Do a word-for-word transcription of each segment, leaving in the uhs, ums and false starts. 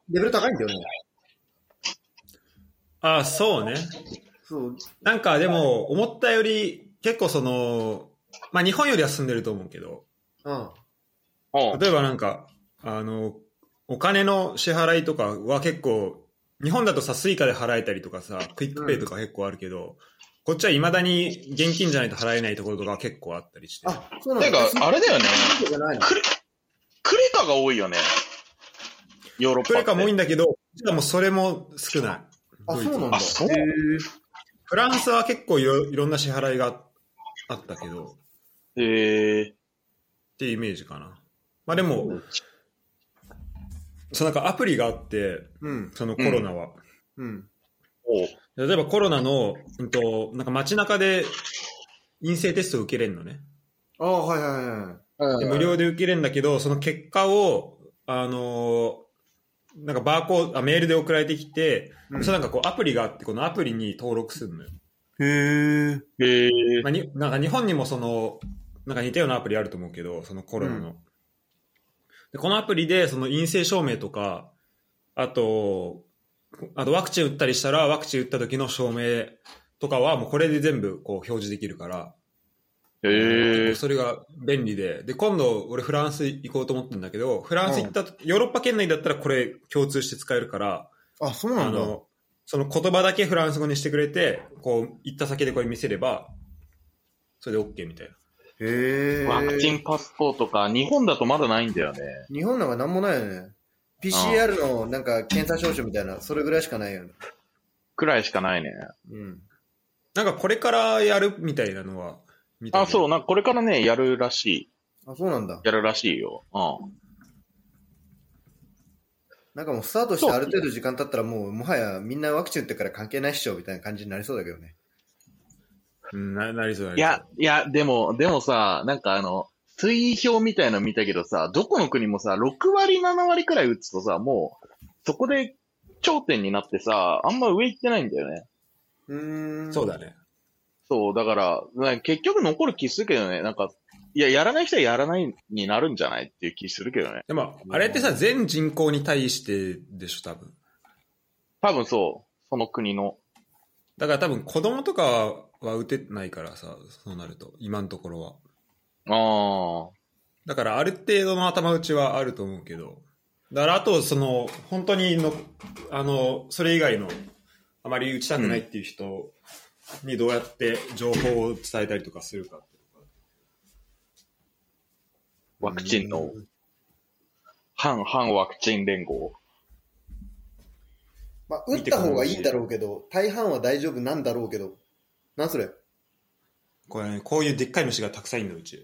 レベル高いんだよね。 ああ、そうね。 そう。 なんかでも、思ったより、結構その、まあ日本よりは進んでると思うけど、 うん。 例えばなんか、あの、お金の支払いとかは結構、日本だとさ、スイカで払えたりとかさ、クイックペイとか結構あるけど、うん、こっちは未だに現金じゃないと払えないところとか結構あったりして。 あ、そうなんだ。てか、あれだよね。クレ、クレカが多いよね。ヨーロッパって。 クレカも多いんだけど、実はもうそれも少ない。 あ、そうなんだ。 そうフランスは結構い ろ, いろんな支払いがあったけど、 へーっていうイメージかな。まあでも、うん、そのなんかアプリがあって、うん、そのコロナは。うんうん、例えばコロナの、うんと、なんか街中で陰性テストを受けれるのね。 ああ、はいはいはい。 で無料で受けれるんだけど、その結果を、あのー、なんかバーコード、あ、メールで送られてきて、うん、それなんかこうアプリがあって、このアプリに登録するのよ。 へー。 へー。 まあ、になんか日本にもその、なんか似たようなアプリあると思うけど、そのコロナの。うん、でこのアプリでその陰性証明とか、あと、あとワクチン打ったりしたら、ワクチン打った時の証明とかはもうこれで全部こう表示できるから、 へー。 それが便利で、で、今度俺フランス行こうと思ってるんだけど、フランス行った、うん、ヨーロッパ圏内だったらこれ共通して使えるから、 あ、そうなんだ。 あの、その言葉だけフランス語にしてくれて、こう行った先でこれ見せれば、それで OK みたいな。 へー。 ワクチンパスポートか、日本だとまだないんだよね。 日本なんかなんもないよね。ピーシーアール のなんか検査証書みたいな、それぐらいしかないよね。 くらいしかないね。 うん。 なんかこれからやるみたいなのは見た。 あ、そう、なんかこれからね、やるらしい。 あ、そうなんだ。 やるらしいよ。うん。 なんかもうスタートしてある程度時間経ったらもうもはやみんなワクチン打ってから関係ないっしょみたいな感じになりそうだけどね。 うん、な、なりそうなりそう。 いや、いや、でも、でもさ、なんかあの、推移表みたいの見たけどさ、どこの国もさ、ろくわりななわりくらい打つとさ、もう、そこで頂点になってさ、あんま上行ってないんだよね。 うーん。 そうだね。 そう、だから、結局残る気するけどね、なんか、いや、やらない人はやらないになるんじゃないっていう気するけどね。 でも、あれってさ、全人口に対してでしょ、多分。 多分そう、その国の。 だから多分子供とかは打てないからさ、そうなると、今のところは。 ああ。 だからある程度の頭打ちはあると思うけど、だからあと、その、本当にの、あの、それ以外の、あまり打ちたくないっていう人にどうやって情報を伝えたりとかするか。 ワクチンの、反、反ワクチン連合。 まあ、打った方がいいんだろうけど、大半は大丈夫なんだろうけど、なんそれこれね、こういうでっかい虫がたくさんいるの、うち。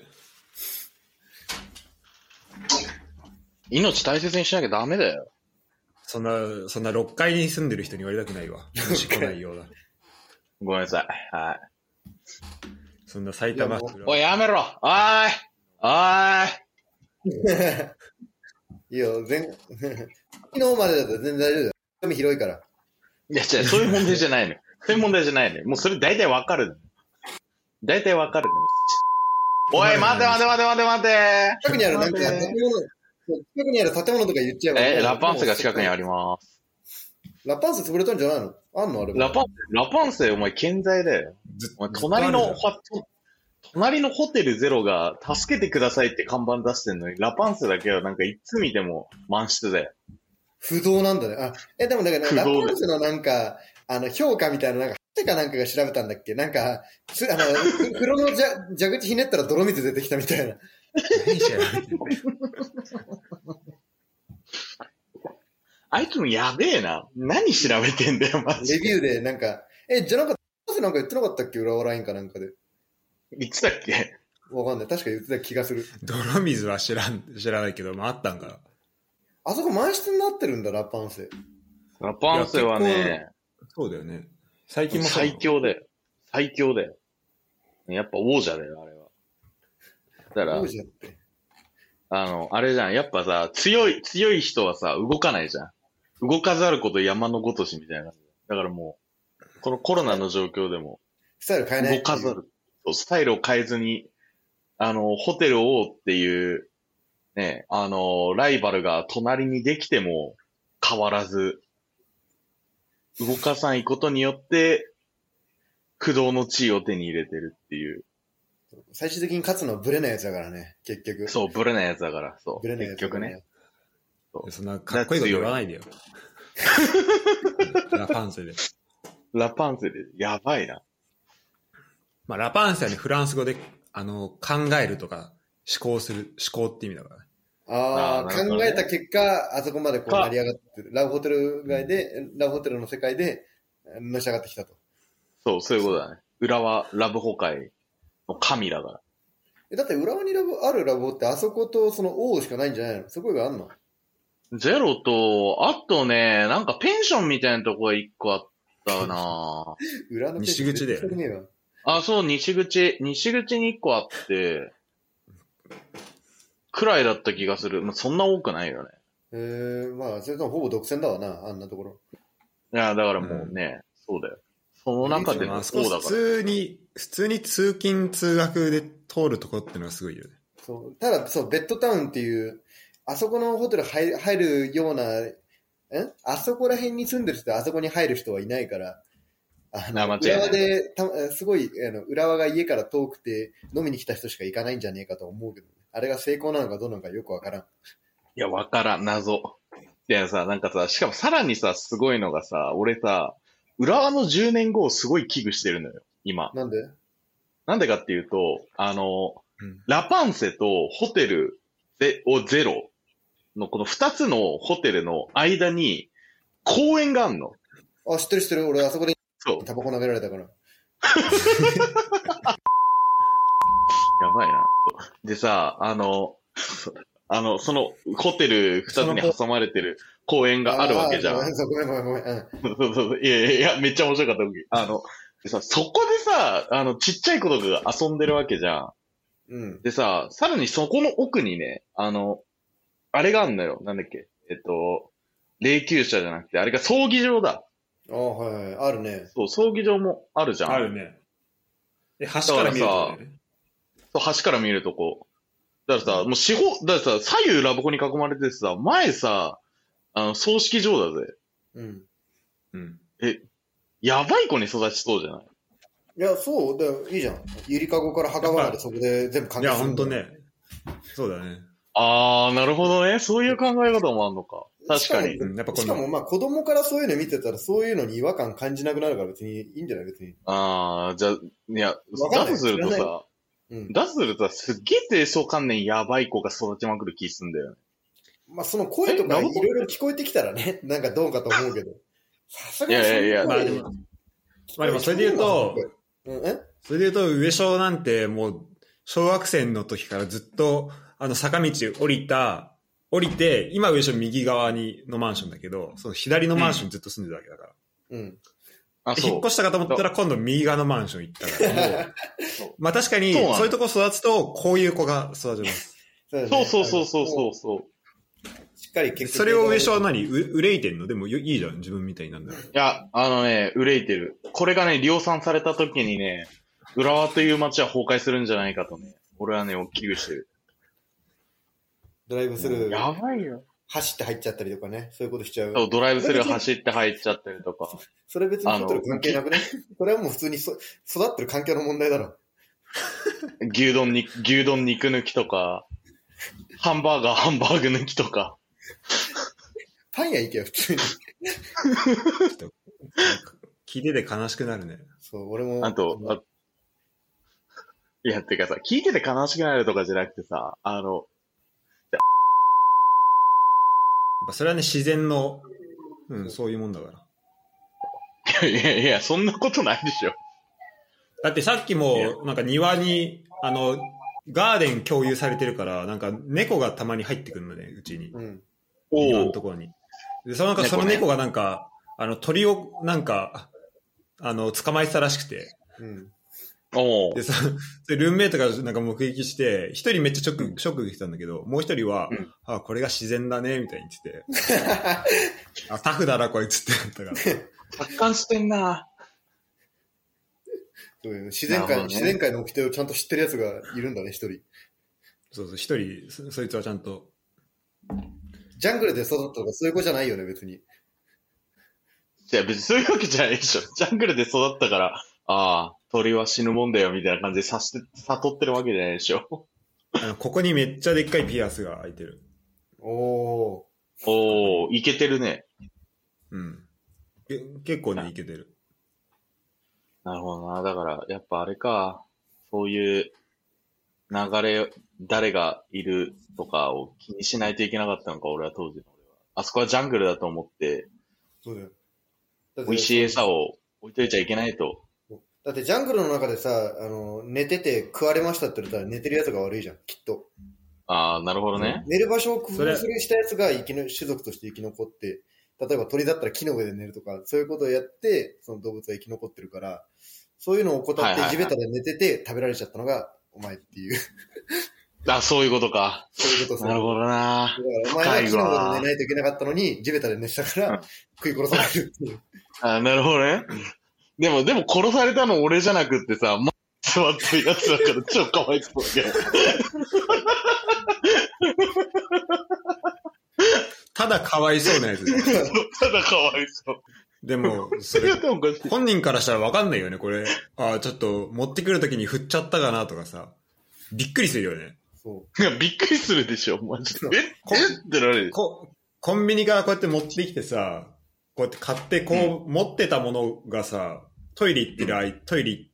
命大切にしなきゃダメだよ。 そんな、そんなろっかいに住んでる人に言われたくないわ。虫来ないようだ。 ごめんなさい。はい。 そんな埼玉。 おい、やめろおーいおーいいいよ、全、昨日までだったら全然大丈夫だよ。髪広いから。 いや、違う、そういう問題じゃないの。そういう問題じゃないの。もうそれ大体わかる。大体わかるの。おい、待て待て待て待て待て近くにあるなんか建物、近くにある建物とか言っちゃえば。 え、ラパンセが近くにあります。 ラパンセ潰れたんじゃないのあんのあれ。 ラパンセ、ラパンセ、お前健在だよ。お前隣の、隣のホテルゼロが助けてくださいって看板出してんのに、ラパンセだけはなんかいつ見ても満室だよ。 不動なんだね。あ、え、でもだから、ラパンセのなんか、あの、評価みたいな、なんか、てかなんかが調べたんだっけなんか、つあの、風呂の蛇口ひねったら泥水出てきたみたいな。何じゃあいつもやべえな。何調べてんだよ、マジで。レビューでなんか、え、じゃなかった、なんか言ってなかったっけ浦和ラインかなんかで。 言ってたっけわかんない。確か言ってた気がする。 泥水は知らん、知らないけど、まあ、あったんか。 あそこ満室になってるんだ、ラパンセ。 ラパンセはね、 そうだよね。最近も最強だよ。最強だよ。やっぱ王者だよ、あれは。だから、 王者って。 あの、あれじゃん。やっぱさ、強い、強い人はさ、動かないじゃん。動かざること山のごとしみたいな。だからもう、このコロナの状況でも、 スタイル変えない。 動かざる。スタイルを変えずに、あの、ホテル王っていう、ね、あの、ライバルが隣にできても、 変わらず、動かさないことによって、不動の地位を手に入れてるっていう。 最終的に勝つのはブレないやつだからね、結局。 そう、ブレないやつだから、そう。 ブレないやつだからね。 そうそんなかっこいいこと言わないでよ。ラパンセで。 ラパンセで、やばいな。 まあ、ラパンセはね、フランス語で、あの、考えるとか、思考する、思考って意味だからね。 ああ、 あー考えた結果、あそこまでこうか成り上がってる。ラブホテル街で、ラブホテルの世界で、のし上がってきたと。 そう、そういうことだね。浦和ラブホ界の神だから。 えだって浦和にラブあるラブホってあそことその王しかないんじゃないの？そこがあんの？ ゼロと、あとね、なんかペンションみたいなとこが一個あったな裏の西口で絶対ねえわ。 あ、そう、西口、西口に一個あって、くらいだった気がする。まあ、そんな多くないよね。 えー、まあ、それともほぼ独占だわな、あんなところ。 いや、だからもうね、そうだよ。その中でまあ、 のあそこ普王だから。 通に、普通に通勤通学で通るところっていうのがすごいよね。 そうただ、そう、ベッドタウンっていう、あそこのホテル入入るような、んあそこら辺に住んでる人はあそこに入る人はいないから、あの、 あ間違いない浦和でた、すごい、あの、浦和が家から遠くて飲みに来た人しか行かないんじゃねえかと思うけど、あれが成功なのかどうなのかよくわからん。 いや、わからん、謎。いやさ、なんかさ、しかもさらにさ、すごいのがさ、俺さ、浦和のじゅうねんごをすごい危惧してるのよ、今。 なんで？ なんでかっていうと、あの、 うんラパンセとホテルでをゼロのこの二つのホテルの間に公園があんの。 あ、知ってる知ってる。俺あそこでそう。 タバコ投げられたから。 やばいな。そうでさ、あの、あの、そのホテル二つに挟まれてる公園があるわけじゃん。 あーごめんごめんごめん。うんそうそうそういやいやいや、めっちゃ面白かった時。あの、でさ、そこでさ、あの、ちっちゃい子とかが遊んでるわけじゃん。 うん。 でさ、さらにそこの奥にね、あの、あれがあんのよ。なんだっけ。えっと、霊柩車じゃなくて、あれが葬儀場だ。 ああ、はいはい。あるね。 そう、葬儀場もあるじゃん。 あるね。で、橋から見るとね。 そう、橋から見えるとこ。だからさ、もう四方、だからさ、左右ラブコに囲まれてさ、前さ、あの、葬式場だぜ。 うん。 うん。 え、やばい子に育ちそうじゃない？ いや、そう、だよいいじゃん。ゆりかごから墓場までそこで全部完いや、 結する。 ほんと。ね。そうだね。 あー、なるほどね。そういう考え方もあんのか。確かに。 うんやっぱこのしかもまあ子供からそういうの見てたらそういうのに違和感感じなくなるから別にいいんじゃない別に。 あー、じゃあ、いや、 わかんないだとすると知らなさ、 うん。 だとするとさ、すっげえ低層観念やばい子が育ちまくる気すんだよね。 まあその声とかいえラブコろいろ聞こえてきたらね、なんかどうかと思うけど。さすがにいやいやいやまあでも、まあでもそれで言うと、 うん、えそれで言うと、上昇なんてもう、小学生の時からずっと、あの、坂道降りた、降りて、今上昇右側にのマンションだけど、その左のマンションにずっと住んでたわけだから。 うん。 あ、 でそう。 引っ越したかと思ったら今度右側のマンション行ったから、もそうう、まあ確かに、 そうなのそういうとこ育つと、こういう子が育ちます。 そうだねそうそうそうそうそうそう。 しっかり結局それを上昇は何う憂いてんのでもいいじゃん、自分みたいになんだら。 いや、あのね、憂いてる。これがね、量産された時にね、浦和という街は崩壊するんじゃないかとね、俺はね、危惧してる。 ドライブスルーやばいよ。 走って入っちゃったりとかね、そういうことしちゃう。 そう、ドライブスルー走って入っちゃったりとか。 それ別にホテル関係なくね。それはもう普通にそ育ってる環境の問題だろ。 牛丼に、牛丼肉抜きとか、ハンバーガーハンバーグ抜きとか。 パン屋行けよ、普通に。 聞いてて悲しくなるね。 そう、俺も。 あと、あいや、てかさ、聞いてて悲しくなるとかじゃなくてさ、あの、 やっぱそれはね、自然の、うん、そういうもんだから。 いやいやいや、そんなことないでしょ。 だってさっきも、なんか庭に、あの、ガーデン共有されてるから、なんか猫がたまに入ってくるのね、うちに。 うん。 庭おお。 のところに。で、そのなんかその猫がなんか、あの、鳥をなんか、あの、捕まえてたらしくて。 うん。 おおで、。そそれルームメイトがなんか目撃して、一人めっちゃショック、ショック受けてたんだけど、もう一人は、 うんあ、これが自然だね、みたいに言ってて。あ、タフだな、こいつって言ったから。 達観してんな。 そういう自然界、 なるほどね自然界の掟をちゃんと知ってるやつがいるんだね、一人。 そうそう、一人そ、そいつはちゃんと。 ジャングルで育ったとかそういう子じゃないよね、別に。 いや、別にそういうわけじゃないでしょ。ジャングルで育ったから、ああ、鳥は死ぬもんだよ、みたいな感じで察して、悟ってるわけじゃないでしょ。 あのここにめっちゃでっかいピアスが開いてる。 おー。 おー、いけてるね。 うん。け結構ね、いけてる。 なるほどな。だから、やっぱあれか。そういう流れ、誰がいるとかを気にしないといけなかったのか、俺は当時の俺は。あそこはジャングルだと思って、 そうだよ。だって美味しい餌を置いといちゃいけないと。 だってジャングルの中でさ、あの、寝てて食われましたって言ったら寝てるやつが悪いじゃん、きっと。 ああ、なるほどね。 寝る場所を工夫するしたやつが生きの種族として生き残って、例えば鳥だったら木の上で寝るとか、そういうことをやって、その動物は生き残ってるから、そういうのを怠って地べたで寝てて食べられちゃったのがお前っていう。 あ、そういうことか。 そういうこと。 なるほどな。 だからお前は木の上で寝ないといけなかったのに、地べたで寝てたから食い殺されるっていう。 あ、なるほどね。でも、でも殺されたの俺じゃなくってさ、ま、座ってるやつだから超かわいそうだけど。 ただかわいそうなやつだ。 ただかわいそう。 でも、それ、本人からしたらわかんないよね、これ。ああ、ちょっと持ってくるときに振っちゃったかなとかさ。びっくりするよね。 そう。いや、びっくりするでしょ、マジで。ええってなる。 ココンビニからこうやって持ってきてさ、こうやって買ってこう、うん、持ってたものがさ、トイレ行ってる、うん、トイレ行って、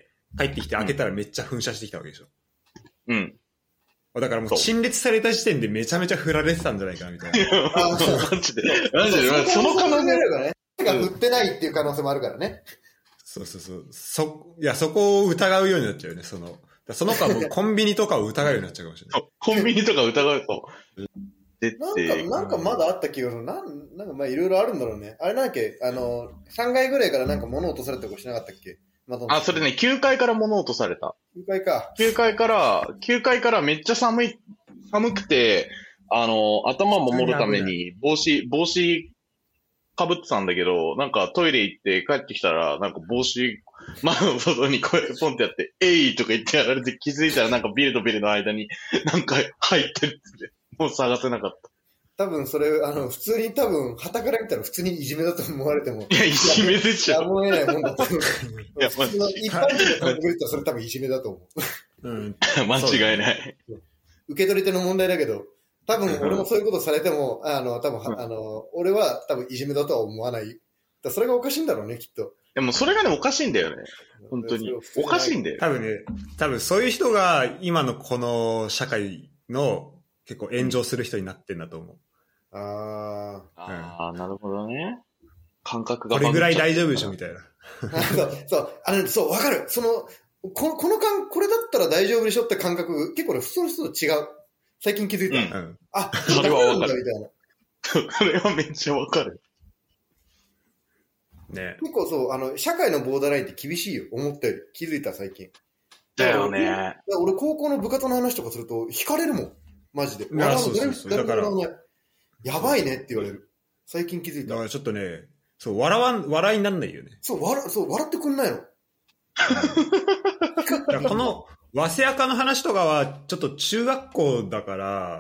帰ってきて開けたらめっちゃ噴射してきたわけでしょ。うん。だからもう陳列された時点でめちゃめちゃ振られてたんじゃないかなみたいな。 あマジで。マジで。その可能性あるからね。が振ってないっていう可能性もあるからね。 そうそうそう。そ、いや、そこを疑うようになっちゃうよね、その。その子はもうコンビニとかを疑うようになっちゃうかもしれない。 コンビニとか疑うと。 なんか、なんかまだあった気がする。なん、なんかまあいろいろあるんだろうね。あれなんだっけあの、さんがいぐらいからなんか物落とされたことしなかったっけあ、それね、きゅうかいから物落とされた。 きゅうかいか。 きゅうかいから、きゅうかいからめっちゃ寒い、寒くて、あの、頭守るために帽子、帽子被ってたんだけど、なんかトイレ行って帰ってきたら、なんか帽子、窓の外にこうやってポンってやって、えいとか言ってやられて気づいたらなんかビルとビルの間になんか入ってるって、もう探せなかった。 多分それ、あの、普通に多分、旗から見たら普通にいじめだと思われても。 いや、いじめでしょ。 やむを得ないもんだと思う。いや、普通の一般人の感覚で言ったらそれ多分いじめだと思う。 うん。間違いない。 受け取り手の問題だけど、多分俺もそういうことされても、あの、多分、うん、あの、俺は多分いじめだとは思わない。だそれがおかしいんだろうね、きっと。 でもそれがね、おかしいんだよね。本当に。おかしいんだよ。 多分ね、多分そういう人が今のこの社会の結構炎上する人になってんだと思う。 ああ、ああ、なるほどね。感覚が。 これぐらい大丈夫でしょみたいな。 そう、そう、あの、そう、わかる。その、この、この感、これだったら大丈夫でしょって感覚、結構ね、普通の人と違う。最近気づいた。うん、あ、 それはわかる。 みたいな。 それはめっちゃわかる。 ね。 結構そう、あの、社会のボーダーラインって厳しいよ。思ったより。気づいた、最近。 だよね。 俺、高校の部活の話とかすると、惹かれるもん。マジで。 いや、そうそうそう。だから、 やばいねって言われる。最近気づいた。 だからちょっとね、そう、笑わん、笑いになんないよね。 そう、笑、そう、笑ってくんないの。 この、早稲赤の話とかは、ちょっと中学校だから、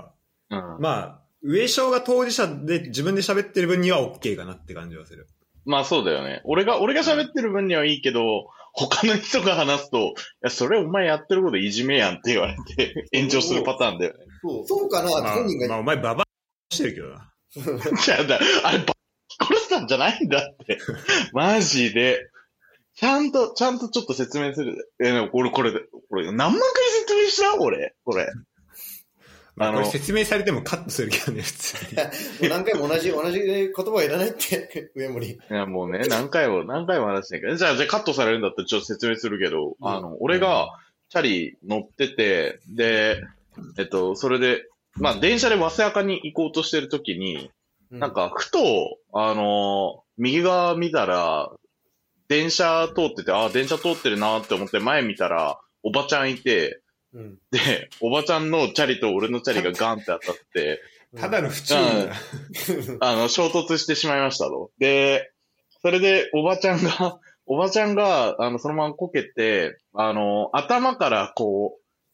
うん、まあ、上昇が当事者で自分で喋ってる分には OK かなって感じはする。 まあそうだよね。俺が、俺が喋ってる分にはいいけど、他の人が話すと、いや、それお前やってることいじめやんって言われて、炎上するパターンだよね。 そう、そうかな、 まあ、本人が。まあ、お前ババしてるけどな。 じゃあだ、あれ、バ殺したんじゃないんだって。マジで。ちゃんと、ちゃんとちょっと説明する。え、俺これ、これ、何万回説明した俺、これ。 まあ、これ説明されてもカットするけどね、普通に。 もう何回も同じ、同じ言葉はいらないって、上森。いや、もうね、何回も、何回も話してんけど。じゃあ、じゃあカットされるんだったらちょっと説明するけど、うん、あの、俺が、チャリ乗ってて、で、えっと、それで、まあ、電車で早稲赤に行こうとしてるときに、うん、なんか、ふと、あの、右側見たら、電車通ってて、ああ、電車通ってるなって思って前見たら、おばちゃんいて、うん、で、おばちゃんのチャリと俺のチャリがガンって当たって、 ただの不注意だ。あの、衝突してしまいましたと。で、それでおばちゃんが、おばちゃんが、あの、そのままこけて、あの、頭からこう、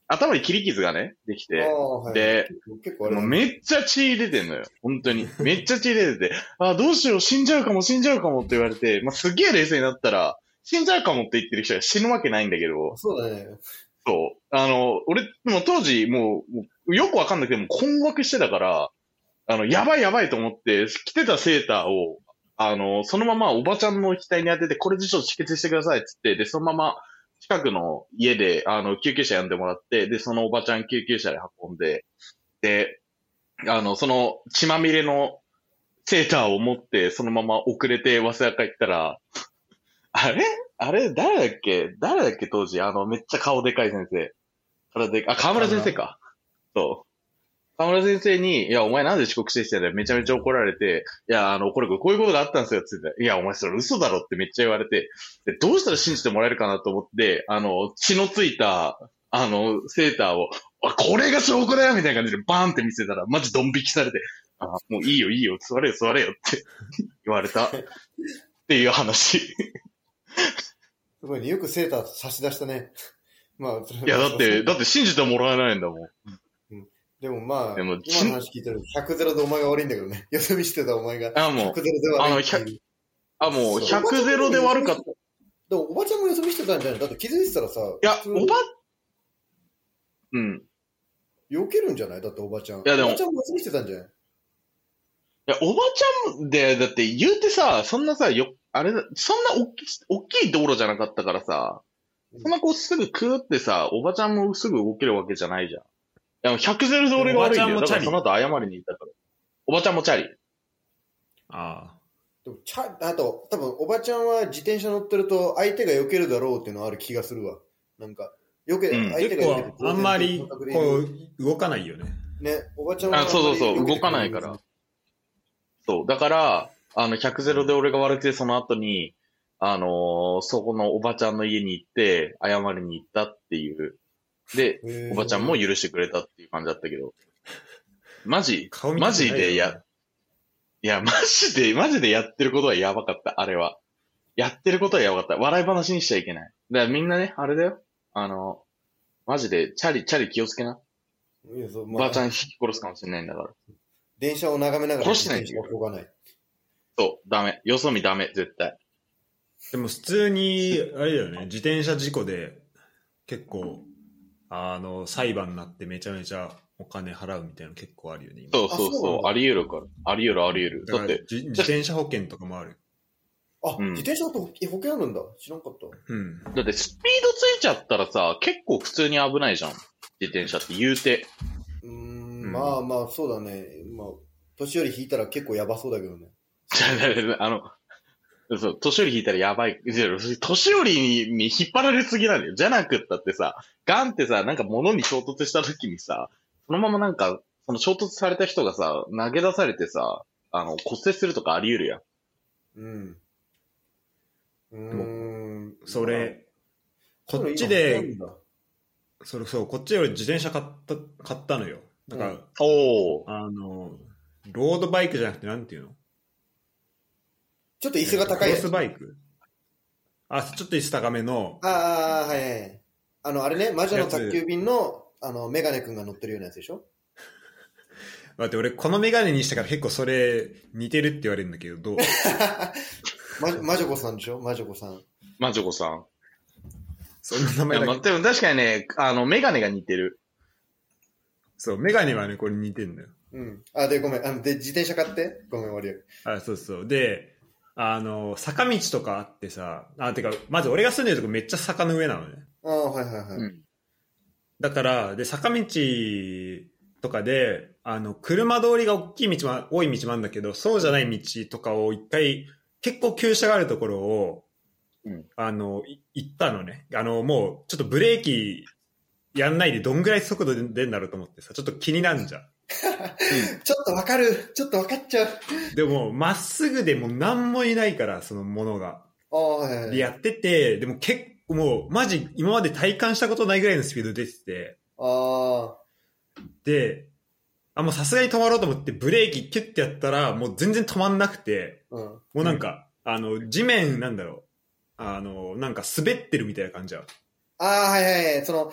頭に切り傷がね、できて、はい、で、結構あれ、もうめっちゃ血出てんのよ。本当に。めっちゃ血出てて、あ、どうしよう、死んじゃうかも、死んじゃうかもって言われて、まあ、すげえ冷静になったら、死んじゃうかもって言ってる人が死ぬわけないんだけど。 そうだね。 そう。あの、俺、もう当時、もう、もうよくわかんなくても困惑してたから、あの、やばいやばいと思って、着てたセーターを、あの、そのままおばちゃんの額に当てて、これでちょっと止血してくださいって言って、で、そのまま、近くの家で、あの、救急車呼んでもらって、で、そのおばちゃん救急車で運んで、で、あの、その血まみれのセーターを持って、そのまま遅れて、早稲田帰ったら、あれあれ誰だっけ誰だっけ当時、あの、めっちゃ顔でかい先生。体であ、河村先生か。そう。河村先生に、いや、お前なんで遅刻してきたんだよ。めちゃめちゃ怒られて、いや、あの、これ、こういうことがあったんですよ。って言って、いや、お前それ嘘だろってめっちゃ言われて、でどうしたら信じてもらえるかなと思って、あの、血のついた、あの、セーターを、あ、これが証拠だよみたいな感じでバーンって見せたら、マジドン引きされて、あ、もういいよいいよ、座れよ座れよって言われた。っていう話。 すごいね。よくセーター差し出したね。まあ、 いや、だって、だって信じてもらえないんだもん。 でもまあ、今の話聞いたらひゃくゼロでお前が悪いんだけどね。よそ見してたお前が。 あ、もう。ひゃくゼロで悪いっていう。あ、もう、ひゃくゼロで悪かった。 でもおばちゃんもよそ見してたんじゃない？だって気づいてたらさ。 いや、おば、うん。 避けるんじゃない？だっておばちゃん。 いやでも。 おばちゃんもよそ見してたんじゃない？ いや、おばちゃんで、だって言うてさ、そんなさ、よ、あれだ、そんな大きい、大きい道路じゃなかったからさ、そんなこうすぐクーってさ、おばちゃんもすぐ動けるわけじゃないじゃん。いや、ひゃくゼロで俺が悪いんだよ。だからその後謝りに行ったから。おばちゃんもチャリ。 ああ。 でもチャ、あと、多分おばちゃんは自転車乗ってると相手が避けるだろうっていうのはある気がするわ。なんか、避け、 うん、相手が避ける。あんまり、こう、動かないよね。 ね、おばちゃんは。 あ、そうそうそう、動かないから。そう。だから、あの、ひゃくゼロで俺が悪くて、その後に、あのー、そこのおばちゃんの家に行って、謝りに行ったっていう。で、おばちゃんも許してくれたっていう感じだったけど。マジマジでや、いや、マジで、マジでやってることはやばかった、あれは。やってることはやばかった。笑い話にしちゃいけない。だからみんなね、あれだよ。あの、マジで、チャリ、チャリ気をつけな。いやそうまあ、おばあちゃん引き殺すかもしれないんだから。 電車を眺めながら殺してないんだよ。そう、ダメ。よそ見ダメ、絶対。 でも普通に、あれだよね、自転車事故で結構、あの、裁判になってめちゃめちゃお金払うみたいなの結構あるよね。 そうそうそう、あり得るから。あり得るあり得る。だって、 自転車保険とかもある。 あ、うん、自転車と保険あるんだ。知らんかった。 うん。だってスピードついちゃったらさ、結構普通に危ないじゃん。自転車って言うて。 うーん、うん、まあまあ、そうだね。まあ、年寄り引いたら結構やばそうだけどね。 あの、そう、年寄り引いたらやばい。年寄りに引っ張られすぎなんだよ。じゃなくったってさ、ガンってさ、なんか物に衝突した時にさ、そのままなんか、その衝突された人がさ、投げ出されてさ、あの、骨折するとかあり得るやん。 うん。うーん。それ、こっちで、それそう、こっちより自転車買った、買ったのよ。だから、うん、 おあの、ロードバイクじゃなくてなんていうの？ ちょっと椅子が高いやつ。 クロスバイク？あ、ちょっと椅子高めの。 ああ、はいはい。あの、あれね、魔女の宅急便の、あの、メガネくんが乗ってるようなやつでしょ？ 待って、俺、このメガネにしたから結構それ似てるって言われるんだけど、どう？ 魔女子さんでしょ？魔女子さん。 魔女子さん。 そんな名前だけど。 でも確かにね、あの、メガネが似てる。 そう、メガネはね、これ似てんだよ。 うん。あ、で、ごめん。あの、で、自転車買って。ごめん、終わりよ。 あ、そうそう。で、あの、坂道とかあってさ、あ、てか、まず俺が住んでるとこめっちゃ坂の上なのね。 ああ、はいはいはい。うん、 だから、で、坂道とかで、あの、車通りが大きい道も、多い道もあるんだけど、そうじゃない道とかを一回、結構急車があるところを、うん、あの、行ったのね。あの、もう、ちょっとブレーキやんないでどんぐらい速度で出んだろうと思ってさ、ちょっと気になるじゃん。 うん、ちょっとわかる。ちょっとわかっちゃう。 でも、まっすぐでもう何もいないから、そのものが。 ああ、はいはい。 で、やってて、でも結構もう、マジ、今まで体感したことないぐらいのスピード出てて。 ああ。 で、あ、もうさすがに止まろうと思ってブレーキキュッてやったら、もう全然止まんなくて、うん、もうなんか、うん、あの、地面なんだろう。あの、なんか滑ってるみたいな感じは。 ああ、はいはいはい。その、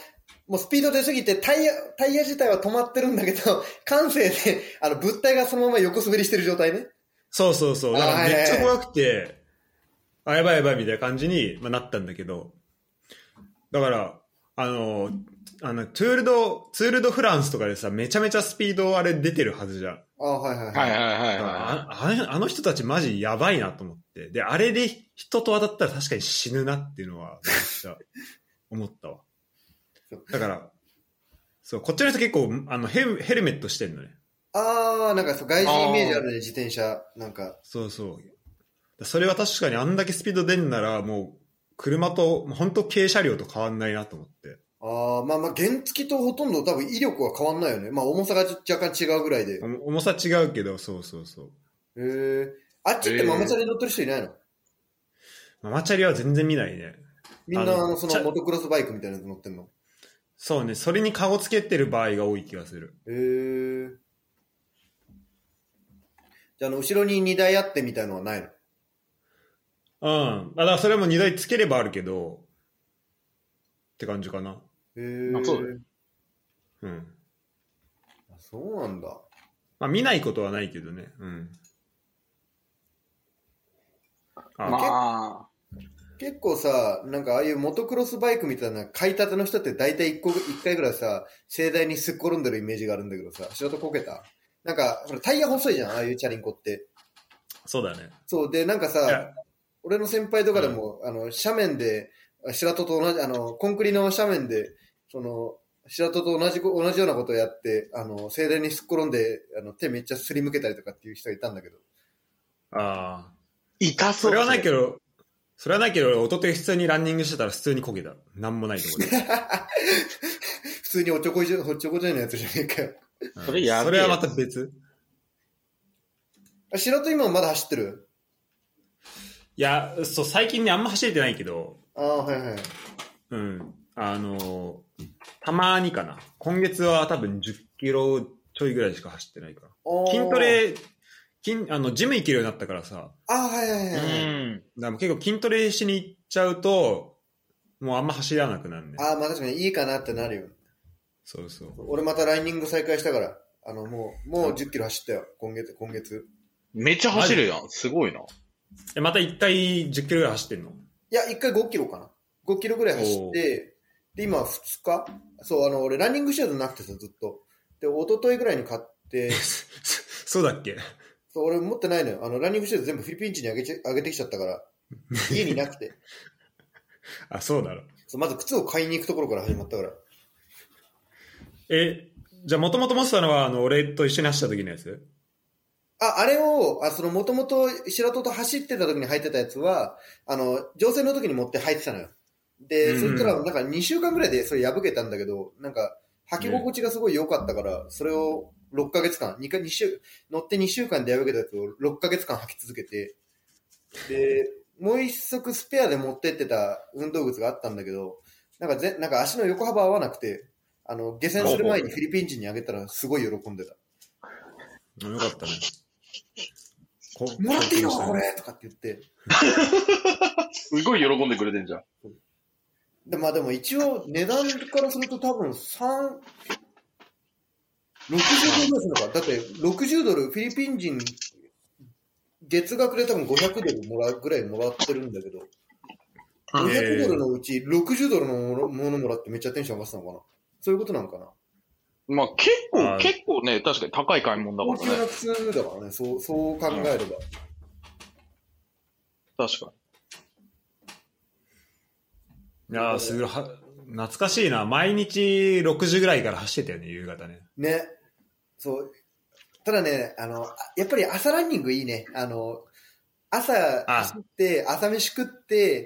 もうスピード出すぎてタイヤ、タイヤ自体は止まってるんだけど、感性で、あの、物体がそのまま横滑りしてる状態ね。 そうそうそう。だからめっちゃ怖くて、あ、やばいやばいみたいな感じに、まあ、なったんだけど、だから、あの、あの、ツールド、ツールドフランスとかでさ、めちゃめちゃスピードあれ出てるはずじゃん。 あはいはいはい。 はいはいはい、はいああの。あの人たちマジやばいなと思って。で、あれで人と当たったら確かに死ぬなっていうのは、めっちゃ思ったわ。だから、そう、こっちの人結構、あの、ヘル、ヘルメットしてんのね。 あー、なんかそう、外人イメージあるね、自転車。なんか。 そうそう。それは確かにあんだけスピード出んなら、もう、車と、本当軽車両と変わんないなと思って。 ああ、まあまあ、原付とほとんど多分威力は変わんないよね。まあ、重さが若干違うぐらいで。 重さ違うけど、そうそうそう。 へえ。あっちってママチャリ乗ってる人いないの？ ママチャリは全然見ないね。 みんな、あの、その、モトクロスバイクみたいなやつ乗ってんの？ そうね、それにカゴつけてる場合が多い気がする。 へえ。じゃあ、あの、後ろに荷台あってみたいのはないの？ うん。あ、だからそれも荷台つければあるけど、って感じかな。 へえ。 あ、そうだよ。 うん。 そうなんだ。 まあ見ないことはないけどね。うん。 あまあ。 結構さ、なんかああいうモトクロスバイクみたいな買いたての人って大体一個、一回ぐらいさ、盛大にすっ転んでるイメージがあるんだけどさ、仕事こけた？なんか、それタイヤ細いじゃん、ああいうチャリンコって。 そうだね。 そう、で、なんかさ、俺の先輩とかでも、うん、あの、斜面で、白戸と同じ、あの、コンクリの斜面で、その、白戸と同じ、同じようなことをやって、あの、盛大にすっ転んで、あの、手めっちゃすりむけたりとかっていう人がいたんだけど。 ああ。 痛そう。 それはないけど、それはないけど、一昨日普通にランニングしてたら普通にこけた。なんもないところで。 普通におちょこいじゃ、おちょこちょいのやつじゃねえかよ。 それやべえ。 それはまた別。 白戸今まだ走ってる？ いや、そう、最近ね、あんま走れてないけど。 ああ、はいはい。 うん。あの、たまにかな。今月は多分じゅっキロちょいぐらいしか走ってないから。筋トレ、筋、あの、ジム行けるようになったからさ。 ああ、はいはいはい。 うん。だから結構筋トレしに行っちゃうと、もうあんま走らなくなるね。 ああ、まあ確かにいいかなってなるよ。 そうそう。 俺またランニング再開したから、あの、もう、もうじゅっキロ走ったよ。今月、今月。 めっちゃ走るやん。すごいな。 え、また一回じゅっキロぐらい走ってんの？ いや、一回ごキロかな。ごキロぐらい走って、で、今ふつか？そう、あの、俺ランニングシューズなくてさ、ずっと。で、一昨日ぐらいに買って、 そうだっけ？ そう、俺持ってないのよ。あの、ランニングシューズ全部フィリピン地にあげちあげてきちゃったから、家になくて。 あ、そうだろ。 そう、まず靴を買いに行くところから始まったから。 え、じゃあもともと持ってたのは、あの、俺と一緒に走った時のやつ？ あ、あれを、あ、その、もともと白戸と走ってた時に履いてたやつは、あの、乗船の時に持って履いてたのよ。で、そしたら、なんかにしゅうかんぐらいでそれ破けたんだけど、なんか、履き心地がすごい良かったから、それをろっかげつかん、2か、2週、乗ってにしゅうかんで破けたやつをろっかげつかん履き続けて、で、もう一足スペアで持ってってた運動靴があったんだけど、なんかぜ、なんか足の横幅合わなくて、あの、下船する前にフィリピン人にあげたらすごい喜んでた。 よかったね。 もらっていいのこれとかって言って。 すごい喜んでくれてんじゃん。 でまあでも一応値段からすると多分さん、ろくじゅうドルぐらいするのか。だってろくじゅうドル、フィリピン人、月額で多分ごひゃくドルもらうぐらいもらってるんだけど、ごひゃくドルのうちろくじゅうドルのものもらってめっちゃテンション上がってたのかな。そういうことなんかな。 まあ結構、結構ね、確かに高い買い物だからね。 高級な普通だからね、そう、そう考えれば。うん、 確かに。いやー、すごい、懐かしいな。毎日ろくじぐらいから走ってたよね、夕方ね。 ね。そう。ただね、あの、やっぱり朝ランニングいいね。あの、朝走って、朝飯食って、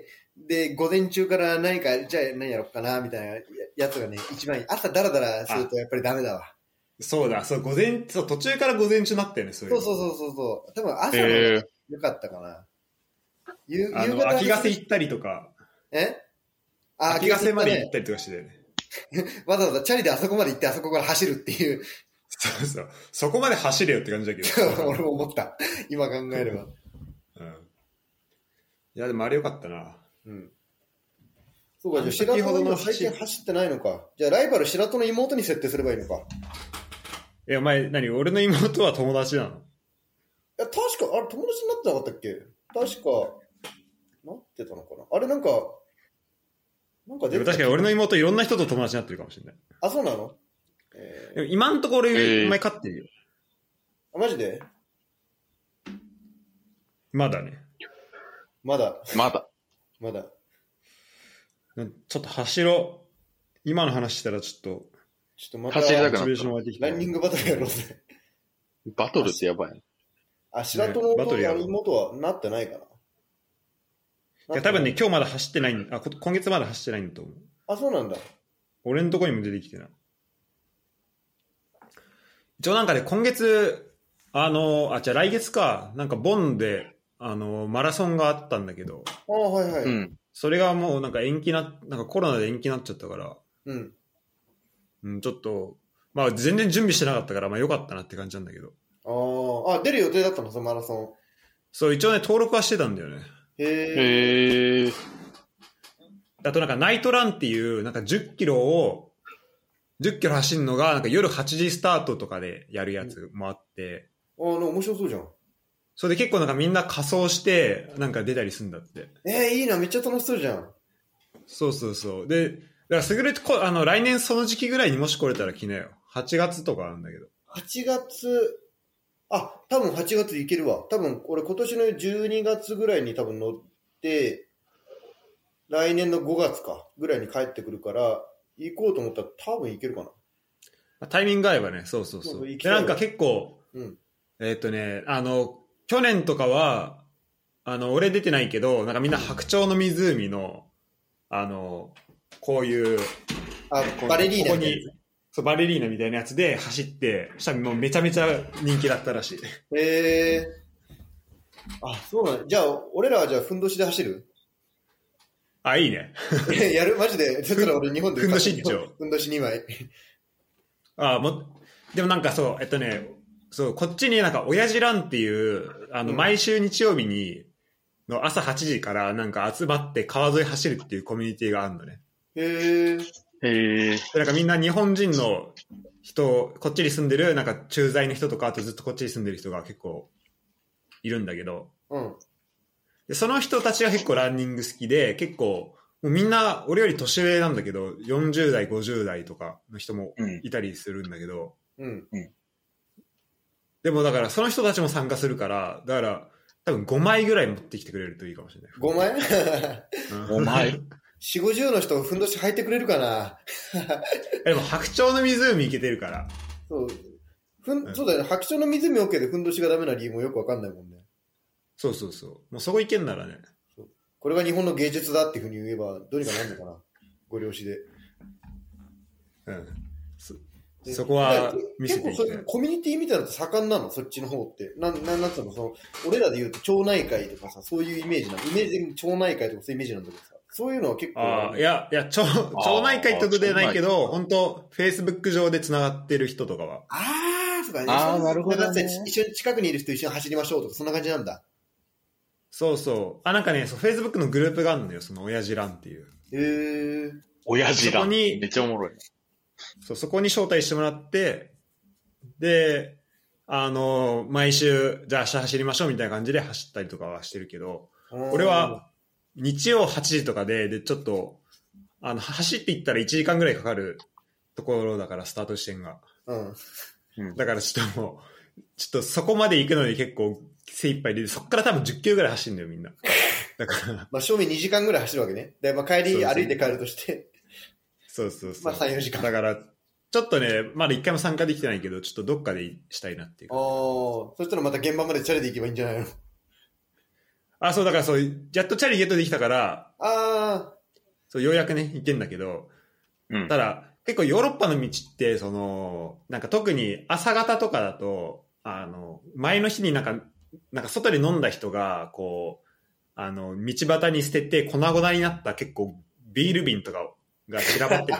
で、午前中から何か、じゃあ何やろうかな、みたいなやつがね、一番いい。朝ダラダラするとやっぱりダメだわ。 そうだ、そう、午前、そう、途中から午前中になったよね、そういう。 そうそうそうそう。多分朝の良かったかな。 夕あの、秋ヶ瀬行ったりとか。 えあ、秋ヶ瀬まで行ったりとかしてたよね。 わざわざチャリであそこまで行ってあそこから走るっていう。 そうそう。そこまで走れよって感じだけど。俺も思った。今考えれば。うん。 いや、でもあれよかったな。 うん。 そうか、じゃあ白戸の最近走ってないのか。じゃあライバル白戸の妹に設定すればいいのか。 え、お前、何俺の妹は友達なの？ いや、確か、あれ友達になってなかったっけ？確か、なってたのかな。あれなんか、なんか出てた。 確かに俺の妹いろんな人と友達になってるかもしれない。 あ、そうなの？えー、 今んところ俺、えー、お前勝ってるよ。 あ、マジで？ まだね。 まだ。 まだ。 まだ。 ちょっと走ろう。今の話したらちょっと。 ちょっとまた、 走りたくなったランニングバトルやろうぜ。 バトルってやばい。 あ、白戸の弟、ね、妹はなってないかな。 いや、多分ね、今日まだ走ってないんあ、今月まだ走ってないんだと思う。 あ、そうなんだ。 俺のとこにも出てきてない。一応なんかね、今月、あの、あ、じゃあ来月か、なんかボンで、あの、マラソンがあったんだけど、 あ、はいはい。 うん。 それがもうなんか延期な、なんかコロナで延期になっちゃったから、 うん。 うん、ちょっと、まあ全然準備してなかったから、まあ良かったなって感じなんだけど。 ああ、出る予定だったのそのマラソン。 そう、一応ね、登録はしてたんだよね。 へえ。へえ。 あとなんかナイトランっていう、なんかじゅっキロを、じゅっキロ走るのが、なんか夜はちじスタートとかでやるやつもあって。 うん、ああ、面白そうじゃん。 それで結構なんかみんな仮装して、なんか出たりするんだって。 えー、いいな、めっちゃ楽しそうじゃん。 そうそうそう。で、だからすぐるこ、あの、来年その時期ぐらいにもし来れたら来なよ。はちがつとかあるんだけど。 はちがつ、あ、多分はちがつ行けるわ。多分、俺今年のじゅうにがつぐらいに多分乗って、来年のごがつか、ぐらいに帰ってくるから、行こうと思ったら多分行けるかな。 タイミング合えばね、そうそうそう。で、なんか結構、 うん、 えーっとね、あの、去年とかは、あの、俺出てないけど、なんかみんな白鳥の湖の、あの、こういう、 あ、バレリーナここに、そうバレリーナみたいなやつで走って、したらもうめちゃめちゃ人気だったらしい。 へえー。あ、そうなんだ。じゃあ、俺らはじゃあ、ふんどしで走る？ あ、いいね。 やるマジで。そしたら俺日本でふんどし一丁。 ふんどしにまい。 あ、もでもなんかそう、えっとね、そう、こっちになんか、親父ランっていう、あの、毎週日曜日に、の朝はちじからなんか集まって川沿い走るっていうコミュニティがあるのね。 へえ。 へえ。 なんかみんな日本人の人、こっちに住んでる、なんか駐在の人とか、あとずっとこっちに住んでる人が結構いるんだけど、 うん。 でその人たちが結構ランニング好きで、結構、もうみんな俺より年上なんだけど、よんじゅう代、ごじゅう代とかの人もいたりするんだけど、 うんうん、 でもだからその人たちも参加するから、だから多分ごまいぐらい持ってきてくれるといいかもしれない。 ごまい ? ご 枚 ?よんじゅう、ごじゅうの人ふんどし履いてくれるかな。 でも白鳥の湖行けてるから。 そう。ふん、そうだよね。白鳥の湖 OK でふんどしがダメな理由もよくわかんないもんね。 そうそうそう。もうそこ行けんならね。 これが日本の芸術だっていうふうに言えばどうにかなるのかな。ご了承で。 うん。そ, そこは見せていきたい。 結構そういうコミュニティみたいなのって盛んなのそっちの方って。な、な、なんつうのその、俺らで言うと町内会とかさ、そういうイメージなの。イメージ的に町内会とかそういうイメージなんだけどさ。そういうのは結構。 ああ、いや、いや、町、町内会ってことではないけど、本当フェイスブック上で繋がってる人とかは。 ああ、そうかね。 ああ、なるほど、ね。 一緒に近くにいる人一緒に走りましょうとか、そんな感じなんだ。 そうそう。あ、なんかね、そう、フェイスブックのグループがあるんだよ、その親父ランっていう。 へえー。 親父ラン。 そこに、 めっちゃおもろい。 そう、そこに招待してもらって、で、あの、毎週、じゃあ明日走りましょうみたいな感じで走ったりとかはしてるけど、俺は日曜はちじとかで、で、ちょっと、あの、走っていったらいちじかんぐらいかかるところだから、スタート地点が。 うん。 だからちょっともう、ちょっとそこまで行くのに結構精一杯で、そっから多分じゅっキロぐらい走るんだよ、みんな。だから。 まあ、正味にじかんぐらい走るわけね。で、まあ、帰り歩いて帰るとして。 そうそうそう。 まあ、さん、よじかん。 だから、ちょっとね、まだ一回も参加できてないけど、ちょっとどっかでしたいなっていう。 ああ、そしたらまた現場までチャリで行けばいいんじゃないの？ あ、そう、だからそう、やっとチャリゲットできたから、 ああ。 そう、ようやくね、行けんだけど、 うん、 ただ、結構ヨーロッパの道って、その、なんか特に朝方とかだと、あの、前の日になんか、なんか外で飲んだ人が、こう、あの、道端に捨てて粉々になった結構ビール瓶とかが散らばってる。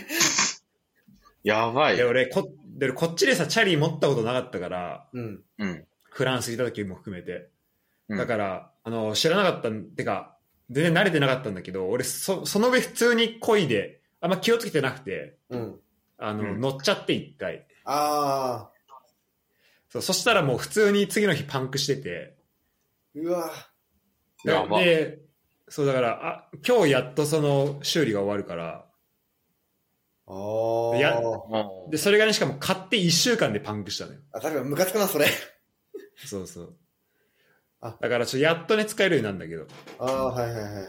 やばい。 で、俺こ、で、こっちでさ、チャリ持ったことなかったから、 うんうん、 フランス行った時も含めて。 うん、 だから、あの、知らなかったんてか、 全然慣れてなかったんだけど、俺そ、その上普通に漕いで、あんま気をつけてなくて、 うん。 あの、 うん乗っちゃって一回。 ああ。 そう、そしたらもう普通に次の日パンクしてて。 うわ。 やばで、そうだから、あ、今日やっとその修理が終わるから、 ああ。 やうんで、それがね、しかも買っていっしゅうかんでパンクしたのよ。 あ、確かにムカつくな、それ。 そうそう。 あだからちょっとやっとね、使えるようになるんだけど。 ああ、はいはいはいはいはい。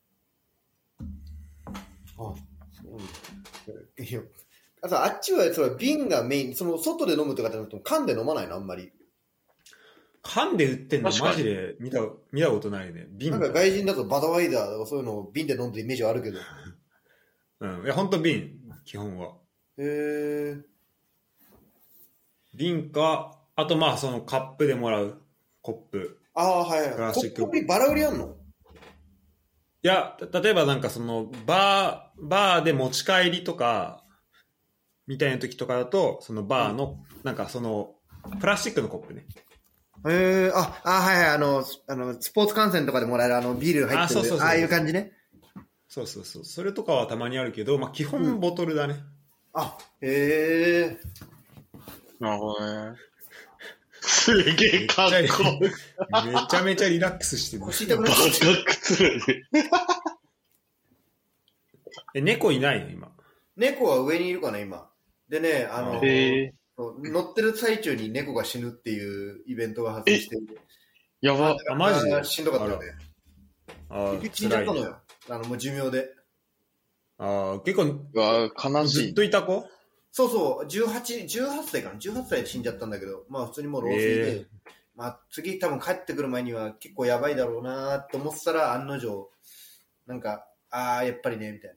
あ、そうなんだ。いやあとあっちはその瓶がメイン、その外で飲むとかじゃなくて缶で飲まないの、あんまり。 缶で売ってんの確かにマジで見た見たことないね。瓶なんか外人だとバドワイザーとかそういうのを瓶で飲んでるイメージはあるけど。へうん。いや、ほんと瓶、基本は。 え。 瓶か、あとまあそのカップでもらうコップ。 ああ、はいはい。 プラスチックコップにバラ売りあんの？ いや、た例えばなんかそのバー、バーで持ち帰りとか、みたいな時とかだと、そのバーの、なんかその、プラスチックのコップね。 へえ、あ、あ、はいはい、あの、あの、スポーツ観戦とかでもらえるあの、ビール入ってる、 あそうそうそうああいう感じね。 そうそうそう。それとかはたまにあるけど、まあ基本ボトルだね。 あ、へえ。 なるほどね。すげえかっこいい。 めちゃめちゃリラックスしてる。 腰痛くバなっちゃう。 カくつろいで。 え、猫いないの今。 猫は上にいるかな、今。でね、あの、 へ乗ってる最中に猫が死ぬっていうイベントが発生して、 やば。 あ、マジでしんどかったよね。 あ一匹死んじゃったの辛いね。 よ。あの、もう寿命で。 あ結構、 うわ悲しいずっと。いた子そうそう、じゅうはち、じゅうはっさいかな、じゅうはっさいで死んじゃったんだけど、まあ普通にもう老衰で、 えまあ次多分帰ってくる前には結構やばいだろうなと思ってたら案の定、なんか、ああ、やっぱりね、みたい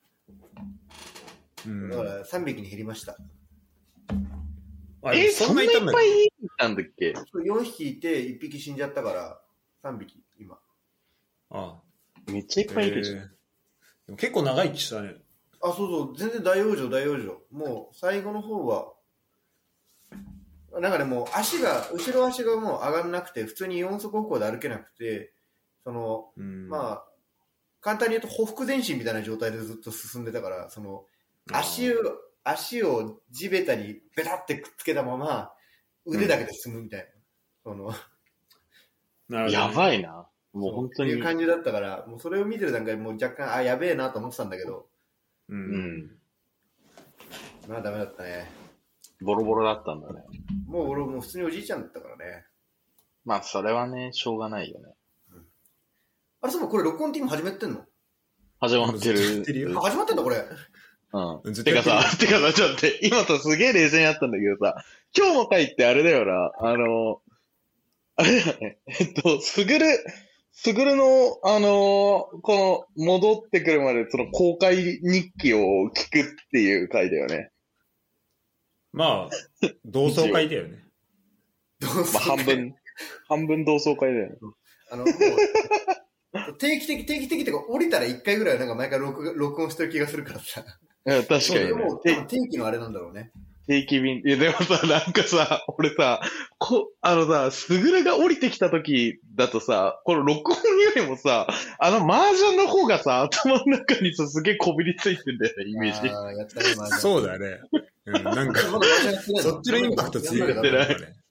ーうん、 な。だからさんびきに減りました。 あえ、 そそんないんないたんだっっぱいいたんだっけ？ よんひきいていっぴき死んじゃったからさんびき今。 あめっちゃいっぱいいるじゃん。 えーでも結構長生きしたね。 あ、そうそう、全然大往生大往生。もう最後の方は、なんかね、もう足が、後ろ足がもう上がんなくて、普通に四足歩行で歩けなくて、その、 うん、 まあ、簡単に言うとほふく前進みたいな状態でずっと進んでたから、その、足を、足を地べたにベタってくっつけたまま、腕だけで進むみたいな。その、 なるほどねやばいな。もう本当に。 っていう感じだったから、もうそれを見てる段階でもう若干、あ、やべえなと思ってたんだけど、 う。 うんん。 まあダメだったね。 ボロボロだったんだね。 もう俺もう普通におじいちゃんだったからね。 まあ、それはね、しょうがないよね。 あれ、そういえばこれ録音ティーム始めてんの？ 始まってずっとやってるる。 よあ、始まってんだこれ。 うん。 ずっとやってるてかさ、てかさ、ちょっと待って、今さ、すげえ冷静になったんだけどさ、今日の回ってあれだよな、あの、あれだよね、えっと、すぐる、すぐるの、あの、この、戻ってくるまで、その公開日記を聞くっていう回だよね。 まあ、同窓会だよね。 どうまあ、半分、半分同窓会だよね。 あの、もう定期的、定期的っていうか、降りたら一回ぐらいなんか毎回録録音してる気がするからさ。 うん確かそれにねもう、多分定期のあれなんだろうね。 定期便。いや、でもさ、なんかさ、俺さ、こ、あのさ、すぐるが降りてきた時だとさ、この録音よりもさ、あの麻雀の方がさ、頭の中にさ、すげえこびりついてんだよね、イメージ。 ああ、やったね、まあ。 そうだね。うん、なんか、 まだ麻雀やってないのそっちのインパクト強いよやんなきゃダメね。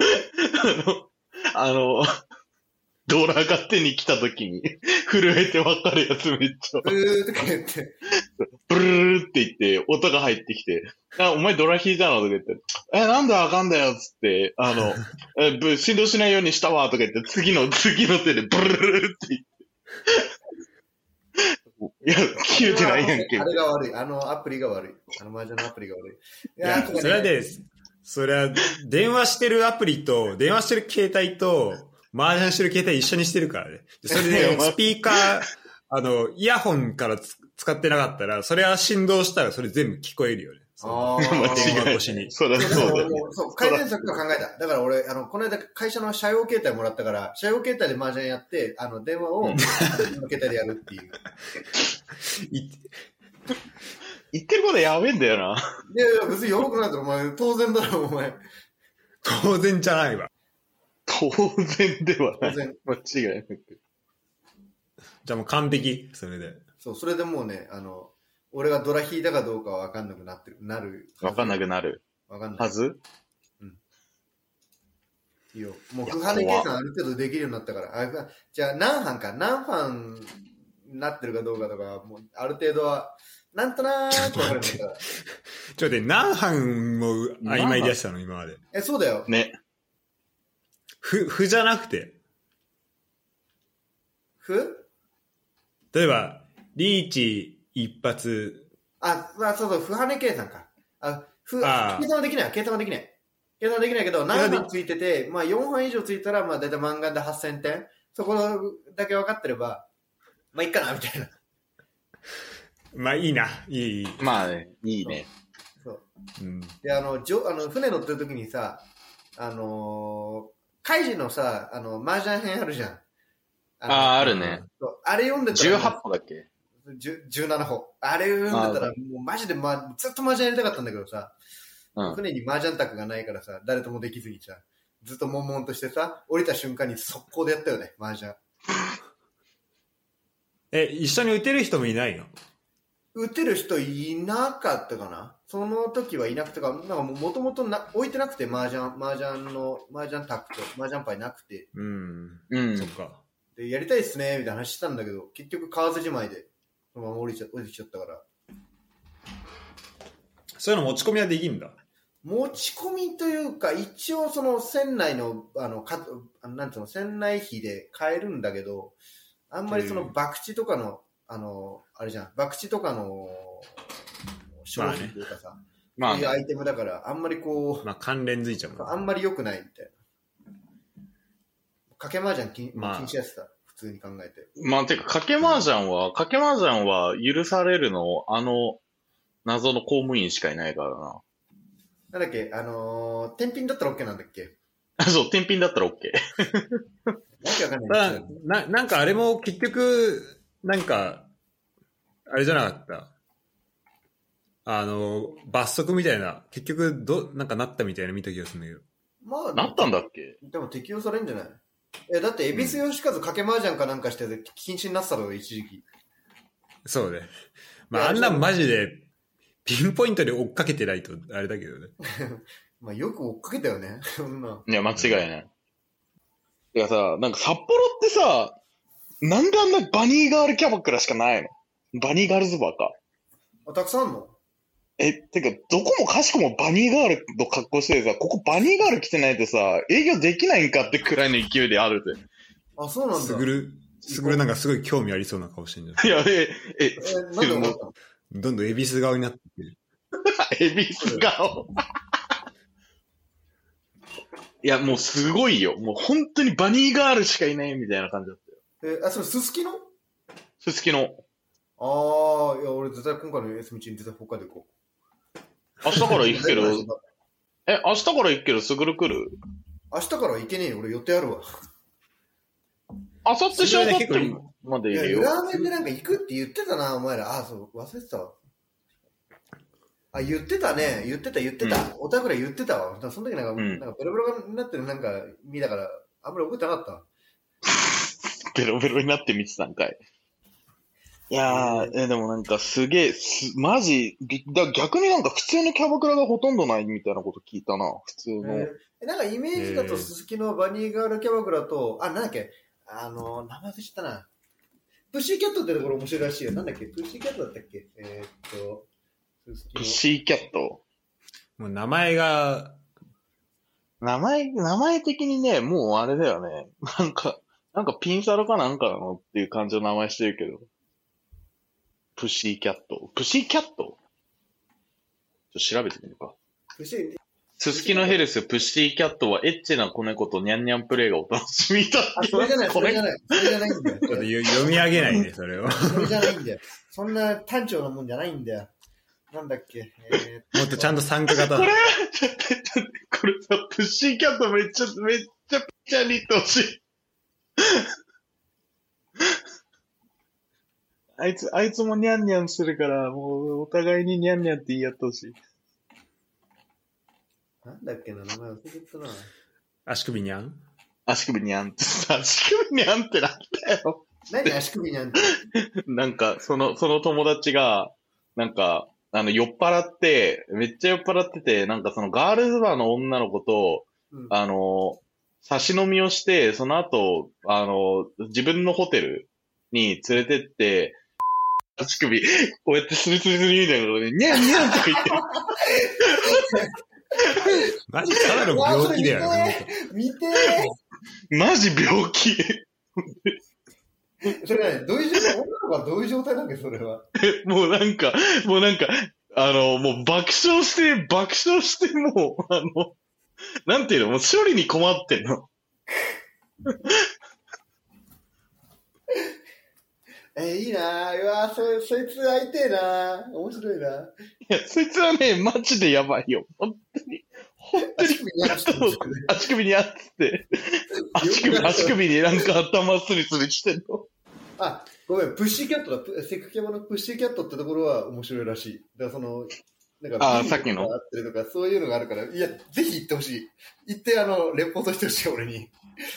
あの、ドラが手に来た時に、震えてわかるやつめっちゃ、 うーとか言って。 ブルルルって言って、音が入ってきて、あ、お前ドラ引いたのとか言って、え、なんでわかんだよっつって、あの、え、ぶ振動しないようにしたわとか言って、次の、次の手でブルルルって言って。いや、切れてないやんけ。 あれが悪い。あのアプリが悪い。あの麻雀のアプリが悪い。いやー、とかねそれはで、それは電話してるアプリと、電話してる携帯と、麻雀してる携帯一緒にしてるからね。それで、スピーカー、あの、イヤホンからつ使ってなかったら、それは振動したらそれ全部聞こえるよね。 あ間ー電話違い越しに。 そりゃそうそうだよ。 そうそう、改善策が考えた。だから俺、あの、この間会社の社用携帯もらったから、社用携帯で麻雀やって、あの、電話を、携帯でやるっていう。 い言ってることやべえんだよな。 いやいや、別によくないだろ、お前。当然だろ、お前。 当然じゃないわ。 当然ではない。 当然。 間違いなく。 じゃあもう完璧、それで。 そう、それでもうね、あの、俺がドラ引いたかどうかは分かんなくなってる、なる。 分かんなくなる。 分かんない。 はずうん。いいよ。もう、不跳ね計算ある程度できるようになったから。あ、じゃあ、何班か、何班になってるかどうかとか、もう、ある程度は、なんとなーく分かるんだから。 ちょっと待って、何班も曖昧でやってたの、今まで。 え、そうだよ。 ね。 ふ、ふじゃなくて。 ふ例えば、リーチ一発。 あ、まあ、そうそう、不跳ね計算か。あ、ふ、 あ計算はできない。計算はできない。計算はできないけど、何班ついてて、まあ、よん班以上ついたら、まあ、だいたい漫画ではっせんてん。そこだけ分かってれば、まあ、いいかな、みたいな。 まあいいな、いい、いい。 まあね、いいね。 そう。 うん、 で、あの、じょあの船乗ってる時にさ、あのー、カイジのさ、あの、麻雀編あるじゃん。 ああ、あるね。 そうあれ読んでたら。 じゅうはっぽだっけじゅうななほ。あれ読んでたら、もうマジで、ま、ずっと麻雀やりたかったんだけどさ、うん、船に麻雀卓がないからさ、誰ともできずにさ、ずっと悶々としてさ、降りた瞬間に速攻でやったよね、麻雀。 え、一緒に打てる人もいないの？ 打てる人いなかったかな。その時はいなくてか、なんかもともと置いてなくて、麻雀、麻雀の、麻雀卓と麻雀牌なくて。 うん。 うん。 そっか。 で、やりたいっすね、みたいな話したんだけど、結局買わずじまいで、そのまま降りちゃ、降りてきちゃったから。 そういうの持ち込みはできるんだ。 持ち込みというか、一応その船内の、あの、かなんていうの、船内費で買えるんだけど、あんまりその博打とかの、あの、あれじゃん、博打とかの商品というかさ、まあね、そういうアイテムだから、あんまりこう、 まあ関連づいちゃうもん、 あんまり良くないみたいな。賭け麻雀禁、まあ、禁止やってた、普通に考えて。 まあ、てか、賭け麻雀は、賭け麻雀は許されるの、あの、謎の公務員しかいないからな。 なんだっけ、あのー、天品だったら OK なんだっけ？ そう、天品だったら OK。 わけわかんない。 な、なんかあれも結局、なんか、あれじゃなかった。あの、罰則みたいな、結局、ど、なんかなったみたいな見た気がするんだけど。 まあ、 なったんだっけ？ でも適用されるんじゃない？え、だって、恵比寿義和賭け麻雀かなんかして禁止になってたろ、一時期。 そうね。まあ、あんなんマジで、ピンポイントで追っかけてないと、あれだけどね。 まあ、よく追っかけたよね。 いや、間違いない。いやさ、なんか札幌ってさ、なんであんなバニーガールキャバクラしかないの？バニーガールズバーか。 あ、たくさんあんの？ え、てか、どこもかしこもバニーガールの格好してさ、ここバニーガール来てないとさ、営業できないんかってくらいの勢いであるぜ。 あ、そうなんだ。 すぐる、すぐるなんかすごい興味ありそうな顔してんじゃん。 いや、え、え、 え、なんで思ったの？ どんどん恵比寿顔になってくる。 恵比寿顔。いや、もうすごいよ。もう本当にバニーガールしかいないみたいな感じだったよ。え、あ、それすすきの？ すすきの。 ああ、いや、俺絶対今回の休み中に絶対北海道行こう。 明日から行くけど、え、明日から行くけど、すぐる来る？ 明日から行けねえよ、俺予定あるわ。 あさってしあさってまでいるよ。 ラーメンでなんか行くって言ってたな、お前ら。あ、そう、忘れてたわ。あ、言ってたね。言ってた、言ってた。うん、おたくら言ってたわ。その時なんか、うん、なんかベロベロになってるなんか見たから、あんまり覚えてなかった。 ベロベロになって見てたんかい。いやー、え、でもなんかすげえ、す、マジ、だ逆になんか普通のキャバクラがほとんどないみたいなこと聞いたな、普通の。 えー、なんかイメージだと、すすきのバニーガールキャバクラと、あ、なんだっけ、あの、名前で知ったな。プッシーキャットってところ面白いらしいよ。なんだっけ、プッシーキャットだったっけ？えー、っと、 プッシーキャット。 もう名前が、 名前、名前的にね、もうあれだよね。なんか、なんかピンサロかなんかなのっていう感じの名前してるけど。プッシーキャット。プッシーキャット？ちょっと調べてみるか。 プッシー、 すすきのヘルスプッシーキャットはエッチな子猫とニャンニャンプレイがお楽しみだって。 あ、それじゃない、それじゃない。それじゃないんだよ。 ちょっと読み上げないね、それを。 それじゃないんだよ。そんな単調なもんじゃないんだよ。なんだっけ、えー、もっとちゃんと参加型これ、これさ、プッシーキャットめっちゃ、めっちゃピッチャーに行ってほしい。あいつ、あいつもニャンニャンするから、もうお互いにニャンニャンって言い合ってほしい。 なんだっけな、名前忘れてたな。 足首にゃん？ 足首にゃんって、足首にゃんってなんだよ。 何足首にゃんって。 なんか、その、その友達が、なんか、あの、酔っ払って、めっちゃ酔っ払ってて、なんかそのガールズバーの女の子と、 うん、 あの、差し飲みをして、その後、あの、自分のホテルに連れてって、足首、こうやってスリスリスリみたいなことで、ニャンニャンとか言って。 マジただの病気だよね。 見てーマジ病気。 それね、どういう状態、女の子はどういう状態なんだっけ、それは。 もうなんか、もうなんか、あの、もう爆笑して、爆笑して、もう、あの、なんていうの、もう処理に困ってんの。 えー、いいなぁ。うわぁ、そ、そいつ会いてえなぁ。面白いな。 いや、そいつはね、マジでやばいよ。本当に。本当に。 足首にあって足首にあって、足首、足首になんか頭スリスリしてんの。 あ、ごめん、プッシーキャットだ。セクキャバのプッシーキャットってところは面白いらしい。だからその、なんか、 あ、さっきの。 あってるとか、そういうのがあるから、いや、ぜひ行ってほしい。行って、あの、レポートしてほしい、俺に。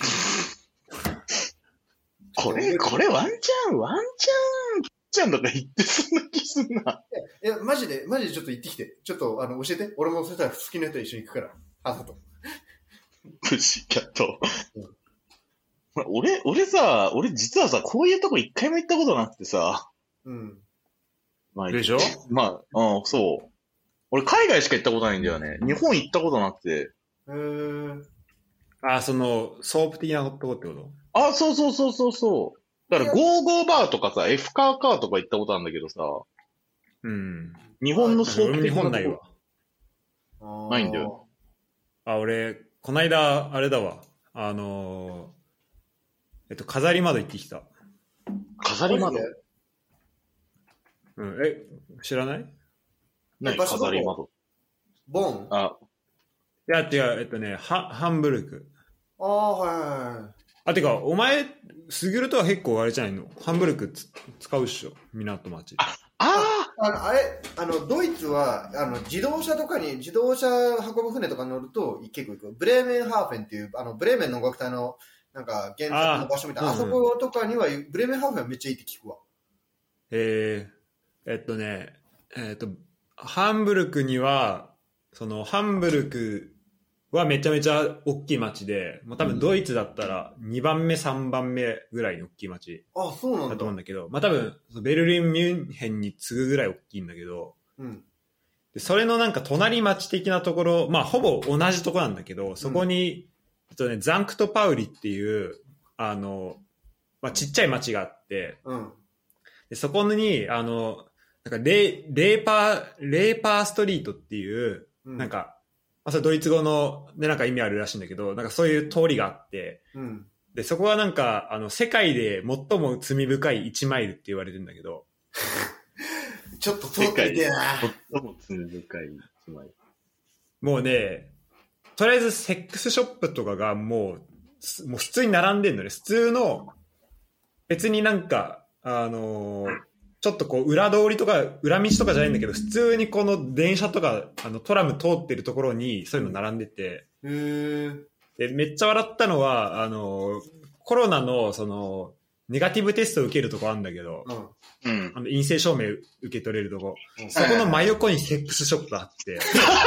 これ、これワンチャン、ワンチャン、ちゃんとか言ってそんな気すんな。 いや、マジで、マジでちょっと行ってきて。ちょっと、あの、教えて。俺もそしたら好きな人一緒に行くから。あざと。 プッシーキャット。うん、俺、俺さ、俺実はさ、こういうとこ一回も行ったことなくてさ。 うん。 まあ、でしょまあ、うん、そう。俺海外しか行ったことないんだよね。日本行ったことなくて。 へー。 あ、その、ソープ的なとこってことあ、そうそうそうそうそう。だから、ゴーゴーバーとかさ、F カーカーとか行ったことあるんだけどさ。 うん。 日本のソープ日本ないわ。 ないんだよ。 あ、俺、こないだ、あれだわ。あのー、えっと、飾り窓行ってきた。 飾り窓うん、え、知らない何飾り窓ボンあ。 いや、違う、えっとね、ハハンブルク。 ああ、はいはいはい。 あ、てか、お前、スギルとは結構あれじゃないのハンブルクつ使うっしょ、港町。 あああの、あれ、あの、ドイツは、あの、自動車とかに、自動車運ぶ船とかに乗ると結構行く。ブレーメンハーフェンっていう、あの、ブレーメンの音楽隊の、なんか、原作の場所みたいな、あ,、うん、あそことかには、ブレーメンハーフェンはめっちゃいいって聞くわ。 えー、えっとね、えっと、ハンブルクには、その、ハンブルクはめちゃめちゃ大きい町で、もう多分ドイツだったらにばんめ、さんばんめぐらいの大きい町あ、そうなんだ。 だと思うんだけど、まあ多分、ベルリン、ミュンヘンに次ぐぐらい大きいんだけど、 うん、 でそれのなんか隣町的なところ、まあほぼ同じとこなんだけど、そこに、うんえっとね、ザンクトパウリっていう、あの、まあちっちゃい町があって、 うん、 でそこに、あの、なんかレー、レーパー、レーパーストリートっていう、うん、なんか、まあ、それドイツ語のでなんか意味あるらしいんだけど、なんかそういう通りがあって、 うん、 で、そこはなんか、あの、世界で最も罪深いいちマイルって言われてるんだけど。 ちょっと通ってみてえな。 最も罪深いいちマイル。 もうね、とりあえずセックスショップとかがもう、もう普通に並んでんのね。普通の、別になんか、あのー、ちょっとこう裏通りとか裏道とかじゃないんだけど、普通にこの電車とかあのトラム通ってるところにそういうの並んでて、 へー。 でめっちゃ笑ったのはあのコロナのそのネガティブテストを受けるとこあるんだけど、 うん、 あの陰性証明受け取れるとこ、うん、そこの真横にセックスショップあって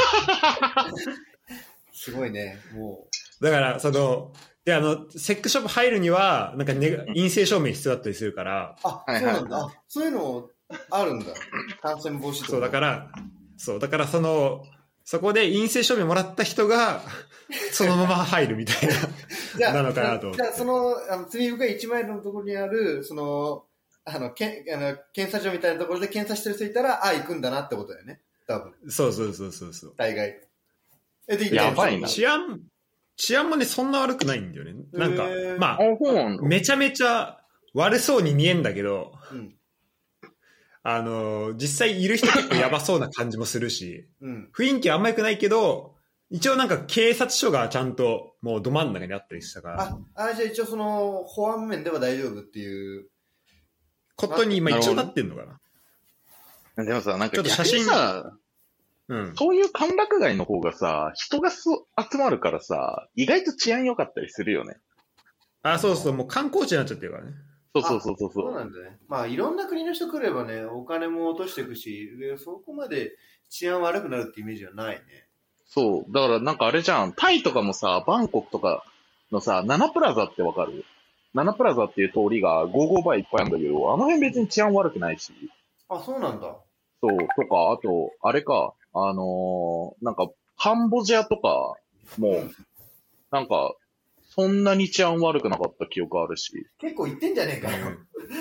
すごいね。もうだからそのであのセックスショップ入るにはなんか、ね、陰性証明必要だったりするから、 あ、そうなんだ。あ、そういうのあるんだ。感染防止とか。 そうだからそうだからそのそこで陰性証明もらった人がそのまま入るみたいななのかなと思って。 じゃあそのあの罪深いいちマイルのところにあるそのあのけあの検査所みたいなところで検査してる人いたらあ行くんだなってことだよね。多分。 そうそうそうそうそう。 大概。えでやばいな。 治安治安もねそんな悪くないんだよね。なんかまあめちゃめちゃ悪そうに見えんだけど。うん、あの実際いる人結構やばそうな感じもするし、うん、雰囲気はあんま良くないけど一応なんか警察署がちゃんともうど真ん中にあったりしたからああじゃあ一応その保安面では大丈夫っていうことに今一応なってんのかな。 でもさなんかちょっと写真さ、うん、そういう歓楽街の方がさ人が集まるからさ意外と治安良かったりするよね。 あそうそうもう観光地になっちゃってるからね。 そうそうそうそうそうなんだね。まあいろんな国の人来ればね、お金も落としていくし、でそこまで治安悪くなるってイメージはないね。 そう。だからなんかあれじゃん、タイとかもさ、バンコクとかのさ、ナナプラザってわかる？ナナプラザっていう通りがゴーゴーバーいっぱいあるんだけど、あの辺別に治安悪くないし。 あ、そうなんだ。 そう、とか、あと、あれか、あのーなんか、カンボジアとかも、 うんなんか、そんなに治安悪くなかった記憶あるし。 結構行ってんじゃねえかよ。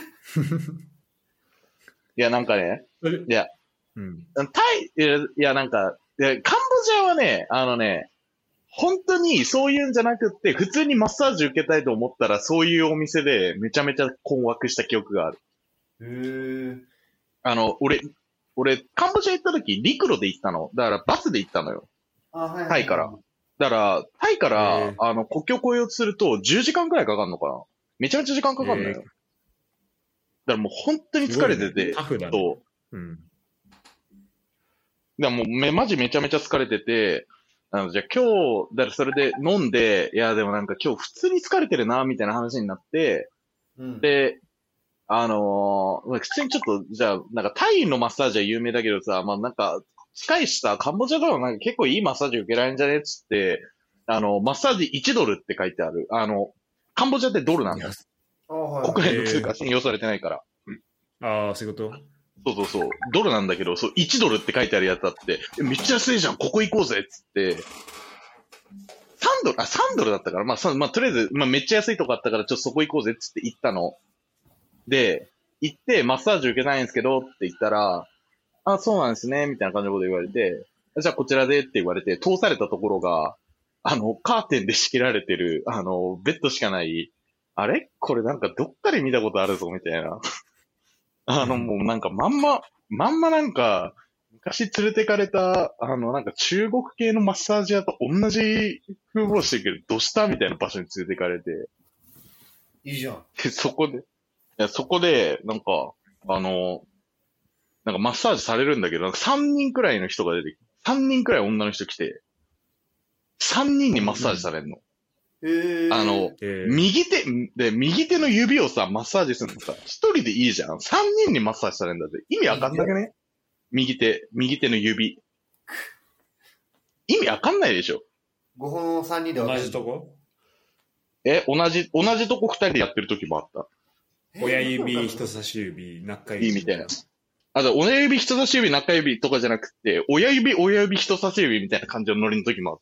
いや、なんかね、いや、 うん。 タイ、いや、いやなんか、いやカンボジアはね、あのね、本当にそういうんじゃなくって、普通にマッサージ受けたいと思ったら、そういうお店でめちゃめちゃ困惑した記憶がある。 へー。 あの、俺、俺、カンボジア行った時、陸路で行ったの。だからバスで行ったのよ。 あ、はいはいはい、 タイから。だから、タイかへらー、 あの、国境越えようとすると、じゅうじかんくらいかかるのかな。めちゃめちゃ時間かかるのよ。 へーだからもう本当に疲れてて、 タフだね。 そう。 うん。 だからもうめ、マジめちゃめちゃ疲れてて、あの、じゃあ今日、だからそれで飲んで、いやでもなんか今日普通に疲れてるな、みたいな話になって、 うん、 で、あのー、普通にちょっと、じゃあ、なんかタイのマッサージは有名だけどさ、まあなんか、近いしさ、カンボジアとかなんか結構いいマッサージ受けられるんじゃねっつって、あの、マッサージいちドルって書いてある。あの、カンボジアってドルなんだ。 あ、はいはい、 国内の通貨信用されてないから。 ああ、そういうこと？ そうそうそう。ドルなんだけど、そう、いちドルって書いてあるやつあって、えめっちゃ安いじゃん、ここ行こうぜっつって、さんドル、あ、さんドルだったから、まあ、さまあ、とりあえず、まあ、めっちゃ安いとこあったから、ちょっとそこ行こうぜっつって行ったの。で、行って、マッサージ受けたいんですけどって言ったら、あ、そうなんですね、みたいな感じのこと言われて、じゃあこちらでって言われて、通されたところが、あの、カーテンで仕切られてる、あの、ベッドしかない、あれこれなんかどっかで見たことあるぞ、みたいな。あの、もうなんかまんま、まんまなんか、昔連れてかれた、あの、なんか中国系のマッサージ屋と同じ風貌してるけど、どうしたみたいな場所に連れてかれて。 いいじゃん。 で、そこで、いや、そこで、なんか、あの、なんかマッサージされるんだけど、なんかさんにんくらいの人が出てきて、さんにんくらい女の人来て、さんにんにマッサージされるの。 へー。 あの、 えー、 右手、で、右手の指をさ、マッサージするのさ、一人でいいじゃん。さんにんにマッサージされるんだって。意味わかんなくね？右手、右手の指。意味わかんないでしょ。 ごほんをさんにんで分同けるじとこ？ え、同じ、同じとこ二人でやってる時もあった。 親指、人差し指、中指。 いいみたいな。あと、親指、人差し指、中指とかじゃなくて、親指、親指、人差し指みたいな感じのノリの時もあった。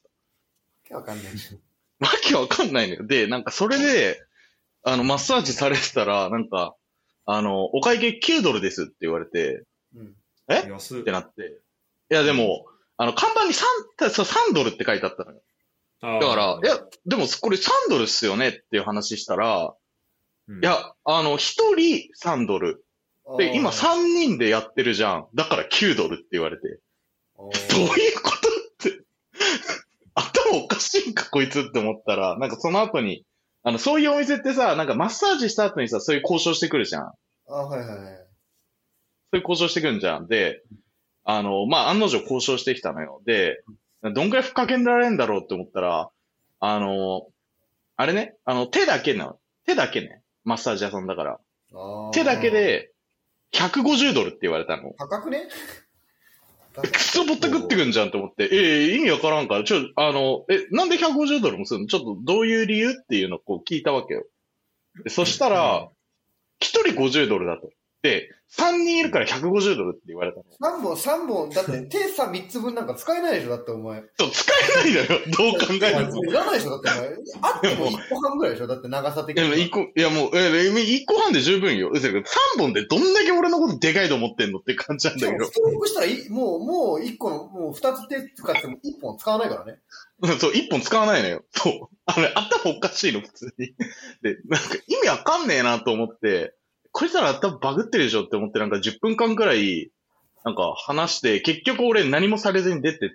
わけわかんないし。 わけわかんないのよ。で、なんかそれで、あの、マッサージされてたら、なんか、あの、お会計きゅうドルですって言われて、 うん、 え安っってなって。いや、でも、あの、看板にさん、さんドルって書いてあったのよ。 だだから、いや、でもこれさんドルっすよねっていう話したら、 うん、 いや、あの、ひとりさんドル。で、今さんにんでやってるじゃん。だからきゅうドルって言われて。どういうことって。頭おかしいんかこいつって思ったら、なんかその後に、あの、そういうお店ってさ、なんかマッサージした後にさ、そういう交渉してくるじゃん。 あ、はいはいはい。 そういう交渉してくるんじゃん。で、あの、まあ、案の定交渉してきたのよ。で、どんくらいふっかけられるんだろうって思ったら、あの、あれね、あの、手だけなの。手だけね。マッサージ屋さんだから。手だけで、ひゃくごじゅうドルって言われたの。 高くね？ くそぼったくってくんじゃんと思って、ええー、意味わからんから、ちょ、あの、え、なんでひゃくごじゅうドルもするの？ちょっとどういう理由っていうのをこう聞いたわけよ。でそしたら、ひとりごじゅうドルだと。で、さんにんいるからひゃくごじゅうドルって言われたの。 さんぼん、さんぼん、だって手さみっつぶんなんか使えないでしょ、だってお前。 そう、使えないのよ。どう考えても。 いらないでしょ、だってお前。あってもいっこはんぐらいでしょ、だって長さ的に。 いや、一個、いやもう、え、いっこはんで十分よ。さんぼんでどんだけ俺のことでかいと思ってんのって感じなんだけど。 ストロークしたらい、もう、もういっこの、もうふたつ手使ってもいっぽん使わないからね。 そう、いっぽん使わないのよ。そう。あのね、頭おかしいの、普通に。で、なんか意味わかんねえなと思って、これたら頭バグってるでしょって思ってなんかじゅっぷんかんくらい、なんか話して、結局俺何もされずに出てって、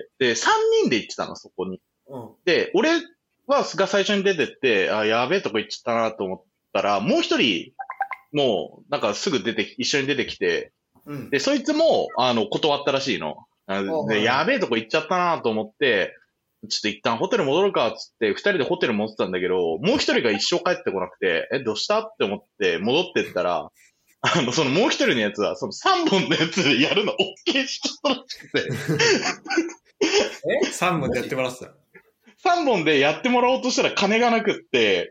で、さんにんで行ってたの、そこに。 うん。 で、俺はが最初に出てって、あ、やべえとこ行っちゃったなと思ったら、もう一人、もう、なんかすぐ出て、一緒に出てきて、 うん。 で、そいつも、あの、断ったらしいの。あはいでやべえとこ行っちゃったなと思って、 ちょっと一旦ホテル戻るかっつって、二人でホテル戻ってたんだけど、もう一人が一生帰ってこなくて、え、どうしたって思って戻ってったら、あの、そのもう一人のやつは、その三本のやつでやるの OK しちゃったらしくて。 え ?さん 本でやってもらってた。 三本でやってもらおうとしたら金がなくって、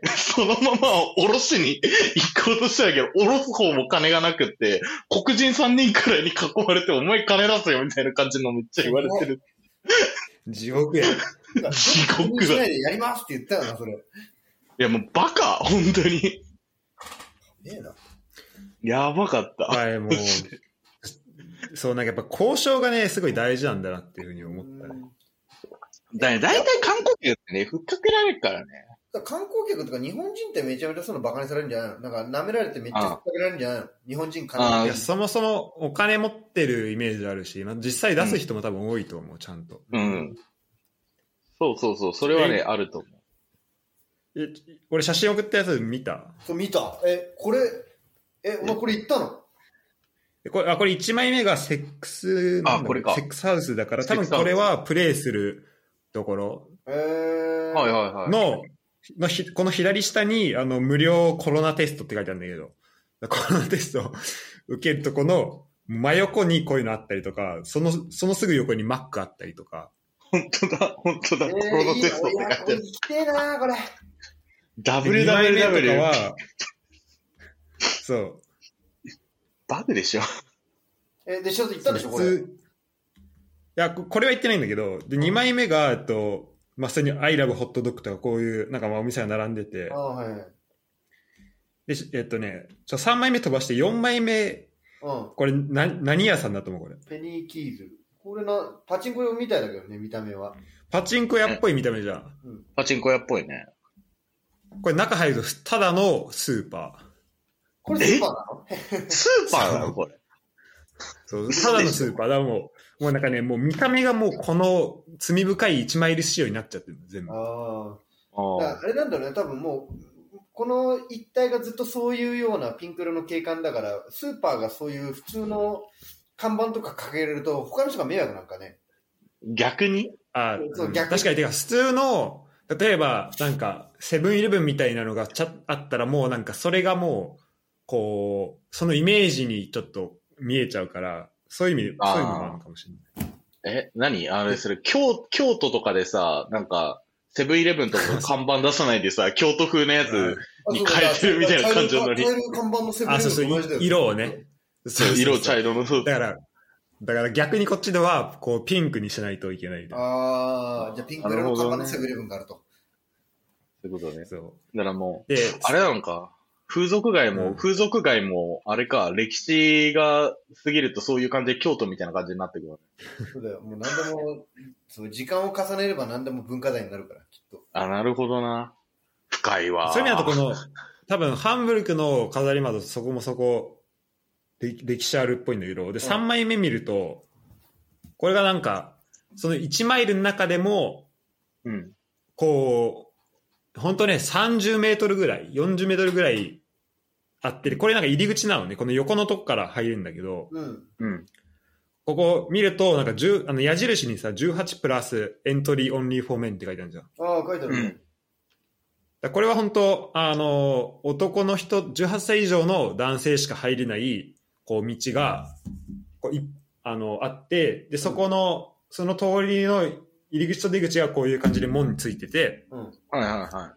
そのままおろしに行こうとしたんだけど、おろす方も金がなくって、黒人三人くらいに囲まれて、お前金出せよみたいな感じのめっちゃ言われてる。 地獄や。 地獄だ。 やりますって言ったよな、それ。いやもうバカ本当に。 ねえな。 やばかった。 はい、もう。そう、なんかやっぱ交渉がね、すごい大事なんだなっていうふうに思ったね。 だいたい観光客ってね、ふっかけられるからね。 観光客とか日本人ってめちゃめちゃそのバカにされるんじゃないの？なんか舐められてめっちゃふっかけられるんじゃないの？日本人金いや、そもそもお金持ってるイメージあるし、まあ、実際出す人も多分多いと思う、ちゃんと。 うん。そうそうそう、それはね、あると思う。 え、俺写真送ったやつ見た？ そう、見た。え、これ、え、お前これ言ったの？ これ、あ、これいちまいめがセックス、 あ、これか。 セックスハウスだから、多分これはプレイするところえー、 はいはいはい。 の、のひこの左下に、あの、無料コロナテストって書いてあるんだけど、コロナテストを受けるとこの真横にこういうのあったりとか、その、そのすぐ横にマックあったりとか。 本当だ、本当だ、 えー、 コロナテストって書いてある。 いいきてえなこれ。 ダブリューダブリューダブリューは、そう。 バグでしょ。 え、で、ちょっと言ったでしょ、これ。いや、これは言ってないんだけど、で、にまいめが、えっと、まあ、普通に I love hot dog とかこういう、なんかまあお店が並んでて、 あ、はいはい。 で、えっとね、ちょさんまいめ飛ばしてよんまいめ、 うん、 これな、何屋さんだと思うこれ。 ペニーキーズ。これな、パチンコみたいだけどね、見た目は。 パチンコ屋っぽい見た目じゃん。 うん、パチンコ屋っぽいね。 これ中入ると、ただのスーパー。 これスーパーなの？ スーパーなのこれ。 そう、ただのスーパーだ。もう、もうなんかね、もう見た目がもうこの罪深いいちマイル仕様になっちゃってるの、全部。 ああ。あれなんだろうね、多分もう、この一帯がずっとそういうようなピンク色の景観だから、スーパーがそういう普通の看板とか掲げられると、他の人が迷惑なんかね。 逆にあそう、逆に確かに、てか普通の、例えば、なんか、セブンイレブンみたいなのがちゃあったら、もうなんか、それがもう、こう、そのイメージにちょっと見えちゃうから、そういう意味、そういうのもあるのかもしれない。 え、何あれ、それ、京、京都とかでさ、なんか、セブンイレブンとか看板出さないでさ、京都風のやつに変えてるみたいな感じのノリ。 あ、そうそう、色をね。 そう、色茶色の。 だから、だから逆にこっちでは、こう、ピンクにしないといけない。 ああ、じゃあピンク色の看板のセブンイレブンがあると。 そういうことね。 そう。 だからもう、あれなのか。風俗街も、うん、風俗街も、あれか、歴史が過ぎるとそういう感じで京都みたいな感じになってくるわね。 そうだよ。もう何でも、そう時間を重ねれば何でも文化財になるから、きっと。 あ、なるほどな。深いわ。 そういう意味だとこの、多分ハンブルクの飾り窓、そこもそこ、歴史あるっぽいの色で、うん、さんまいめ見ると、これがなんか、そのいちマイルの中でも、 うん、 こう、本当ね、さんじゅうメートルぐらい、よんじゅうメートルぐらいあって、これなんか入り口なのね、この横のとこから入るんだけど、 うんうん、 ここ見ると、なんかじゅうあの矢印にさ、じゅうはちプラスエントリーオンリーフォーメンって書いてあるじゃん。 ああ、書いてあるね。うん、 だこれは本当、あの、男の人、じゅうはっさい以上の男性しか入れない、こう、道が、こういあの、あって、で、そこの、その通りの入り口と出口がこういう感じで門についてて、 うん、 はいはいはい。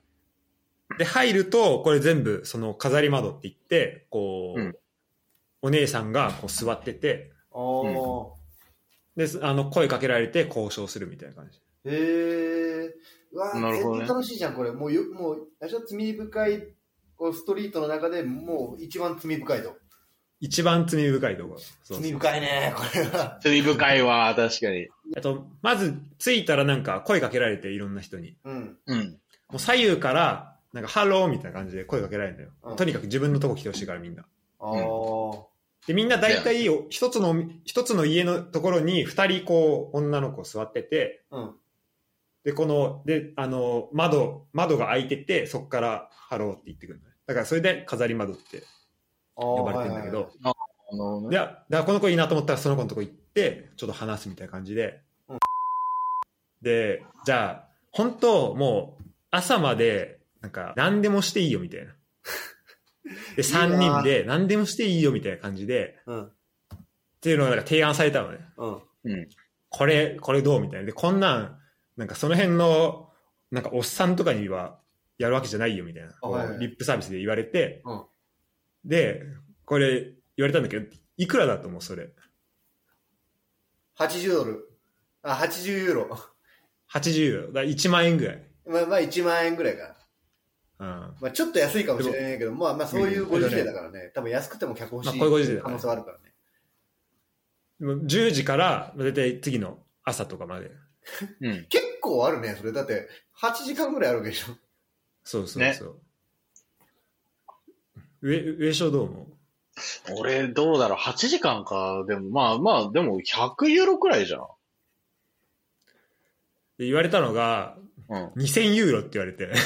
で、入ると、これ全部、その飾り窓って言って、こう、うん、お姉さんがこう座ってて、 あー、 で、あの、声かけられて交渉するみたいな感じ。 へー。うわなるほどね、 絶対楽しいじゃん、これ。もうよ、もう、あれじゃ罪深い、こう、ストリートの中でもう一番罪深いと。 一番罪深いところ。 そうそう罪深いね、これは。 罪深いわ、確かに。 あと、まず、着いたらなんか声かけられて、いろんな人に。 うん。 うん。 もう左右から、なんか、ハローみたいな感じで声かけられるんだよ。うん、とにかく自分のとこ来てほしいから、みんな。 ああ、うん。 で、みんな大体、一つの、一つの家のところに二人、こう、女の子座ってて、 うん。 で、この、で、あの、窓、窓が開いてて、そこから、ハローって言ってくるのね。だから、それで、飾り窓って呼ばれてるんだけど、 あのね、 で、だからこの子いいなと思ったら、その子のとこ行って、ちょっと話すみたいな感じで、 うん、 で、じゃあ、本当もう朝までなんか何でもしていいよみたいな。で、さんにんで何でもしていいよみたいな感じで、 うん。 っていうのがなんか提案されたのね。 うん。 うん。 これ、これどうみたいな。で、こんなん、なんかその辺の、なんかおっさんとかにはやるわけじゃないよみたいな。 はいはい、 リップサービスで言われて、 うん。 で、これ言われたんだけど、いくらだと思うそれ。 はちじゅうドル。あ、はちじゅうユーロ。 はちじゅうユーロ。だからいちまん円ぐらい。 まあまあいちまん円ぐらいかうん。 な。まあちょっと安いかもしれないけど、まあまあそういうご時世だからね。多分安くても客欲しいまあこういうご時世だから可能性はあるからね。 でもじゅうじから大体次の朝とかまで。 うん。 結構あるね、それ。だってはちじかんぐらいあるわけでしょ。 そうそうそう。上、上昇どう思う？ 俺、どうだろう、はちじかんか。でも、まあまあ、でも、ひゃくユーロくらいじゃん。 で言われたのが、 うん。 にせんユーロって言われて。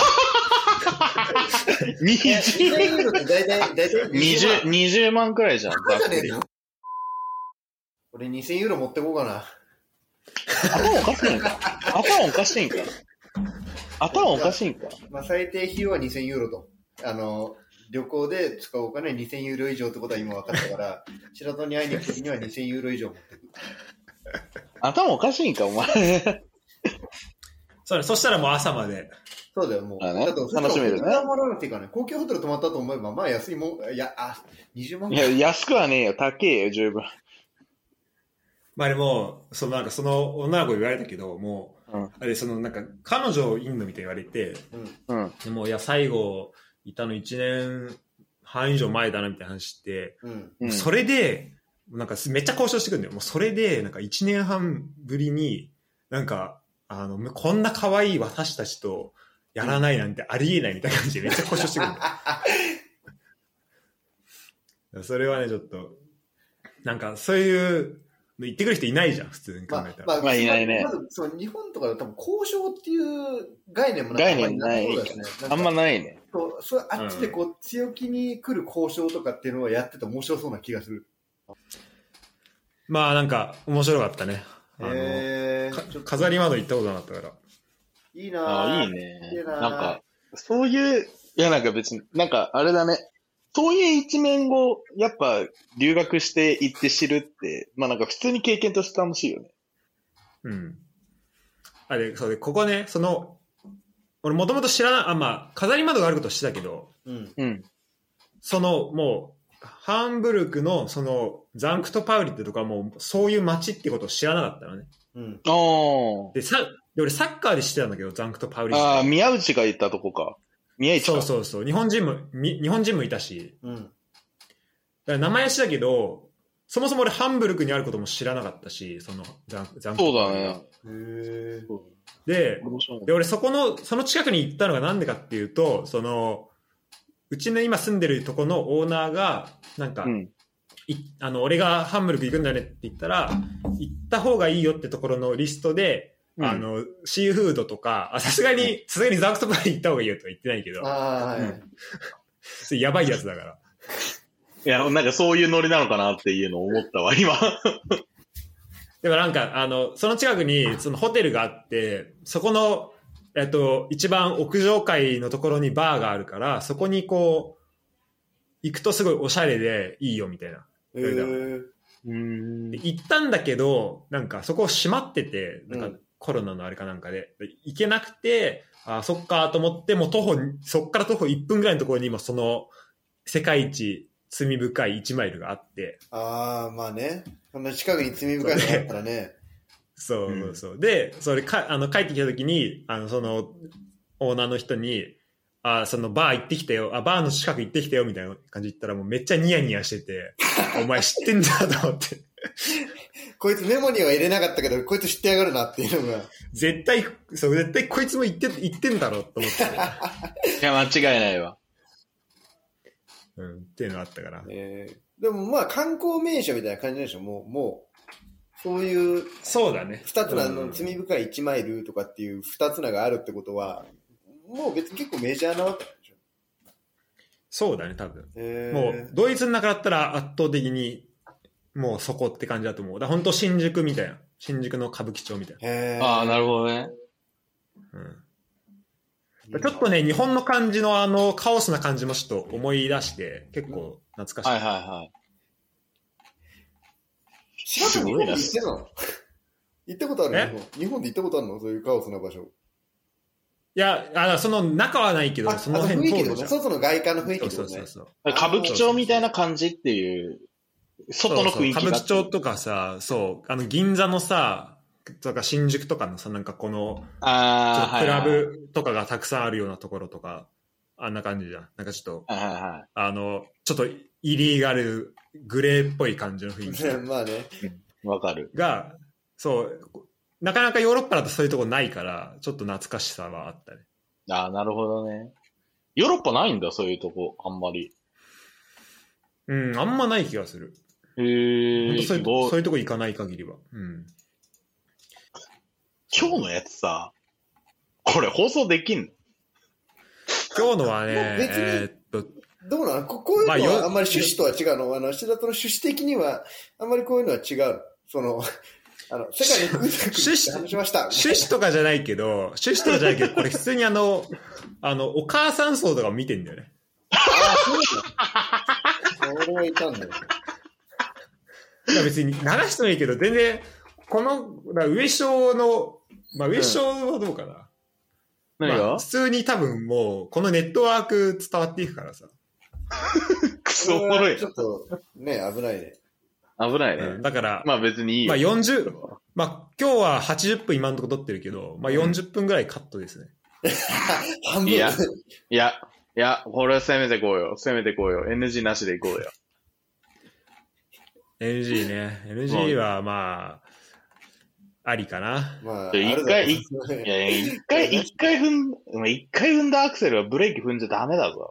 にじゅう、 にせんユーロって大体、大体にじゅう、にじゅうまんくらいじゃん。 バカじゃねえの。俺にせんユーロ持ってこうかな。 頭おかしいんか。頭おかしいんか。頭おかしいんか。 まあ最低費用はにせんユーロと。あの、旅行で使うお金にせんユーロ以上ってことは今分かったから、白戸に会いに行くときにはにせんユーロ以上持ってくる。 頭おかしいんか、お前。 そうね、そしたらもう朝まで。 そうだよ、もう。 あね、 だって楽しめるね。 払わなくていいからね。高級ホテル泊まったと思えば、まあ安いもん、いや、あ、にじゅうまんいや、安くはねえよ。高えよ、十分。 まあでも、そのなんかその女の子に言われたけど、もう、 うん。 あれそのなんか彼女いんのみたいに言われて、 うん。 うん。 でもいや最後いたのいちねんはん以上前だなみたいな話して、 うん。 うん。 それで、なんかめっちゃ交渉してくるんだよ。もうそれで、なんかいちねんはんぶりに、なんか、あの、こんな可愛い私たちとやらないなんてありえないみたいな感じでめっちゃ交渉してくるんだよ。それはね、ちょっと、なんかそういうの言ってくる人いないじゃん、普通に考えたら。 まあ、 まあいないねまず、そう、日本とかで多分交渉っていう概念もなんか概念ないそうだしね。 あんまないね。 そう、そうあっちでこう、強気に来る交渉とかっていうのはやってて面白そうな気がする。 まあなんか面白かったね。あのへかー飾り窓行ったことなかったから。 いいなああ、 ぁ。 いいねいい。なぁなんか、そういう、いやなんか別に、なんかあれだね。そういう一面を、やっぱ留学して行って知るって、まあなんか普通に経験として楽しいよね。 うん。あれ、そうで、ここね、その、俺もともと知らない、あ、まあ、飾り窓があることは知ってたけど、 うん。 うん。 その、もう、ハンブルクの、その、ザンクトパウリってとかもう、そういう街ってことを知らなかったのね。 うん。 あで、さ、で俺サッカーで知ってたんだけど、ザンクトパウリあ。ああ、 自体宮内が行ったとこか。宮市か。 そうそうそう。日本人も、み日本人もいたし、 うん。 だから名前は知ってたけど、そもそも俺ハンブルクにあることも知らなかったし、そのザンザンクそうだトパウリがね。 へーで、 俺も知らないで、俺そこの、その近くに行ったのがなんでかっていうと、その、うちの今住んでるとこのオーナーが、なんか、 うん。 いあの、俺がハンブルク行くんだよねって言ったら、行った方がいいよってところのリストで、 うんあの、シーフードとか、あさすがに、さすがにザンクトパウリ行った方がいいよとは言ってないけど、 ああ、はい。 うんそれやばいやつだから。 いや、なんかそういうノリなのかなっていうのを思ったわ、今。 でもなんか、あの、その近くに、そのホテルがあって、そこの、えっと、一番屋上階のところにバーがあるから、そこにこう、行くとすごいおしゃれでいいよみたいな。 へーうんで行ったんだけど、なんかそこ閉まってて、なんかうんコロナのあれかなんかで、で行けなくて、あ、そっかと思って、もう徒歩、そっから徒歩いっぷんぐらいのところに今その世界一罪深いいちマイルがあって、 ああ、まあね。そんな近くに罪深いのがあったらね。 そうそうそう。で、それか、あの、帰ってきた時に、あの、その、オーナーの人に、あ、そのバー行ってきたよ、あ、バーの近く行ってきたよ、みたいな感じで言ったら、もうめっちゃニヤニヤしてて、お前知ってんだと思って。 こいつメモには入れなかったけど、こいつ知ってやがるなっていうのが。 絶対、そう、絶対こいつも言って、言ってんだろうと思って。 いや、間違いないわ。 うん、っていうのがあったから。 えー、でもまあ観光名所みたいな感じでしょ。もう、もう、そういうそうだね。 二つ名のうん罪深いいちマイルとかっていう二つ名があるってことは、もう別に結構メジャーなわけなんでしょ。 そうだね、多分。 えー、 もう、ドイツの中だったら圧倒的に、もうそこって感じだと思う。だから本当新宿みたいな新宿の歌舞伎町みたいな。 へー。 ああ、なるほどね。 うん。ちょっとね、日本の感じのあの、カオスな感じもちょっと思い出して、結構懐かしい。 はいはいはい。 白鳥日本で行ってんの？行ったことある？ え日本日本で行ったことあるの？そういうカオスな場所。 いや、あその中はないけど、その辺通るじゃん。 外の外観の雰囲気とね。 そうそうそう。 歌舞伎町みたいな感じっていう、外の雰囲気が。 歌舞伎町とかさ、そう、あの銀座のさ、とか新宿とかのさ、なんかこの、 あクラブとかがたくさんあるようなところとか、あんな感じじゃん。なんかちょっと、 はいはいはい、 あの、ちょっとイリーガル、グレーっぽい感じの雰囲気。 まあね。 わかる。 が、そう、なかなかヨーロッパだとそういうとこないから、ちょっと懐かしさはあったね。 ああ、なるほどね。ヨーロッパないんだ、そういうとこ、あんまり。 うん、あんまない気がする。 へえ。 本当そういうと、そういうとこ行かない限りは。うん。 今日のやつさ、これ放送できんの？ 今日のはね、 別にえー、っと、 どうなの？ここういうのはあんまり趣旨とは違うの。あの、白田の趣旨的には、あんまりこういうのは違う。その、あの、世界の風俗って話しました。 趣旨とかじゃないけど、趣旨とかじゃないけど、これ普通にあの、あの、お母さん層とか見てんだよね。 ああ、そうなんだ。俺はいたんだよ。 いや別に流してもいいけど、全然、この、上昇の、まあ上昇はどうかな。うん、 何が、 まあ、普通に多分もう、このネットワーク伝わっていくからさ。 くそおもろい。 ちょっと、ね、危ないね。 危ないね。 うん、だから、 まあ別にいいよ。 まあよんじゅう、まあ今日ははちじゅっぷん今のところ撮ってるけど、まあよんじゅっぷんぐらいカットですね。 半分。 いや、いや、いや、これ攻めてこうよ。攻めてこうよ。エヌジー なしでいこうよ。 エヌジー ね。エヌジー はまあ、ありかな。 まあ、 一回、いやいや、一回、一回踏ん、一回踏んだアクセルはブレーキ踏んじゃダメだぞ。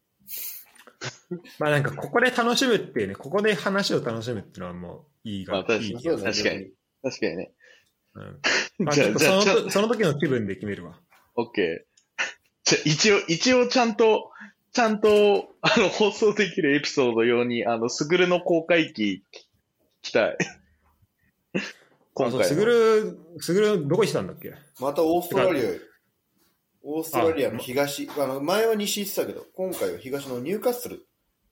まあなんかここで楽しむっていうね、ここで話を楽しむっていうのはもういいが、 まあ、確かに、 いい確かに。確かにね。 うん。まあ、ちょっとその、その時の気分で決めるわ。 オッケー。じゃ、一応、一応ちゃんと、ちゃんと、あの、放送できるエピソード用に、あの、スグルの公開期、期待。 今回。スグル、スグルどこ行ってたんだっけ？ またオーストラリアへ。オーストラリアの東、あの、前は西行ってたけど、今回は東のニューカッスル。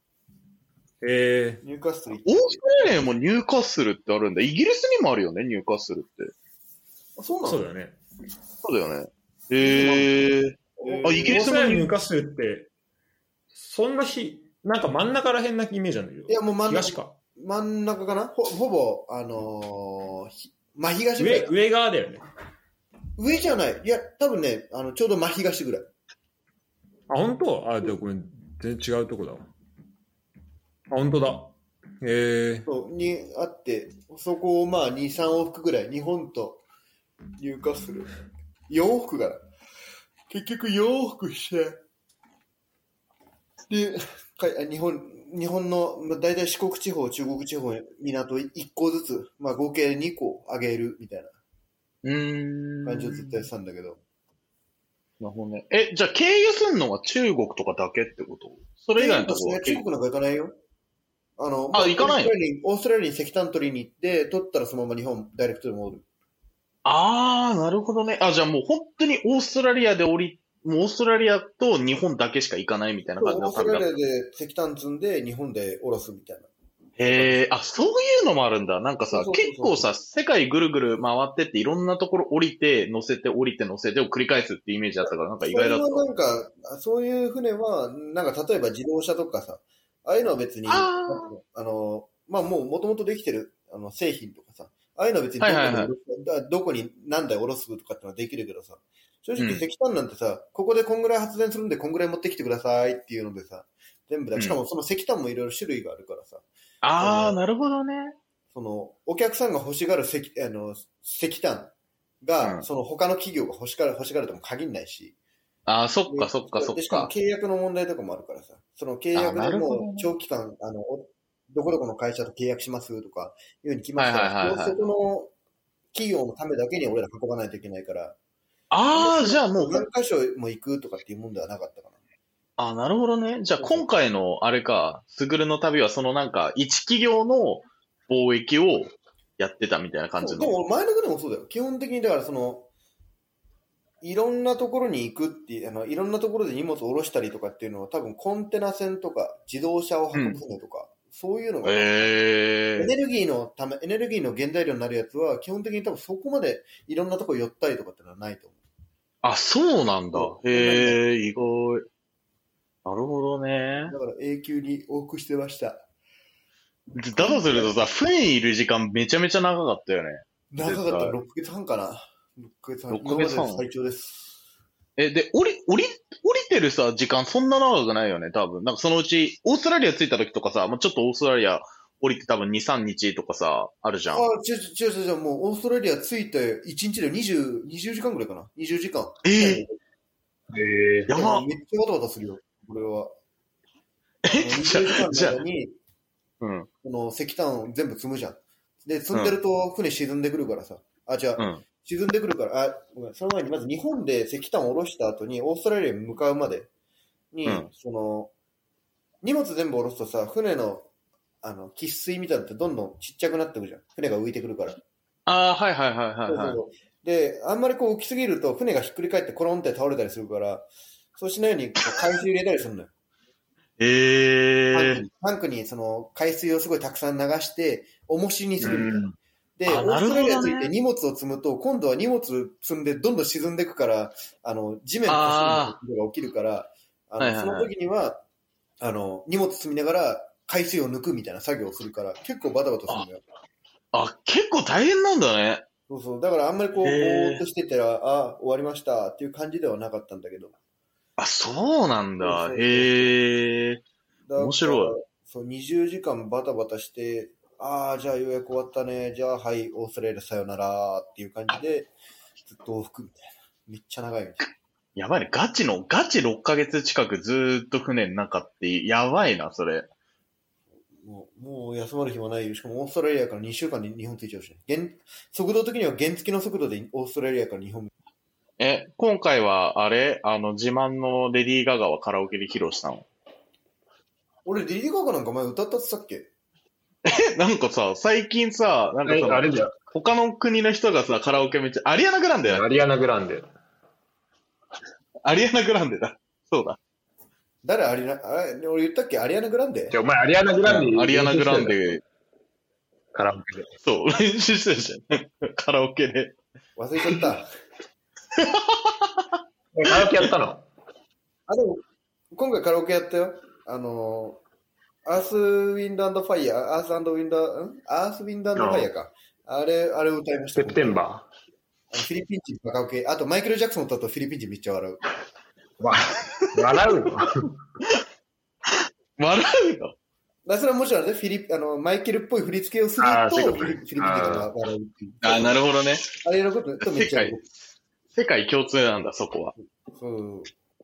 えー、 ニューカッスル。 オーストラリアにもニューカッスルってあるんだ。イギリスにもあるよね、ニューカッスルって。 あ、そうなの？ そうだよね。 そうだよね。えー。あ、イギリスのニューカッスルって、そんな日、なんか真ん中ら辺なイメージなんだけど。 いや、もう真ん中。 東か。 真ん中かな ほ, ほぼ、あのー、真東ぐらい。 上、上側だよね。 上じゃない。いや、多分ね、あの、ちょうど真東ぐらい。 あ、本当？あ、でもごめん。全然違うとこだわ。あ、本当だ。へえ。 そう、にあって、そこをまあに、さん往復ぐらい、日本と入荷する。よん往復が、結局よん往復して、で、日本、日本の、だいたい四国地方、中国地方、港いっこずつ、まあ合計にこあげるみたいなうーん。 感じをずっとやってたんだけど。 なるほどね。え、じゃあ経由すんのは中国とかだけってこと？それ以外のところは中国なんか行かないよ。あの、 あ、行かないの？ オーストラリアに石炭取りに行って、取ったらそのまま日本ダイレクトで戻る。 あー、なるほどね。あ、じゃあもう本当にオーストラリアで降り、もうオーストラリアと日本だけしか行かないみたいな感じのオーストラリアで石炭積んで日本で降ろすみたいな。 へえ、あ、そういうのもあるんだ。なんかさ、 そうそうそうそう結構さ、世界ぐるぐる回ってっていろんなところ降りて、乗せて降りて乗せてを繰り返すってイメージだったから、なんか意外だった。 それはなんか、そういう船は、なんか例えば自動車とかさ、ああいうのは別に、 ああの、まあもう元々できてるあの製品とかさ、ああいうのは別にどこに、 はいはいはいだどこに何台下ろすとかってのはできるけどさ、正直石炭なんてさ、うん、ここでこんぐらい発電するんでこんぐらい持ってきてくださいっていうのでさ、全部だ。しかもその石炭もいろいろ種類があるからさ。 ああ、なるほどね。 その、お客さんが欲しがる石、あの、石炭が、うん、その他の企業が欲しがる、欲しがるとも限んないし。 ああ、そっかそっかそっか。 しかも契約の問題とかもあるからさ。その契約でも長期間、あの、どこどこの会社と契約しますとか、いうふうに決まったら、はいはいはいはい、そこの企業のためだけに俺ら運ばないといけないから。 ああ、じゃあもう。 何箇所も行くとかっていうもんではなかったかな。 あ、なるほどね。じゃあ今回のあれか、スグルの旅はそのなんか一企業の貿易をやってたみたいな感じの。 でも前の国もそうだよ。基本的にだからその、いろんなところに行くっていう、あの、いろんなところで荷物を下ろしたりとかっていうのは多分コンテナ船とか自動車を運ぶ船とか、うん、そういうのが、 えー、 エネルギーのため、エネルギーの原材料になるやつは基本的に多分そこまでいろんなところ寄ったりとかってのはないと思う。 あ、そうなんだ。へえ、意外。なるほどね。 だから永久に往復してました。 だとするとさ、船にいる時間めちゃめちゃ長かったよね。 長かった。ろっかげつはんかな。ろっかげつはん。 ろっかげつはん。 最長です。 え、で、降り、降り、降りてるさ、時間そんな長くないよね、多分。なんかそのうち、オーストラリア着いた時とかさ、もうちょっとオーストラリア降りて多分に、さんにちとかさ、あるじゃん。あ、 違う違う違う、もうオーストラリア着いていちにちでにじゅう、にじゅうじかんぐらいかな。にじゅうじかん。 えー、えー、やば。めっちゃバタバタするよ、これは。 え、 にじゅうじかんの間に、 うん。 この石炭を全部積むじゃん。で、積んでると船沈んでくるからさ。あ、じゃあ、うん、沈んでくるから、あ、ごめん、その前にまず日本で石炭を下ろした後にオーストラリアに向かうまでに、うん、その、荷物全部下ろすとさ、船の、あの、喫水みたいなのってどんどんちっちゃくなってくじゃん。船が浮いてくるから。 ああ、はいはいはいはい、はい。そうそうそう。 で、あんまりこう浮きすぎると船がひっくり返ってコロンって倒れたりするから、そうしないように海水入れたりするのよ。 えー、 タンクにその海水をすごいたくさん流して重しにするみたいな。 うん、 で、オーストラリアついて荷物を積むと、今度は荷物積んでどんどん沈んでいくから、あの、地面のことが起きるから、あの、はいはいはい、その時には、あの、荷物積みながら海水を抜くみたいな作業をするから、結構バタバタするんだよ。 あ、あ結構大変なんだね。 そうそう。だからあんまりこう、ぼーっとしてたら、あ、終わりましたっていう感じではなかったんだけど。 あ、そうなんだ。そうそうそう、へえ。面白い。 そう、にじゅうじかんバタバタして、ああ、じゃあようやく終わったね。じゃあはい、オーストラリアさよならっていう感じで、ずっと往復みたいな。めっちゃ長いみたいな。 やばいね。ガチの、ガチろっかげつ近くずーっと船の中って、やばいな、それ。 もう、もう休まる暇ないよ。しかもオーストラリアからにしゅうかんで日本着いちゃうし、ね。現速度的には原付の速度でオーストラリアから日本。 え、今回は、あれあの、自慢のレディー・ガガはカラオケで披露したの？ 俺、レディー・ガガなんか前歌ったってたっけ？ え、なんかさ、最近さ、なんかさ、 あれじゃ他の国の人がさ、カラオケめっちゃ、アリアナ・グランデだ。 アリアナ・グランデ。 アリアナ・グランデだ。そうだ。 誰アリアナ、あれ、俺言ったっけ？アリアナ・グランデ？ じゃお前、アリアナ・グランデ。 アリアナ・グランデ。 カラオケで。 そう、練習してたじゃん。カラオケで。 忘れちゃった。 カラオケやったの？ あ、でも、今回カラオケやったよ。あのー、アース、ウィンド、アンド、ファイヤー、アース、アンド、ウィンド、んアース、ウィンド、アンド、ファイヤーか。あれ、あれ歌いました。 セプテンバー。フィリピン人カラオケ。あと、マイケル・ジャクソン歌うとフィリピン人めっちゃ笑う。 わ、笑うの笑うのだそれはもちろんね、フィリあの、マイケルっぽい振り付けをすると、フィリフィリピン人が笑うっていう。 ああ、なるほどね。 あれのこととめっちゃ世界、世界共通なんだ、そこは。 そう。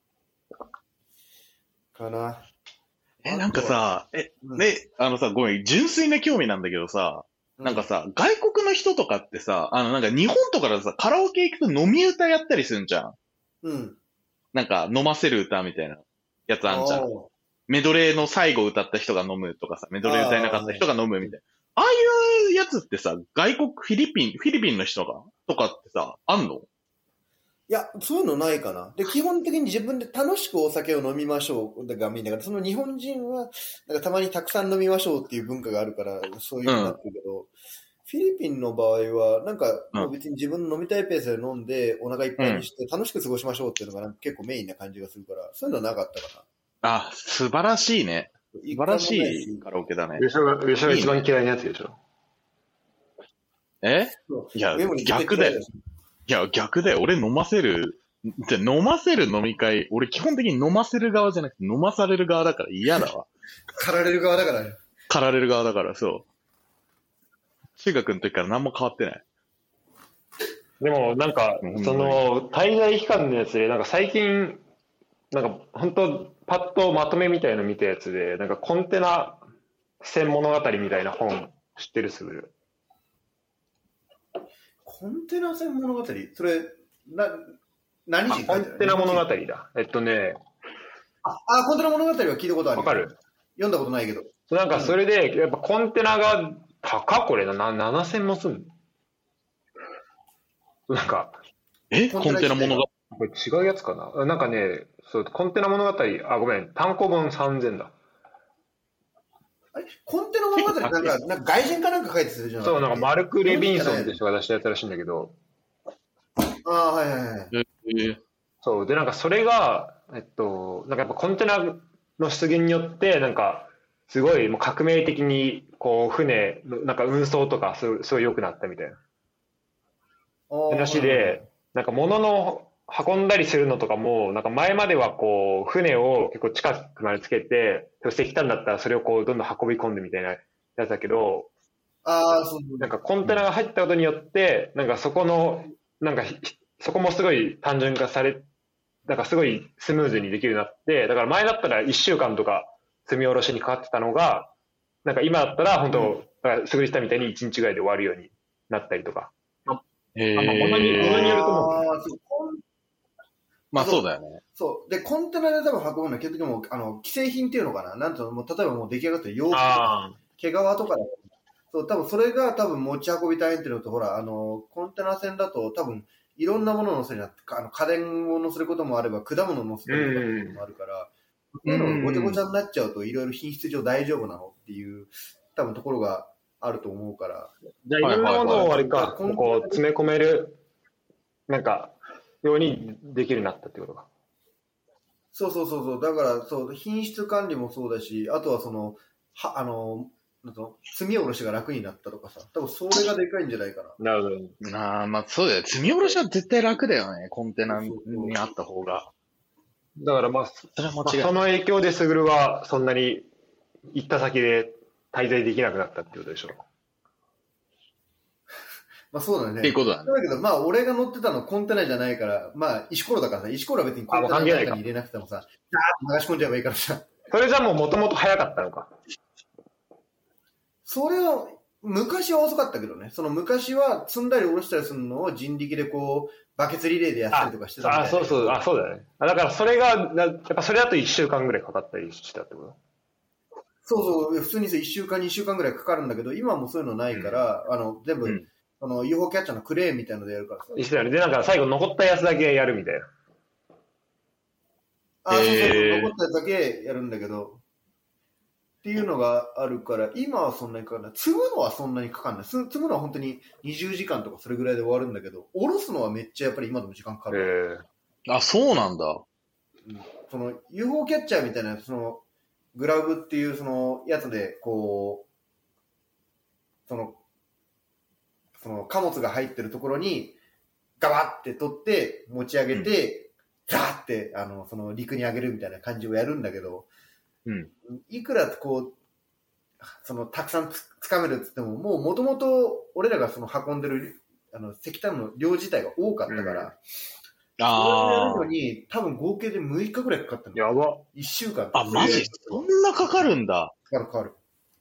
かな。 え、なんかさ、え、ね、あのさ、ごめん、純粋な興味なんだけどさ、なんかさ、外国の人とかってさ、あの、なんか日本とかでさ、カラオケ行くと飲み歌やったりするんじゃん。 うん。 なんか、飲ませる歌みたいなやつあんじゃん。メドレーの最後歌った人が飲むとかさ、メドレー歌えなかった人が飲むみたいな。ああいうやつってさ、外国、フィリピン、フィリピンの人がとかってさ、あんの？ いや、そういうのないかな。で、基本的に自分で楽しくお酒を飲みましょうがいいんだから、その日本人は、なんかたまにたくさん飲みましょうっていう文化があるから、そういうのになってるけど、うん、フィリピンの場合は、なんか、もう別に自分の飲みたいペースで飲んで、お腹いっぱいにして楽しく過ごしましょうっていうのが結構メインな感じがするから、そういうのはなかったかな。 あ、素晴らしいね。素晴らしいカラオケだね。 上昇が、上昇が一番嫌いなやつでしょ。 え？いや、逆だよ。いや、逆だよ。俺飲ませる、じゃ飲ませる飲み会、俺基本的に飲ませる側じゃなくて飲まされる側だから嫌だわ。 狩られる側だからね。 狩られる側だから、そう。中学の時から何も変わってない。 でも、なんか、その、滞在期間のやつで、なんか最近、なんか、本当パッとまとめみたいの見たやつで、なんかコンテナ船物語みたいな本知ってるすぐる？ コンテナ船物語それ、な、何時コンテナ物語だ。えっとね。 あ、あコンテナ物語は聞いたことある。 わかる？ 読んだことないけど。 なんかそれで、やっぱコンテナが高これな、なななせんもすんのなんか、 えコンテナ物語。 これ違うやつかななんかね、そう、コンテナ物語、あ、ごめん、単行本さんぜんだ。 あれコンテナ物語ってなんか、なんか外人かなんか書いてるじゃん。 そう、なんかマルク・レビンソンって人が出したやつらしいんだけど。 ああ、はいはいはい。 えー、 そう、で、なんかそれが、えっと、なんかやっぱコンテナの出現によって、なんか、すごいもう革命的に、こう、船の、なんか運送とか、すごい、すごい良くなったみたいな。話で、なんか物の運んだりするのとかも、なんか前まではこう、船を結構近くまでつけて、石炭だったらそれをこう、どんどん運び込んでみたいなやつだけど、 ああ、そうそう。 なんかコンテナが入ったことによって、なんかそこの、なんかそこもすごい単純化され、なんかすごいスムーズにできるようになって、だから前だったらいっしゅうかんとか積み下ろしにかかってたのが、なんか今だったら本当、うん、だからすぐりしたみたいにいちにちぐらいで終わるようになったりとか。 へえ。 あ、まあ、物に、物によると思う。 まあそうだよね。 そう。で、コンテナで多分運ぶのは基本的にもう、あの、既製品っていうのかななんともう、例えばもう出来上がってる洋服とか、毛皮とか、そう、多分それが多分持ち運び大変っていうのと、ほら、あの、コンテナ船だと多分、いろんなものを乗せるなあの家電を乗せることもあれば、果物を乗せることもあるから、そういうのがごちゃごちゃになっちゃうと、いろいろ品質上大丈夫なのっていう、多分ところがあると思うから。 じゃあ、いろんなものをあれか、ここ詰め込める、なんか、ようにできるようになったってことか。 そうそうそうそう。だから、そう、品質管理もそうだし、あとはその、は、あの、なんと積み下ろしが楽になったとかさ、多分それがでかいんじゃないかな。 なるほど。 なあ、まあそうだよ。積み下ろしは絶対楽だよね。コンテナにあった方が。 だからまあ、それは間違いない。まあ、その影響でスグルはそんなに行った先で滞在できなくなったってことでしょう。 まあそうだね。 っていうことだね。 だけど、まあ俺が乗ってたのコンテナじゃないから、まあ石ころだからさ、石ころは別にコンテナの中に入れなくてもさ、流し込んじゃえばいいからさ。 それじゃもうもともと早かったのか。 それは、昔は遅かったけどね。その昔は積んだり下ろしたりするのを人力でこう、バケツリレーでやったりとかしてたみたいな。 あ、そうそう、あ、そうだね。だからそれが、やっぱそれだといっしゅうかんぐらいかかったりしたってことそうそう、普通にいっしゅうかん、にしゅうかんぐらいかかるんだけど、今はもうそういうのないから、うん、あの、全部、うん、あの ユーフォー キャッチャーのクレーンみたいなのでやるからさ。 一緒だよね。で、なんか最後残ったやつだけやるみたいな。 あ、そうそうそう、残ったやつだけやるんだけど、っていうのがあるから、今はそんなにかかんない。積むのはそんなにかかんない。積むのは本当ににじゅうじかんとかそれぐらいで終わるんだけど、下ろすのはめっちゃやっぱり今でも時間かかる。 あ、そうなんだ。 うん、その ユーフォー キャッチャーみたいな、その、グラブっていうそのやつで、こう、その、その貨物が入ってるところに、ガバって取って持ち上げて、ザ、うん、ーって、あの、その陸に上げるみたいな感じをやるんだけど、 うん、 いくらこう、そのたくさんつ掴めるって言っても、もう元々俺らがその運んでるあの石炭の量自体が多かったから、うん、あそれをやるのに多分合計でむいかぐらいかかったの。 やば。 いっしゅうかん。 あ、マジそんなかかるんだ。 かかるかかる。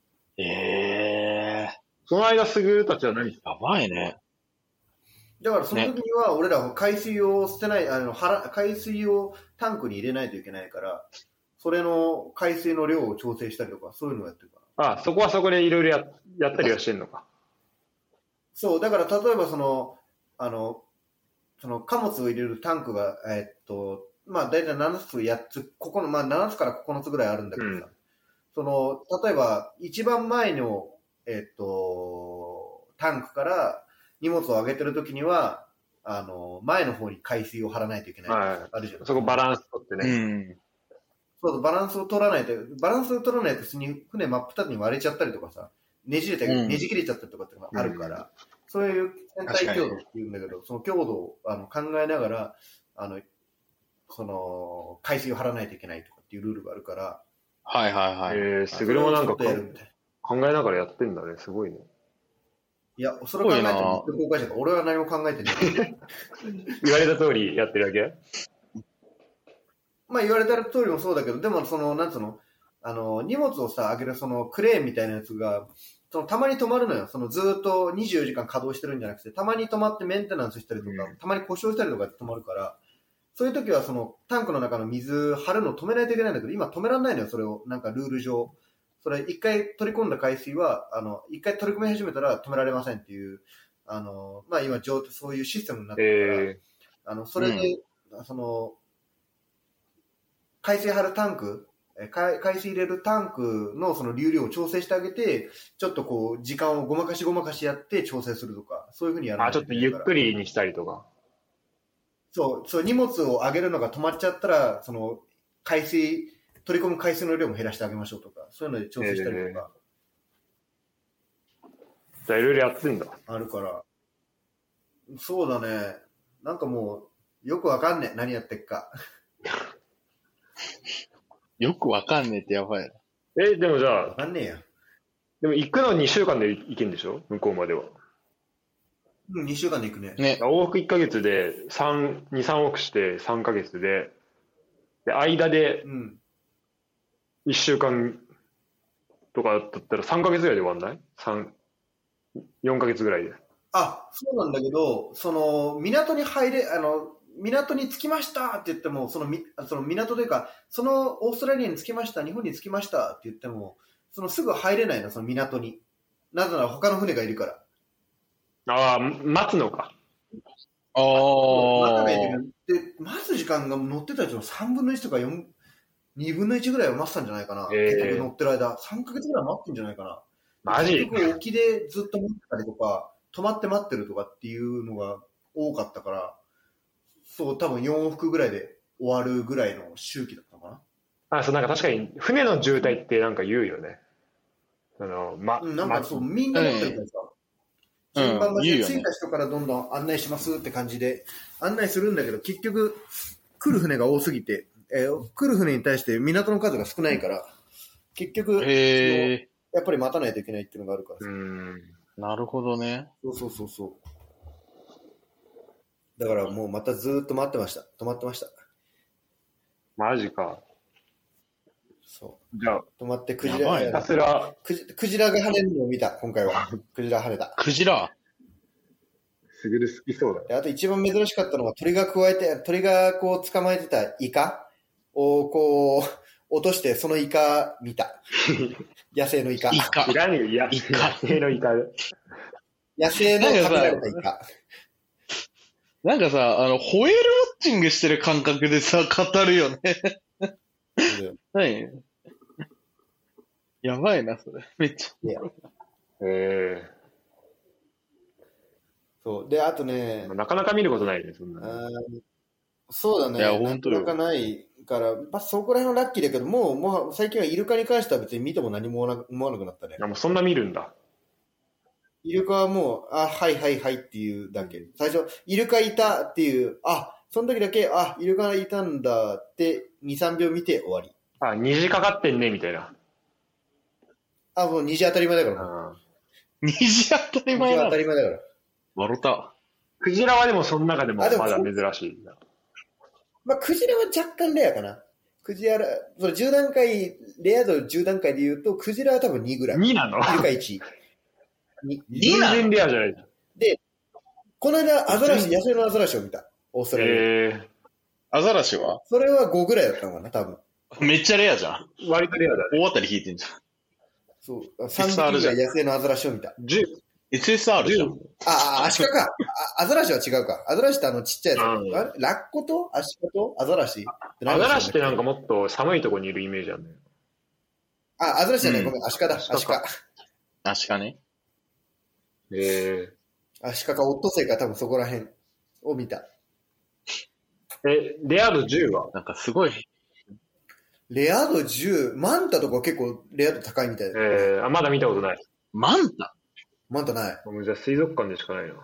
ええー。 その間、スグルたちは何？ やばいね。 だからその時には俺らは海水を捨てない、あの、海水をタンクに入れないといけないから、それの海水の量を調整したりとか、そういうのをやってるから。 ああ、そこはそこでいろいろややったりはしてんのか。 そう、だから例えばその、あの、その貨物を入れるタンクが、えっと、まあ大体ななつ、やっつ、ここの、まあななつからここのつぐらいあるんだけどさ、うん、その、例えば一番前の、えっと、タンクから荷物を上げてるときには、あの、前の方に海水を張らないといけない。はい、あるじゃん。 そこバランス取ってね。 うんそうバランスを取らないと、バランスを取らないと、船真っ二つに割れちゃったりとかさ、ねじれて、うん、ねじ切れちゃったりとかっていうのがあるから、うん、そういう船体強度っていうんだけど、その強度をあの考えながら、あの、その、海水を張らないといけないとかっていうルールがあるから、 はいはいはい。 えー、すぐるもなんか考えながらやってんだね、すごいね。 いや、それ考えても公開者か、俺は何も考えてない。 言われた通りやってるだけまあ言われた通りもそうだけど、でもその、なんつうの、あの、荷物をさ、上げるそのクレーンみたいなやつが、そのたまに止まるのよ。そのずーっとにじゅうよじかん稼働してるんじゃなくて、たまに止まってメンテナンスしたりとか、うん、たまに故障したりとかで止まるから、そういう時はそのタンクの中の水張るのを止めないといけないんだけど、今止められないのよ、それを。なんかルール上。 それ一回取り込んだ海水は、あの、一回取り込み始めたら止められませんっていう、あの、まあ今、そういうシステムになってるから、 えあの、それで、うん、その、海水張るタンク、海水入れるタンクのその流量を調整してあげて、ちょっとこう、時間をごまかしごまかしやって調整するとか、そういうふうにやる。 あ、ちょっとゆっくりにしたりとか。そう、 そう、荷物を上げるのが止まっちゃったら、その、海水、取り込む海水の量も減らしてあげましょうとか、そういうので調整したりとか。 えー、じゃあいろいろやってんだ。 あるから。そうだね。なんかもう、よくわかんねえ。何やってっか。 よくわかんねえってやばいな。え、でもじゃあ、 わかんねえや。 でも行くのにしゅうかんで行けんでしょ向こうまでは。 うん、にしゅうかんで行くね。 ね。 往復いっかげつでに、さんおくしてさんかげつで、で、間でいっしゅうかんとかだったらさんかげつぐらいで終わんない ?さん、よんかげつぐらいで。 あ、そうなんだけど、その、港に入れ、あの、港に着きましたって言っても、その、その港というか、そのオーストラリアに着きました、日本に着きましたって言っても、そのすぐ入れないの、その港に。なぜなら他の船がいるから。 ああ、待つのか。 ああ。 で、待つ時間が乗ってた人のさんぶんのいちとかよん、にぶんのいちぐらいは待ってたんじゃないかな。 えー、 結局乗ってる間、さんかげつぐらい待ってんじゃないかな。 マジ？ 結局沖でずっと待ってたりとか、止まって待ってるとかっていうのが多かったから、そう、多分よん往復ぐらいで終わるぐらいの周期だったのかな。 あ、そう、なんか確かに船の渋滞ってなんか言うよね。あの、ま、 うん、なんかそう、ま、みんな持ってるからさ。順番が着いた人からどんどん案内しますって感じで案内するんだけど、結局来る船が多すぎて、えー、来る船に対して港の数が少ないから、結局、 へやっぱり待たないといけないっていうのがあるからさ。 うーん、 なるほどね。 そうそうそうそう。だからもうまたずーっと待ってました。止まってました。 マジか。 そう。 じゃあ、 止まってクジラ、 ひたすらクジ、クジラが跳ねるのを見た、今回は。クジラ跳ねた。 クジラすぐる好きそうだ。 で、あと一番珍しかったのは鳥が加えて、鳥がこう捕まえてたイカをこう落としてそのイカ見た。野生のイカ。 イカ。 いらねえよ、いや、 イカ。 野生のイカ。 野生の食べられたイカ。 なんかさ、あの、ホエールウォッチングしてる感覚でさ、語るよね。何やばいな、それ。めっちゃ。 いや。 ええそう。で、あとね。 なかなか見ることないね、そんな。 あそうだね。 いや、本当よ。 なかなかないから、まあ、そこら辺はラッキーだけど、もう、もう最近はイルカに関しては別に見ても何も思わなくなったね。 いや、もうそんな見るんだ。 イルカはもう、あ、はいはいはいっていうだけ。最初、イルカいたっていう、あ、その時だけ、あ、イルカいたんだってに、さんびょう見て終わり。 あ、虹かかってんね、みたいな。 あ、もう虹当たり前だから。 虹当たり前だ。 虹当たり前だから。 笑った。 クジラはでもその中でもまだ珍しい。 まあ、クジラは若干レアかな。クジラ、そのじゅう段階、レア度じゅう段階で言うと、クジラは多分にぐらい。 になの？ イルカいち。 に全然レアじゃない。 で、この間、アザラシ、野生のアザラシを見た。オーストラリア。 えー、 アザラシはそれはごぐらいだったのかな、多分。 めっちゃレアじゃん。 割とレアだね。 大当たり引いてんじゃん。 そう。さんびきぐらい野生のアザラシを見た。 じゅう。 エスエスアール じゃん。 ああ、アシカか。あアザラシは違うか。アザラシってあのちっちゃいやつ。 うん、 あれラッコとアシカとアザラシアザラシってなんかもっと寒いところにいるイメージあるね。 あ、アザラシじゃない、 うん、 ごめん、アシカだ、アシカ。 アシカね。 えー、アシカかオットセイか多分そこら辺を見た。 え、レア度じゅうはなんかすごい。 レア度じゅう、マンタとか結構レア度高いみたいだ。 えー、あ、まだ見たことない。 マンタマンタない。 もうじゃあ水族館でしかないな。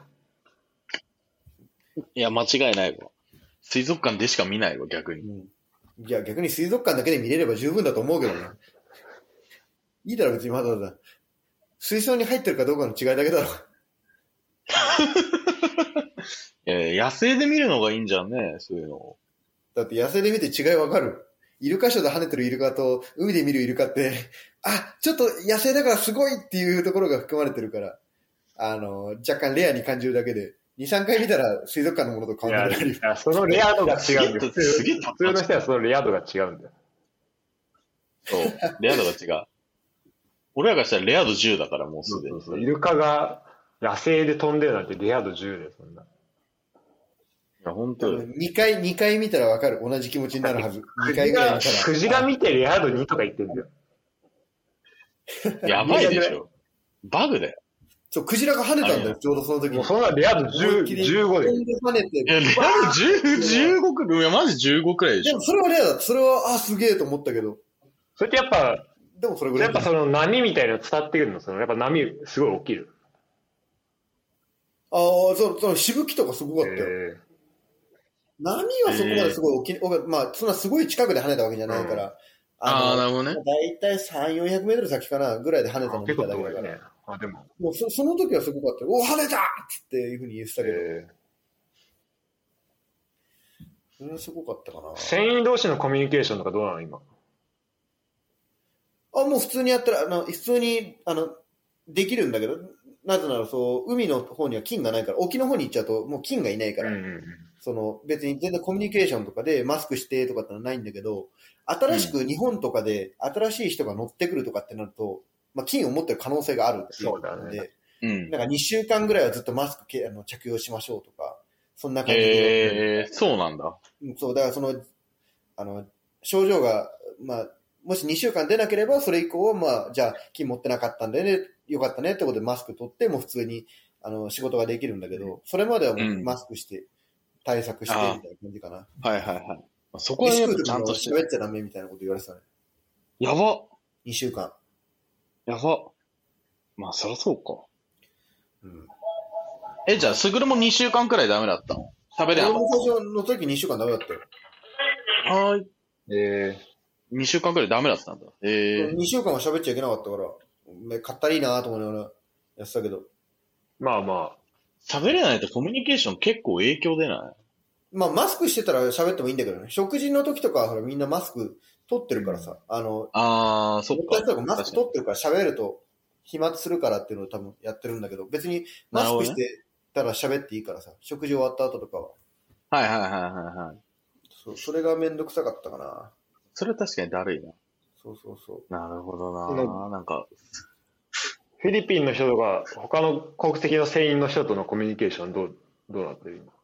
いや、間違いないわ。水族館でしか見ないわ、逆に。 うん、いや、逆に水族館だけで見れれば十分だと思うけどね。いいだろ、別にまだまだ。水槽に入ってるかどうかの違いだけだろ。 いや、野生で見るのがいいんじゃんね、そういうの。 だって野生で見て違いわかる。イルカショーで跳ねてるイルカと海で見るイルカって、あ、ちょっと野生だからすごいっていうところが含まれてるから、あの、若干レアに感じるだけで、に、さんかい見たら水族館のものと変わらない。 いや、そのレア度が違うんだよ。普通、普通の人はそのレア度が違うんだよ。 そう、レア度が違う。 俺らがしたらレア度じゅうだからもうすでに。 そうそうそう。イルカが野生で飛んでるなんてレア度じゅうで、そんな。いや、本当よ。 にかい、にかい見たらわかる。同じ気持ちになるはず。にかいぐらい見たら。 クジラ見てレア度にとか言ってんだよ。 やばいでしょ。バグだよ。 そう、クジラが跳ねたんだよ、ちょうどその時に。 もうそんなレア度じゅう、じゅうごで。 跳ねて。 いや、レア度じゅう、じゅうごくらい、いや、マジじゅうごくらいでしょ。 でもそれはレアだった。それは、あ、すげえと思ったけど。 それってやっぱ、 でもそれぐらい。 やっぱその波みたいなの伝ってくるの、そのやっぱ波すごい起きる。 ああ、そう、そのしぶきとかすごかったよ。えー、波はそこまですごい大きい、えー、まあ、そんなすごい近くで跳ねたわけじゃないから。うん、 ああ、なるほどね。 だいたいさん、よんひゃくメートル先かな、ぐらいで跳ねたの見ただけだから。ね、あ、でも。もうそ、その時はすごかったよ。お、跳ねたっていうふうに言ってたけど。えー、それはすごかったかな。 船員同士のコミュニケーションとかどうなの今。 あ、もう普通にやったら、あの、普通に、あの、できるんだけど、なぜならそう、海の方には金がないから、沖の方に行っちゃうと、もう金がいないから、うんうんうん、その、別に全然コミュニケーションとかでマスクしてとかってのはないんだけど、新しく日本とかで新しい人が乗ってくるとかってなると、まあ、金を持ってる可能性があるっていうので、ね、うん、なんかにしゅうかんぐらいはずっとマスクあの着用しましょうとか、そんな感じで。 えー、そうなんだ。 そう、だからその、あの、症状が、まあ、もしにしゅうかん出なければ、それ以降は、まあ、じゃあ、金持ってなかったんでね、よかったねってことでマスク取って、もう普通に、あの、仕事ができるんだけど、それまではもうマスクして、対策して、みたいな感じかな。 はいはいはい。そこはやっぱちゃんとして。 喋っちゃダメみたいなこと言われてたね。 やば。 にしゅうかん。やば。まあ、そりゃそうか。 うん。 え、じゃあ、すぐるもにしゅうかんくらいダメだったの？喋れなかった。 俺も最初の時にしゅうかんダメだったよ。 はーい。えー。にしゅうかんくらいダメだったんだ。えー。 にしゅうかんは喋っちゃいけなかったから、かったりいいなと思いながらやってたけど。 まあまあ。 喋れないとコミュニケーション結構影響出ない？ まあマスクしてたら喋ってもいいんだけどね。食事の時とかはほらみんなマスク取ってるからさ。あの、 あー、そっか。 マスク取ってるから喋ると飛沫するからっていうのを多分やってるんだけど、別にマスクしてたら喋っていいからさ。食事終わった後とかは。 はいはいはいはいはい。 そう、それがめんどくさかったかな。 それは確かにだるいな。 そうそうそう。 なるほどな。なんか。 フィリピンの人とか、他の国籍の船員の人とのコミュニケーションどう、どうなってる今？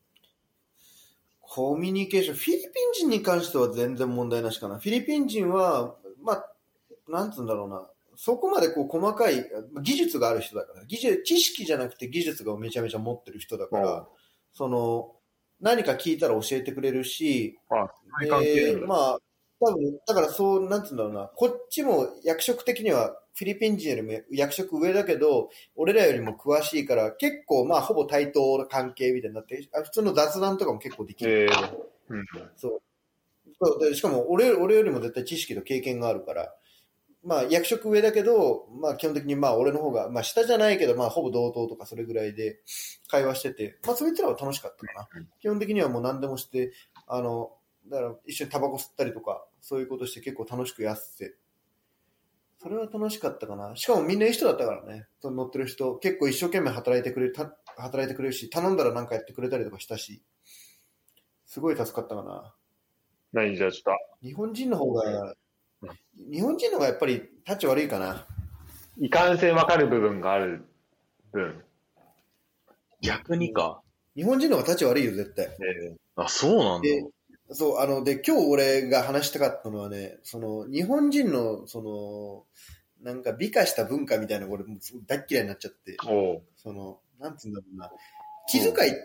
コミュニケーション、フィリピン人に関しては全然問題なしかな。フィリピン人は、まあ、なんつうんだろうな。そこまでこう細かい、技術がある人だから。技術、知識じゃなくて技術がめちゃめちゃ持ってる人だから、うん、その、何か聞いたら教えてくれるし、 ああで、まあ、多分、だからそう、なんつうんだろうな。こっちも役職的にはフィリピン人よりも役職上だけど、俺らよりも詳しいから、結構まあほぼ対等な関係みたいになって、普通の雑談とかも結構できる。 えーうん、 そうそうで。しかも俺、俺よりも絶対知識と経験があるから、まあ役職上だけど、まあ基本的にまあ俺の方が、まあ下じゃないけど、まあほぼ同等とかそれぐらいで会話してて、まあそいつらは楽しかったかな。基本的にはもう何でもして、あの、だから一緒にタバコ吸ったりとか、そういうことして結構楽しくやってて。それは楽しかったかな。しかもみんないい人だったからね。その乗ってる人、結構一生懸命働いてくれる、働いてくれるし、頼んだらなんかやってくれたりとかしたし、すごい助かったかな。 何じゃあちょっと。 日本人の方が、日本人の方がやっぱりタッチ悪いかな。 いかんせん分かる部分がある分。 逆にか。 日本人の方がタッチ悪いよ、絶対。 えー、あ、そうなんだ。 そう、あの、で、今日俺が話したかったのはね、その、日本人の、その、なんか美化した文化みたいな、俺、もう大っ嫌いになっちゃって、その、なんつうんだろうな、気遣いって、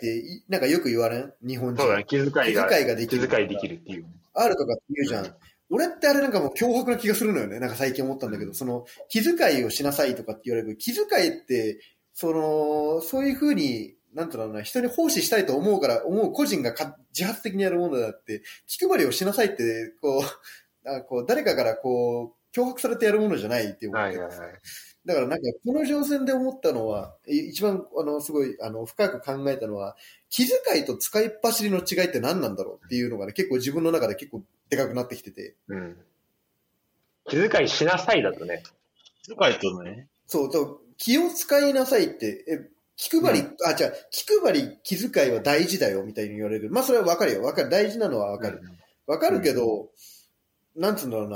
なんかよく言われん？日本人。 そうだね、気遣いが。 気遣いができる。 気遣いできるっていう。 あるとかって言うじゃん。うん、俺ってあれなんかもう脅迫な気がするのよね。なんか最近思ったんだけど、その、気遣いをしなさいとかって言われる。気遣いって、その、そういう風に、なんとなのな、人に奉仕したいと思うから、思う個人がか自発的にやるものだって、気配りをしなさいって、こう、あこう誰かからこう、脅迫されてやるものじゃないって思って、はいはいはい、だからなんか、この情勢で思ったのは、一番、あの、すごい、あの、深く考えたのは、気遣いと使いっ走りの違いって何なんだろうっていうのがね、結構自分の中で結構でかくなってきてて。 うん。気遣いしなさいだとね。 気遣いとね。 そう、そう、気を使いなさいって、え、気配り、うん、あ、じゃあ、気配り、気遣いは大事だよ、みたいに言われる。まあ、それはわかるよ。わかる。大事なのはわかる。わかるけど、うん、なんつうんだろうな。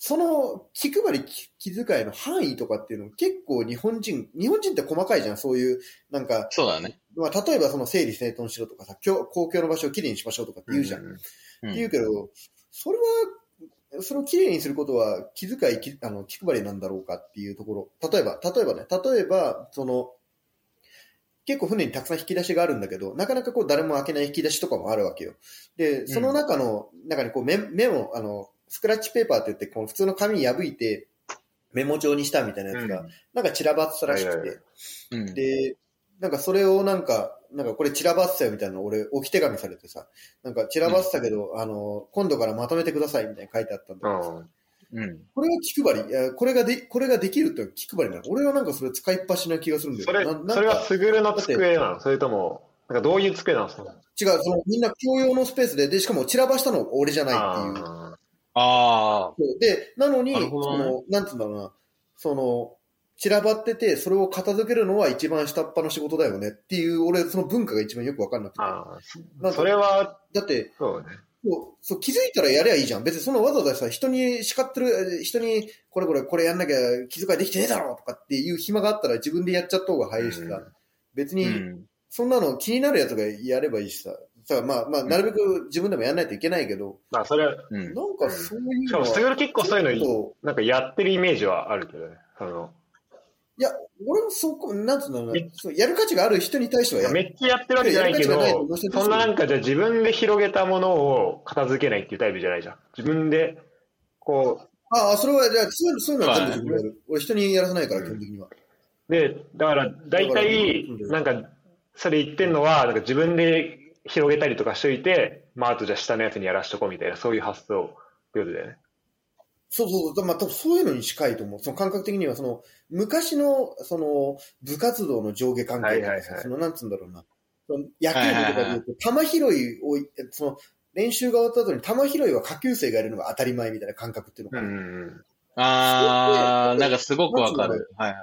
その気配り気遣いの範囲とかっていうの結構日本人、日本人って細かいじゃん、そういう、なんか、 そうだね。 まあ、例えばその整理整頓しろとかさ、公共の場所をきれいにしましょうとかって言うじゃん。 うん、 って言うけど、それは、それをきれいにすることは気遣い、きあの気配りなんだろうかっていうところ。例えば、例えばね、例えば、その、結構船にたくさん引き出しがあるんだけど、なかなかこう誰も開けない引き出しとかもあるわけよ。で、その中の、中にこうメメモ、あの、スクラッチペーパーって言って、この普通の紙破いて、メモ帳にしたみたいなやつが、なんか散らばってたらしくて。 うん、 で、なんかそれをなんか、なんかこれ散らばってたよみたいなの俺置き手紙されてさ、なんか散らばってたけど、うん、あの、今度からまとめてくださいみたいに書いてあったんだけどさ、うん、これは気配り、いや、これがで、これができるって気配りなの。俺はなんかそれ使いっぱしな気がするんだよ。 それ、 なそれはスグルの机なの？それとも、なんかどういう机なんですか？ 違う、そのみんな共用のスペースで、で、しかも散らばしたの俺じゃないっていう。 ああ。 で、なのに、ね、その、なんつうんだろうな、その、散らばってて、それを片付けるのは一番下っ端の仕事だよねっていう、俺、その文化が一番よくわかんなくて。 ああ。それは、 だって、 そうね。 そうそう気づいたらやりゃいいじゃん。別にそのわざわざさ、人に叱ってる、人にこれこれこれやんなきゃ気遣いできてねえだろとかっていう暇があったら自分でやっちゃった方が早いしさ、うん、別に、そんなの気になるやつがやればいいしさ、さまあまあ、なるべく自分でもやんないといけないけど、 まあそれは、 うん、なんかそういうのは、しかも、それ結構そういうの、なんかやってるイメージはあるけどね、その、 いや、俺もそこ、なんつうの、やる価値がある人に対してはやる。 めっちゃやってるわけじゃないけど、そんななんかじゃあ自分で広げたものを片付けないっていうタイプじゃないじゃん。自分で、こう。 ああ、それは、じゃあそういうの、そういうのは全部自分でやる。俺人にやらせないから、基本的には。 で、だから大体、なんか、それ言ってんのは、なんか自分で広げたりとかしといて、まああとじゃあ下のやつにやらしとこうみたいな、そういう発想ってことだよね。 そうそう、まあ、多分そういうのに近いと思う。その感覚的には、その、昔の、その、部活動の上下関係とか、はいはいはい、その、なんつうんだろうな。その野球部とかで言うと、球拾いを、その、練習が終わった後に球拾いは下級生がやるのが当たり前みたいな感覚っていうのがある。うん、 あー、なんかすごくわかる。はいはい。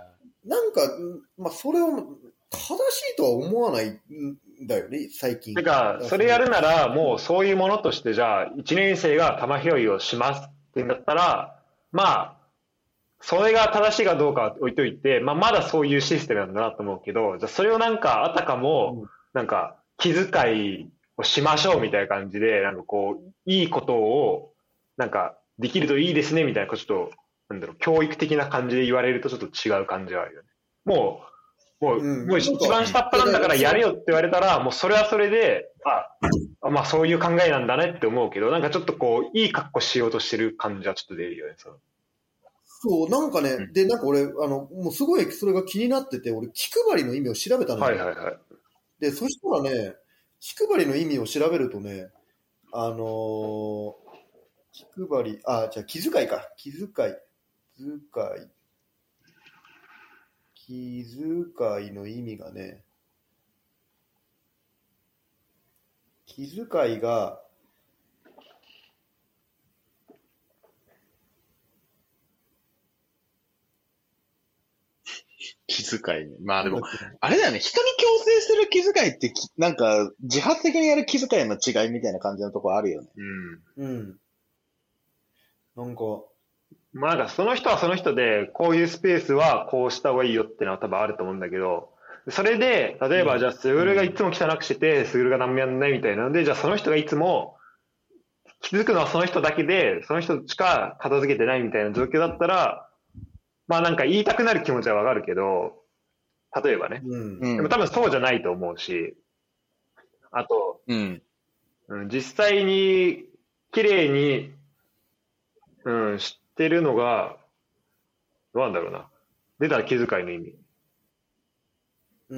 なんか、まあ、それを、正しいとは思わないんだよね、最近。 てか、それやるなら、もうそういうものとして、じゃあ、いちねん生が球拾いをします。って言うんだったら、まあ、それが正しいかどうかは置いといて、まあ、まだそういうシステムなんだなと思うけど、じゃあそれをなんか、あたかも、なんか、気遣いをしましょうみたいな感じで、なんかこう、いいことを、なんか、できるといいですねみたいな、ちょっと、なんだろう、教育的な感じで言われるとちょっと違う感じはあるよね。もう、もう、うん、もう一番下っ端なんだからやれよって言われたら、もうそれはそれで、あ、まあそういう考えなんだねって思うけど、なんかちょっとこう、いい格好しようとしてる感じはちょっと出るよね、その。 そう、なんかね、うん、で、なんか俺、あの、もうすごいそれが気になってて、俺、気配りの意味を調べたのよ。 はいはいはい。 で、そしたらね、気配りの意味を調べるとね、あのー、気配り、あ、じゃあ気遣いか。気遣い。気遣い。気遣いの意味がね、気遣いが、 気遣いね。まあでも、あれだよね。人に強制する気遣いって、なんか、自発的にやる気遣いの違いみたいな感じのところあるよね。 うん。うん。なんか、 まあなんかその人はその人で、こういうスペースはこうした方がいいよってのは多分あると思うんだけど、それで、例えばじゃあ、スグルがいつも汚くしてて、スグルが何もやんないみたいなので、じゃあその人がいつも、気づくのはその人だけで、その人しか片付けてないみたいな状況だったら、まあなんか言いたくなる気持ちはわかるけど、例えばね。うん、でも多分そうじゃないと思うし、あと、 うん、 実際に綺麗に、うん、知ってるのが、どうなんだろうな。出た気遣いの意味。 うん。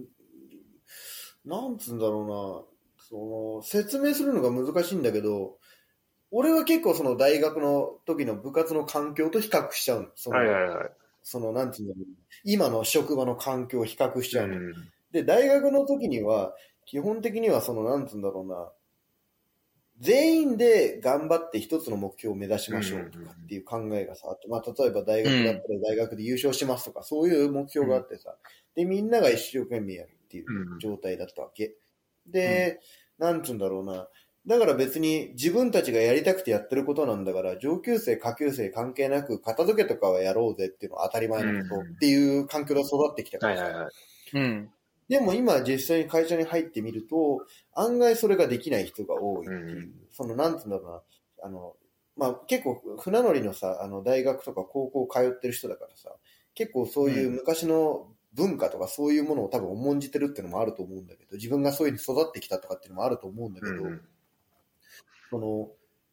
なんつうんだろうな。その、説明するのが難しいんだけど、俺は結構その大学の時の部活の環境と比較しちゃうの。その、 はいはいはい。 その、なんつうんだろう。今の職場の環境を比較しちゃうの。 うん、 で、大学の時には、基本的にはその、なんつうんだろうな。全員で頑張って一つの目標を目指しましょうとかっていう考えがさ、あと、まあ、例えば大学だったら大学で優勝しますとか、そういう目標があってさ、で、みんなが一生懸命やるっていう状態だったわけ。で、なんつうんだろうな、 だから別に自分たちがやりたくてやってることなんだから、上級生、下級生関係なく、片付けとかはやろうぜっていうのは当たり前のことっていう環境で育ってきたからさ。 はいはいはい。 うん。 でも今実際に会社に入ってみると、案外それができない人が多いっていう、 うんその、なんつうんだろうな、あの、まあ、結構、船乗りのさ、あの、大学とか高校通ってる人だからさ、結構そういう昔の文化とかそういうものを多分重んじてるっていうのもあると思うんだけど、自分がそういう風に育ってきたとかっていうのもあると思うんだけど、 うんその、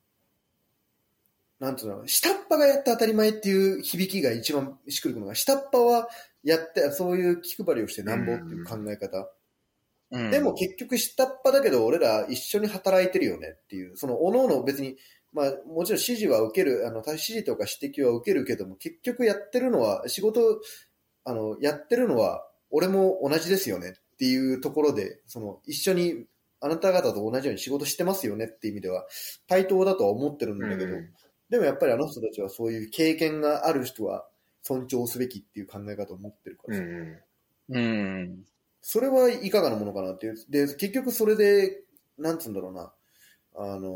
なんつうの、下っ端がやって当たり前っていう響きが一番しっくりくるのが、下っ端はやって、そういう気配りをしてなんぼっていう考え方。 うん。 でも結局下っ端だけど俺ら一緒に働いてるよねっていう、その各々別に、まあもちろん指示は受ける、あの、指示とか指摘は受けるけども、結局やってるのは、仕事、あの、やってるのは俺も同じですよねっていうところで、その一緒にあなた方と同じように仕事してますよねっていう意味では対等だとは思ってるんだけど、 うんでもやっぱりあの人たちはそういう経験がある人は尊重すべきっていう考え方を持ってるからさ、 うんうん。 それはいかがなものかなっていう。で、結局それで、なんつうんだろうな、あの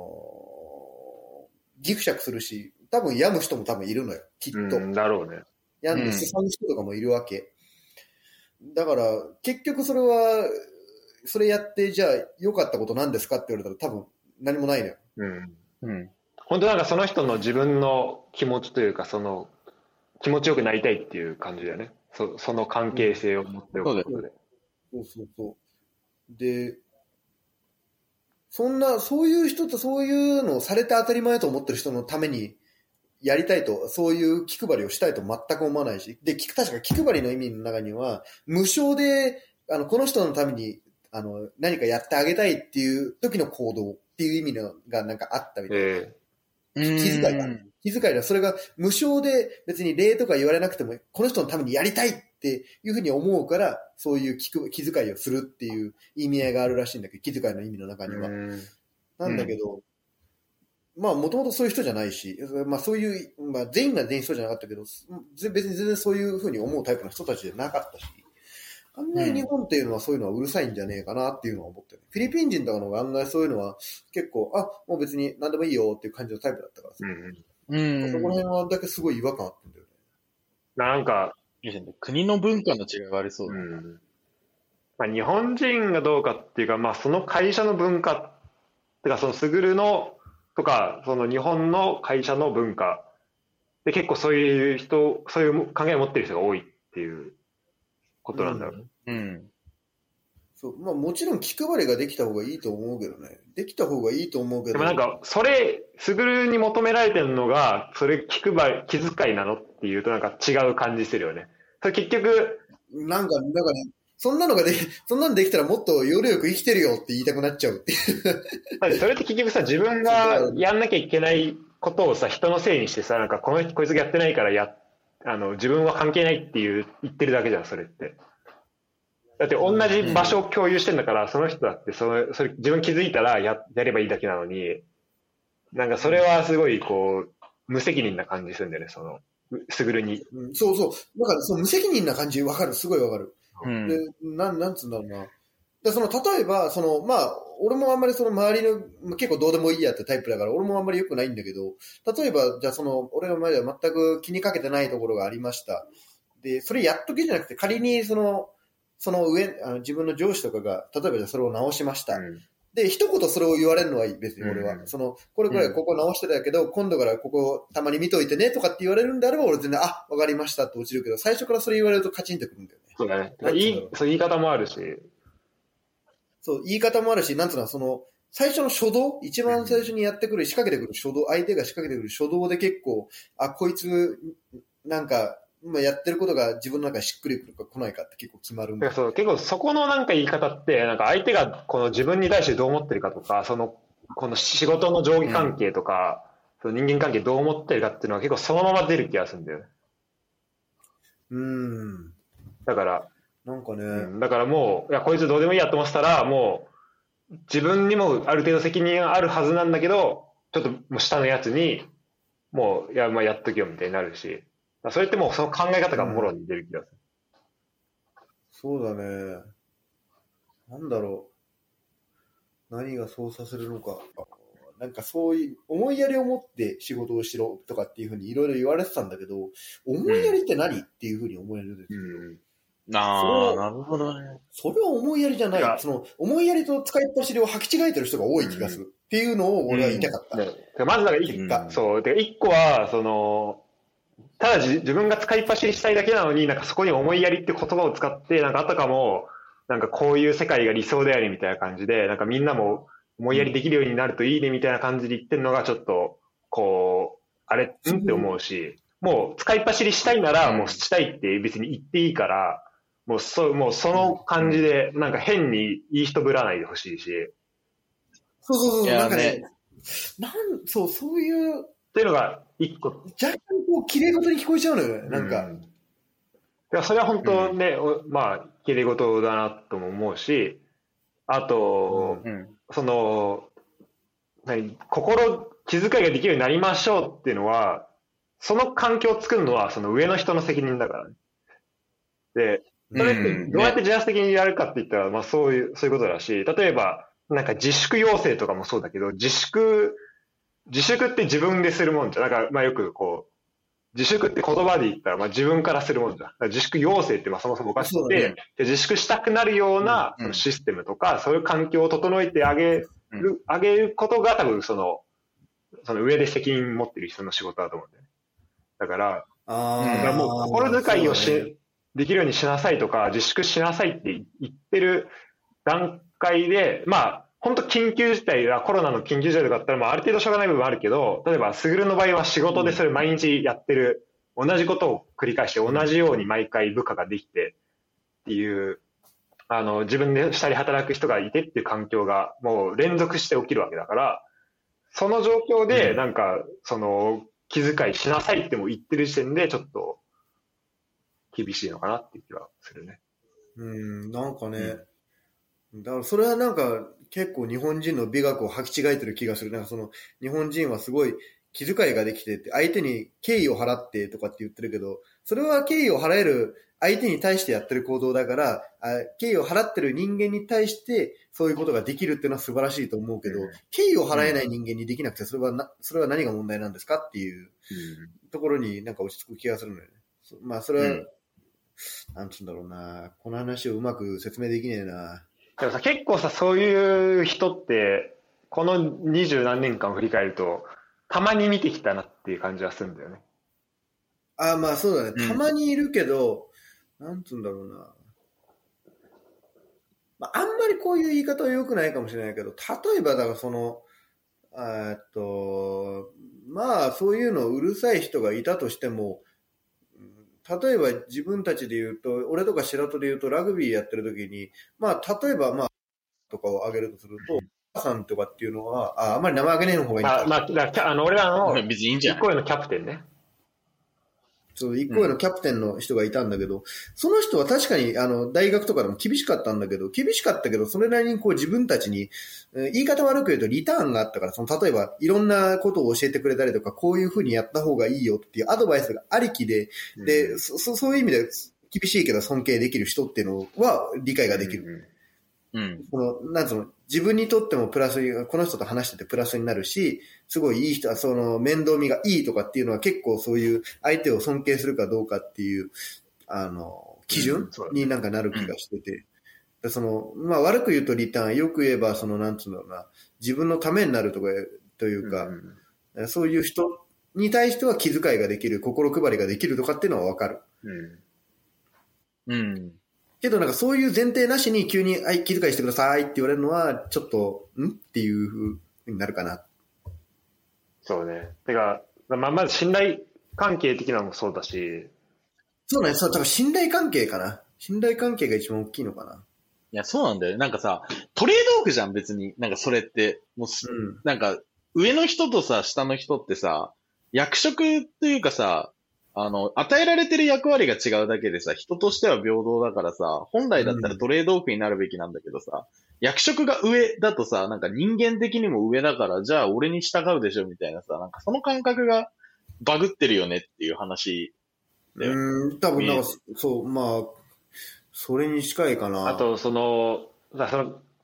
ー、ギクシャクするし、多分病む人も多分いるのよ、きっと。 うん、だろうね。 病んですさむ人とかもいるわけ。だから、結局それは、それやって、じゃあ良かったことなんですかって言われたら多分何もないのよ。 うん。 うん。 本当なんかその人の自分の気持ちというか、その気持ちよくなりたいっていう感じだよね。そその関係性を持っておくことで。 そうそうそう。で、そんな、そういう人とそういうのをされて当たり前と思ってる人のためにやりたいと、そういう気配りをしたいと全く思わないし、で、確か気配りの意味の中には、無償で、あの、この人のために、あの、何かやってあげたいっていう時の行動っていう意味のがなんかあったみたいな。 え気遣いだ。気遣いだ。それが無償で別に礼とか言われなくても、この人のためにやりたいっていうふうに思うから、そういう気気遣いをするっていう意味合いがあるらしいんだけど、気遣いの意味の中ーには。 うんなんだけど、まあもともとそういう人じゃないし、まあそういう、まあ全員が全員そうじゃなかったけど、ぜ別に全然そういうふうに思うタイプの人たちじゃなかったし、案外日本っていうのはそういうのはうるさいんじゃねえかなっていうのは思ってる。フィリピン人とかの方が案外そういうのは結構、あ、もう別に何でもいいよっていう感じのタイプだったからさ。 うんうん。 そこら辺はだけすごい違和感あったんだよね。 なんか、 国の文化の違いがありそうだ。 うんまあ、日本人がどうかっていうか、まあ、その会社の文化、てかそのスグルのとか、その日本の会社の文化で結構そういう人、そういう考えを持ってる人が多いっていうことなんだろうね。 うん。 そう、まあもちろん気配りができた方がいいと思うけどね。できた方がいいと思うけど。 でもなんか、それ、スグルに求められてるのが、それ気配り、気遣いなのっていうとなんか違う感じするよね。それ結局、 なんか、なんかね、そんなのができ、そんなのできたらもっとよりよく生きてるよって言いたくなっちゃうっていう。 だってそれって結局さ、自分がやんなきゃいけないことをさ、人のせいにしてさ、なんかこのこいつがやってないからや、あの、自分は関係ないっていう言ってるだけじゃん、それって。だって同じ場所を共有してんだから、その人だってそれ、それ自分気づいたらや、やればいいだけなのに、なんかそれはすごいこう、無責任な感じするんだよね、その、すぐるに。 うん、そうそう。だからその無責任な感じわかる。すごいわかる。 うん。 で、なん、なんつうんだろうな。で、その、例えば、その、まあ、俺もあんまりその周りの、結構どうでもいいやってタイプだから、俺もあんまり良くないんだけど、例えば、じゃあその、俺の前では全く気にかけてないところがありました。で、それやっときじゃなくて、仮にその、その上、あの自分の上司とかが、例えばじゃあそれを直しました。 うんで、一言それを言われるのはいい、別に俺は。 うんその、これくらいここ直してたけど、今度からここたまに見といてねとかって言われるんであれば、俺全然、あ、わかりましたって落ちるけど、最初からそれ言われるとカチンとくるんだよね。 そうだね。 なんつうんだろういい、そう言い方もあるし。 そう、言い方もあるし、なんつうの、その、最初の初動、一番最初にやってくる、仕掛けてくる初動、相手が仕掛けてくる初動で結構、あ、こいつ、なんか、今やってることが自分の中でしっくりくるか来ないかって結構決まるんだよ。 だからそう結構そこのなんか言い方って、なんか相手がこの自分に対してどう思ってるかとか、その、この仕事の上下関係とか、その人間関係どう思ってるかっていうのは結構そのまま出る気がするんだよね。 うーん。 だから、 なんかね、 うんだからもう、いや、こいつどうでもいいやと思ってたら、もう、自分にもある程度責任があるはずなんだけど、ちょっともう下のやつに、もう、いや、まあやっとけよみたいになるし、それってもうその考え方がもろに出る気がする。 そうだね。なんだろ何がそうさせるのか。なんかそういう思いやりを持って仕事をしろとかっていうふうにいろいろ言われてたんだけど、思いやりって何、うん、っていうふうに思えるんですよ。 うんああ、なるほどね。 それは思いやりじゃない。その、思いやりと使いっ走りを履き違えてる人が多い気がする。うん、っていうのを俺は言いたかった。うんうん、まずだから一、うん、そう。で、一個は、その、ただ自分が使いっ走りしたいだけなのに、なんかそこに思いやりって言葉を使って、なんかあたかも、なんかこういう世界が理想でありみたいな感じで、なんかみんなも思いやりできるようになるといいねみたいな感じで言ってるのがちょっと、こう、あれんって思うし、もう使いっ走りしたいならもうしたいって別に言っていいから、もうそ、もうその感じで、なんか変にいい人ぶらないでほしいし。 そうそうそう、なんかね、なん、そう、そういう。 っていうのが一個。 若干こう、綺麗事に聞こえちゃうのよね、なんか。 うん、いやそれは本当ね、うん、まあ、綺麗事だなとも思うし、あと、うん、その、何、心、気遣いができるようになりましょうっていうのは、その環境を作るのはその上の人の責任だからね。で、それってどうやって自発的にやるかって言ったら、まあそういう、そういうことだし、例えば、なんか自粛要請とかもそうだけど、自粛、自粛って自分でするもんじゃん。なんか、まあよくこう、自粛って言葉で言ったら、まあ自分からするもんじゃん。自粛要請ってまあそもそもおかしくて、ね、自粛したくなるようなそのシステムとか、うん、そういう環境を整えてあげる、うん、あげることが多分その、その上で責任持ってる人の仕事だと思うんだよね。だから、 あだからもう心遣いをし、できるようにしなさいとか、自粛しなさいって言ってる段階で、まあ、本当緊急事態やコロナの緊急事態とかだったら、まあ、ある程度しょうがない部分はあるけど、例えば、スグルの場合は仕事でそれ毎日やってる、同じことを繰り返して、同じように毎回部下ができてっていう、あの、自分で下で働く人がいてっていう環境が、もう連続して起きるわけだから、その状況で、なんか、その、気遣いしなさいっても言ってる時点で、ちょっと、厳しいのかなっていう気はするね。 うん、なんかね、うん、だからそれはなんか結構日本人の美学を履き違えてる気がする。なんかその日本人はすごい気遣いができてて、相手に敬意を払ってとかって言ってるけど、それは敬意を払える相手に対してやってる行動だから、あ敬意を払ってる人間に対してそういうことができるっていうのは素晴らしいと思うけど、うん、敬意を払えない人間にできなくて、それはな、それは何が問題なんですかっていうところになんか落ち着く気がするのよね。まあそれは、うんなんつうんだろうな。この話をうまく説明できねえな。 でもさ、結構さ、そういう人って、この二十何年間を振り返ると、たまに見てきたなっていう感じはするんだよね。 ああ、まあそうだね。たまにいるけど、うん、なんつうんだろうな。まあ、あんまりこういう言い方は良くないかもしれないけど、例えばだからその、えっと、まあそういうのうるさい人がいたとしても、例えば自分たちで言うと、俺とか白戸で言うとラグビーやってる時に、まあ例えばまあ、とかを挙げるとすると、お母さんとかっていうのは、あ、あんまり名前挙げねえの方がいいんだ。 あ、まあ、だあの、俺らの、 別にいいんじゃない？ 一個上のキャプテンね。 そう、一個上のキャプテンの人がいたんだけど、うん、その人は確かに、あの、大学とかでも厳しかったんだけど、厳しかったけど、それなりにこう自分たちに、えー、言い方悪く言うとリターンがあったから、その、例えば、いろんなことを教えてくれたりとか、こういうふうにやった方がいいよっていうアドバイスがありきで、うん、で、そ、そういう意味で厳しいけど尊敬できる人っていうのは理解ができる。 うん。うん、 この、なんつうの、自分にとってもプラスに、この人と話しててプラスになるし、すごいいい人は、その面倒見がいいとかっていうのは結構そういう相手を尊敬するかどうかっていう、あの、基準になんかなる気がしてて。うん、その、まあ悪く言うとリターン、よく言えばその、なんつうんだろうな、自分のためになるとか、というか、うん、そういう人に対しては気遣いができる、心配りができるとかっていうのはわかる。 うん。うん。 けどなんかそういう前提なしに急に、はい、気遣いしてくださいって言われるのは、ちょっと、んっていう風になるかな。 そうね。てか、まあ、まず信頼関係的なのもそうだし。 そうね、そう、多分信頼関係かな。信頼関係が一番大きいのかな。 いや、そうなんだよ。なんかさ、トレードオフじゃん、別に。なんかそれって。もう、うん、なんか、上の人とさ、下の人ってさ、役職というかさ、あの、与えられてる役割が違うだけでさ、人としては平等だからさ、本来だったらトレードオフになるべきなんだけどさ、うん、役職が上だとさ、なんか人間的にも上だから、じゃあ俺に従うでしょみたいなさ、なんかその感覚がバグってるよねっていう話で。うーん、多分なんか、そう、まあ、それに近いかな。 あと、その、その、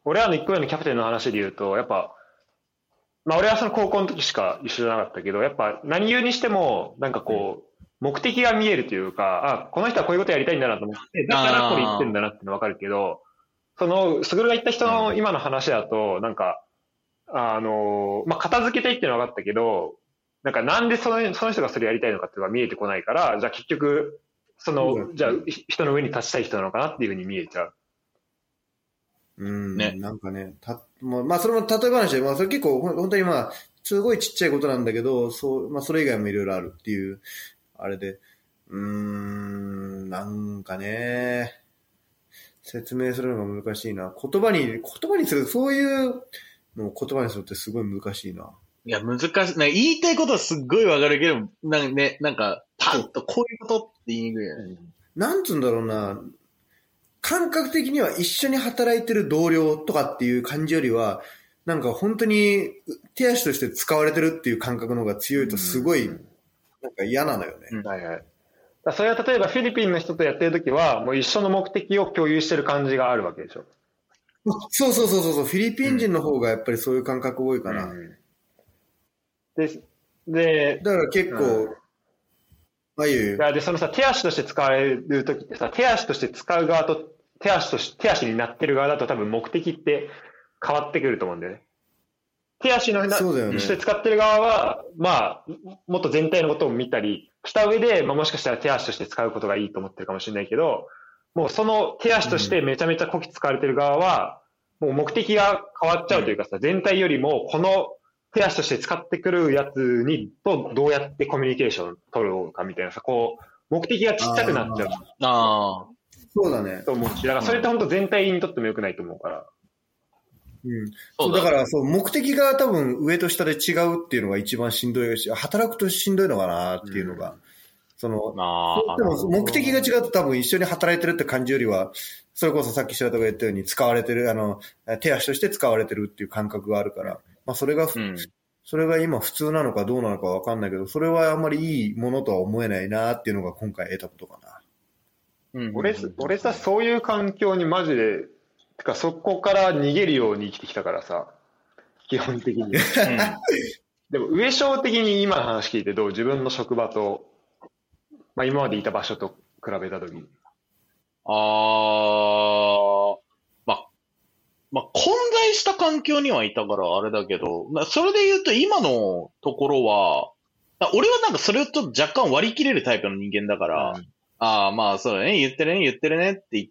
俺らの一個上のキャプテンの話で言うと、やっぱ、まあ俺はその高校の時しか一緒じゃなかったけど、やっぱ何言うにしても、なんかこう、目的が見えるというか、あ、この人はこういうことやりたいんだなと思って、だからこれ言ってんだなってのわかるけど、その、すぐるが言った人の今の話だと、なんか、あの、まあ片付けたいってのは分かったけど、なんかなんでその、その人がそれやりたいのかっていうのが見えてこないから、じゃあ結局、その、じゃあ人の上に立ちたい人なのかなっていうふうに見えちゃう。 うん、ね。なんかね、た、まあそれも例え話で、まあそれ結構本当にまあ、すごいちっちゃいことなんだけど、そう、まあそれ以外もいろいろあるっていう、あれで、うーん、なんかね、説明するのが難しいな。言葉に、言葉にする、そういうのを言葉にするってすごい難しいな。 いや、難しい。なんか言いたいことはすっごいわかるけど、なんかね、なんか、パンとこういうことって言いにくいよね。 なんつうんだろうな。感覚的には一緒に働いてる同僚とかっていう感じよりは、なんか本当に手足として使われてるっていう感覚の方が強いとすごい、なんか嫌なのよね。 うん、はいはい。それは例えばフィリピンの人とやってるときは、もう一緒の目的を共有してる感じがあるわけでしょ。 そうそうそうそう、フィリピン人の方がやっぱりそういう感覚多いかな。うん、 で、で、 だから結構、うん、ああいう。 で、そのさ、手足として使われるときってさ、手足として使う側と、手足とし、手足になってる側だと多分目的って変わってくると思うんだよね。手足の、 そうだよね、 して使ってる側は、まあ、もっと全体のことを見たりした上で、まあもしかしたら手足として使うことがいいと思ってるかもしれないけど、もうその手足としてめちゃめちゃこき使われてる側は、もう目的が変わっちゃうというかさ、全体よりもこの手足として使ってくるやつに、とどうやってコミュニケーションを取るかみたいなさ、こう、目的がちっちゃくなっちゃう。 ああ。 そうだね。 と思うし、だからそれって本当全体にとっても良くないと思うから。 うん。そうだからそう、目的が多分上と下で違うっていうのが一番しんどいし、働くとしんどいのかなっていうのが、うん、その、でも目的が違うと多分一緒に働いてるって感じよりは、それこそさっき白田が言ったように使われてる、あの、手足として使われてるっていう感覚があるから、まあそれが、うん、それが今普通なのかどうなのかわかんないけど、それはあんまりいいものとは思えないなっていうのが今回得たことかな。 うん、俺、俺さ、そういう環境にマジで、てかそこから逃げるように生きてきたからさ、基本的に。うん、でも上昇的に今の話聞いてどう？自分の職場と、まあ今までいた場所と比べたとき。 あー、まあ、まあ混在した環境にはいたからあれだけど、それで言うと今のところは、俺はなんかそれをちょっと若干割り切れるタイプの人間だから、うん、ああ、まあそうだね、言ってるね、言ってるねって言って、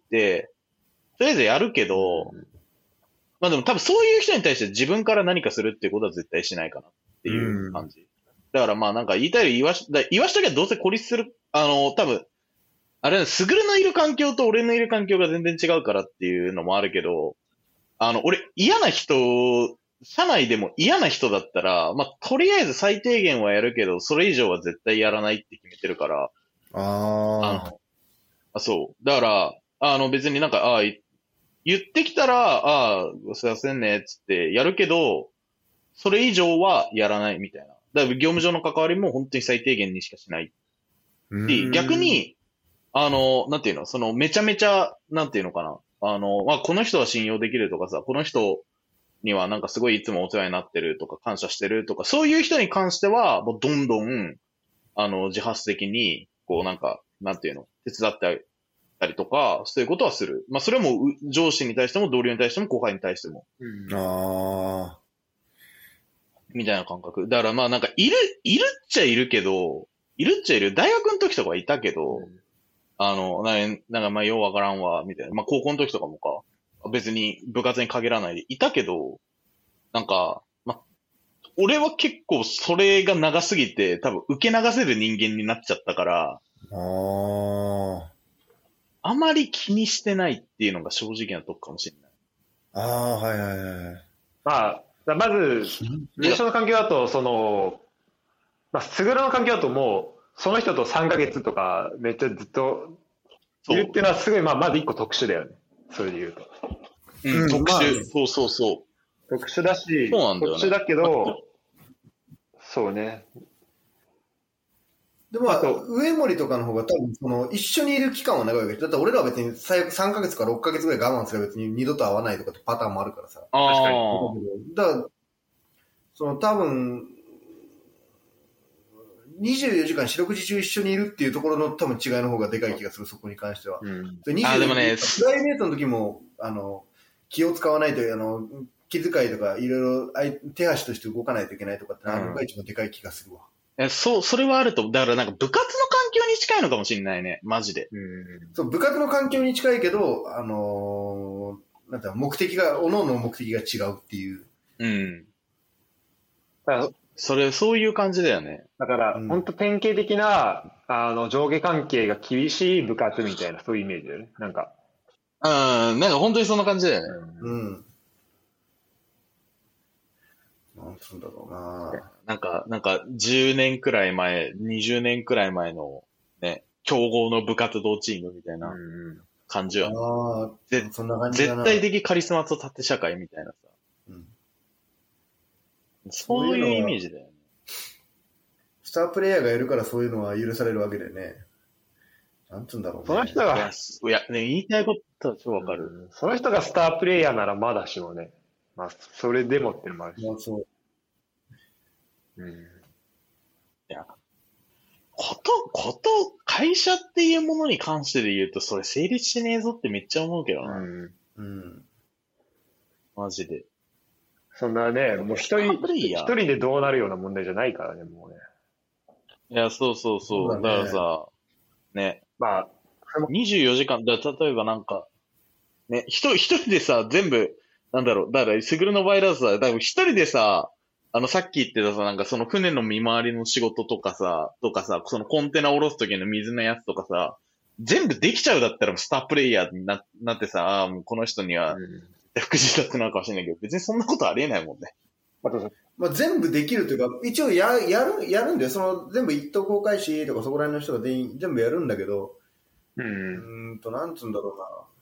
とりあえずやるけど、うん、まあでも多分そういう人に対して自分から何かするっていうことは絶対しないかなっていう感じ。うん、だからまあなんか言いたいより言わし、言わしときはどうせ孤立する、あの、多分、あれ、すぐるのいる環境と俺のいる環境が全然違うからっていうのもあるけど、あの、俺嫌な人、社内でも嫌な人だったら、まあとりあえず最低限はやるけど、それ以上は絶対やらないって決めてるから、 ああ。 あ、そう。だから、あの別になんか、ああ、言ってきたら、ああ、すいませんね、つってやるけど、それ以上はやらないみたいな。だから業務上の関わりも本当に最低限にしかしない。で、逆に、あの、なんていうの、そのめちゃめちゃ、なんていうのかな。あの、まあ、この人は信用できるとかさ、この人にはなんかすごいいつもお世話になってるとか感謝してるとか、そういう人に関しては、もうどんどん、あの、自発的に、こうなんか、なんていうの、手伝ってたりとか、そういうことはする。まあ、それも上司に対しても同僚に対しても後輩に対しても。 うん、ああ。 みたいな感覚。だからまあなんか、いる、いるっちゃいるけど、いるっちゃいる。大学の時とかはいたけど、うん、あの、ななんかまあようわからんわ、みたいな。まあ高校の時とかもか、別に部活に限らないでいたけど、なんか、まあ、俺は結構それが長すぎて、多分受け流せる人間になっちゃったから、 ああまり気にしてないっていうのが正直なとこかもしれない。 ああ、はいはいはい。 まあ、まず、上昇の環境だと、その、まあ、すぐるの環境だともう、その人とさんかげつとか、めっちゃずっといるっていうのはすごい、まあ、まず一個特殊だよね。それで言うと。 うん、特殊、まあ。そうそうそう。 特殊だし、 そうなんだよね、 特殊だけど、そうね。 でも、まあ、上森とかの方が多分、その、一緒にいる期間は長いわけだって俺らは別に最悪さんかげつかろっかげつぐらい我慢すれば別に二度と会わないとかってパターンもあるからさ。 あ確かに。 だから、その多分、にじゅうよじかん四六時中一緒にいるっていうところの多分違いの方がでかい気がする、そこに関しては。 うん、 あ、でもね、 プライベートの時も、あの、気を使わないと、あの、気遣いとかいろいろ手足として動かないといけないとかって、あのが一番でかい気がするわ。 え、そう、それはあると、だからなんか部活の環境に近いのかもしれないね、マジで。 うん、そう、部活の環境に近いけど、あのー、なんていうの、目的が、各々の目的が違うっていう。 うん。だからそれ、そういう感じだよね。 だから、うん、本当典型的な、あの、上下関係が厳しい部活みたいな、そういうイメージだよね。なんか。 うん、なんか本当にそんな感じだよね。 うん。なんつうんだろうな。 なんか、なんか、じゅうねんくらい前、にじゅうねんくらい前の、ね、強豪の部活動チームみたいな感じは、ね。 ああ、そんな感じだな。 絶対的カリスマと縦社会みたいなさ。うん、そういうイメージだよね。 スタープレイヤーがいるからそういうのは許されるわけでね。なんつうんだろうね。 その人が、 いや、いやね、言いたいことは超わかる、 うん。その人がスタープレイヤーならまだしもね。まあ、それでもっていうのもあるし。 まあ、そう。 うん。いや、こと、こと、会社っていうものに関してで言うと、それ成立しねえぞってめっちゃ思うけどな。 うん。うん。 マジで。 そんなね、もう一人、一人でどうなるような問題じゃないからね、もうね。 いや、そうそうそう。だね、だからさ、ね。 まあ、 にじゅうよじかん、だ例えばなんか、ね、一人、一人でさ、全部、なんだろう、だから、スグルの場合だとさ、だから一人でさ、あの、さっき言ってたさ、なんかその船の見回りの仕事とかさ、とかさ、そのコンテナ下ろすときの水のやつとかさ、全部できちゃうだったらスタープレイヤーに な, なってさ、ああ、もうこの人には、副次だってなるかもしれないけど、別にそんなことありえないもんね。 まあ、全部できるというか、一応ややる、やるんだよ。その、全部一等航海士とかそこら辺の人が全員、全部やるんだけど、 うん。 うーんと、なんつうんだろう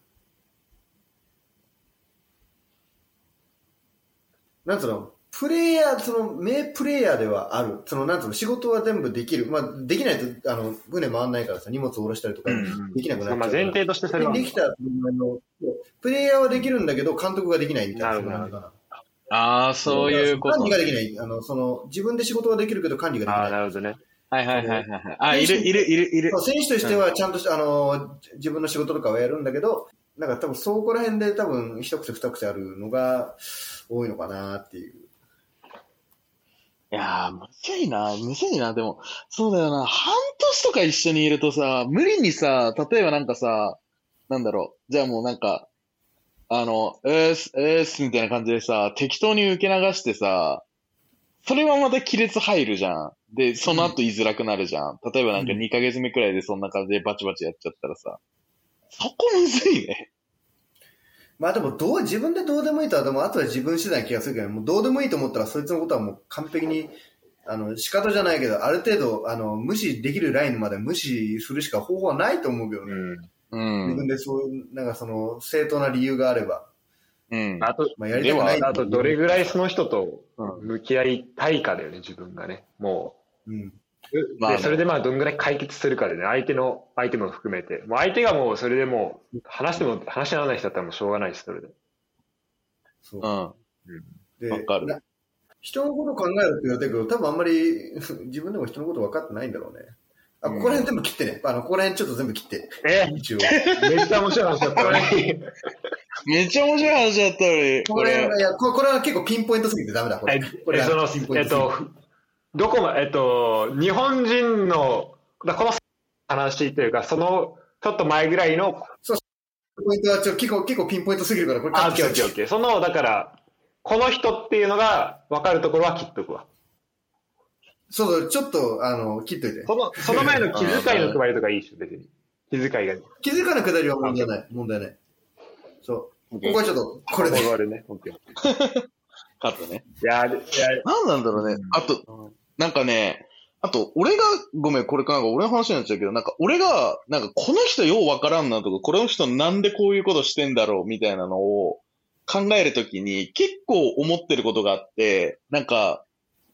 な。なんつうの、プレイヤー、その、名プレイヤーではある。その、なんつうの、仕事は全部できる。まあ、できないと、あの、船回んないからさ、荷物を下ろしたりとか、できなくなっちゃう、うん。 まあ、前提としてそれは。 できた、プレイヤーはできるんだけど、監督ができないみたいな感じかな。 ああ、そういうこと。 管理ができない。あの、その、自分で仕事はできるけど管理ができない。 ああ、なるほどね。 はいはいはいはい。あ、いるいるいるいる。 選手としてはちゃんと、うん、あの、自分の仕事とかはやるんだけど、なんか多分そこら辺で多分一癖二癖あるのが多いのかなっていう。 いやー、むずいな、むずいな、でも、そうだよな、半年とか一緒にいるとさ、無理にさ、例えばなんかさ、なんだろう、じゃあもうなんか、あの、えーす、えーす、みたいな感じでさ、適当に受け流してさ、それはまた亀裂入るじゃん。で、その後言いづらくなるじゃん。例えばなんかにかげつめくらいでそんな感じでバチバチやっちゃったらさ、そこむずいね。 まあでもどう、自分でどうでもいいとは、でもあとは自分次第な気がするけど、もうどうでもいいと思ったらそいつのことはもう完璧に、あの、仕方じゃないけど、ある程度、あの、無視できるラインまで無視するしか方法はないと思うけどね。うんうん、 自分でそういう、なんかその、正当な理由があれば。 うん。 あと、 まあ、やりたくない。 あと、どれぐらいその人と向き合いたいかだよね、自分がね。もう。うん。 で、それでまあ、どんぐらい解決するかでね、相手の、相手も含めて。もう相手がもう、それでもう、話しても、話し合わない人だったらもうしょうがないし、それで。 そう。 うん。 で、 わかる。 人のこと考えるって言われてるけど、多分あんまり自分でも人のこと分かってないんだろうね。あ、ここら辺全部切ってね。あの、ここら辺ちょっと全部切って。 え一応。 めっちゃ面白い話だったのに。 めっちゃ面白い話だったのに。 これ、いや、これは結構ピンポイントすぎてダメだ、これ。これその、えっと、どこま、えっと、日本人の、この話というか、その、ちょっと前ぐらいの、 そう、ポイントはちょ結構、結構ピンポイントすぎるから、これあ、オッケーオッケーオッケー。その、だから、この人っていうのが分かるところは切っとくわ。 そうそう、ちょっと、あの、切っといて。 その、その前の気遣いの配りとかいいっしょ、別に。気遣いが。 気遣いの配りは問題ない。問題ない。そう。ここはちょっと、これで。 これね。オッケー。 カットね。 いや、いや、 なんなんだろうね。あと、なんかね、あと、俺が、ごめん、これかなんか俺の話になっちゃうけど、なんか俺が、なんかこの人ようわからんなとか、この人なんでこういうことしてんだろうみたいなのを考えるときに結構思ってることがあって、なんか、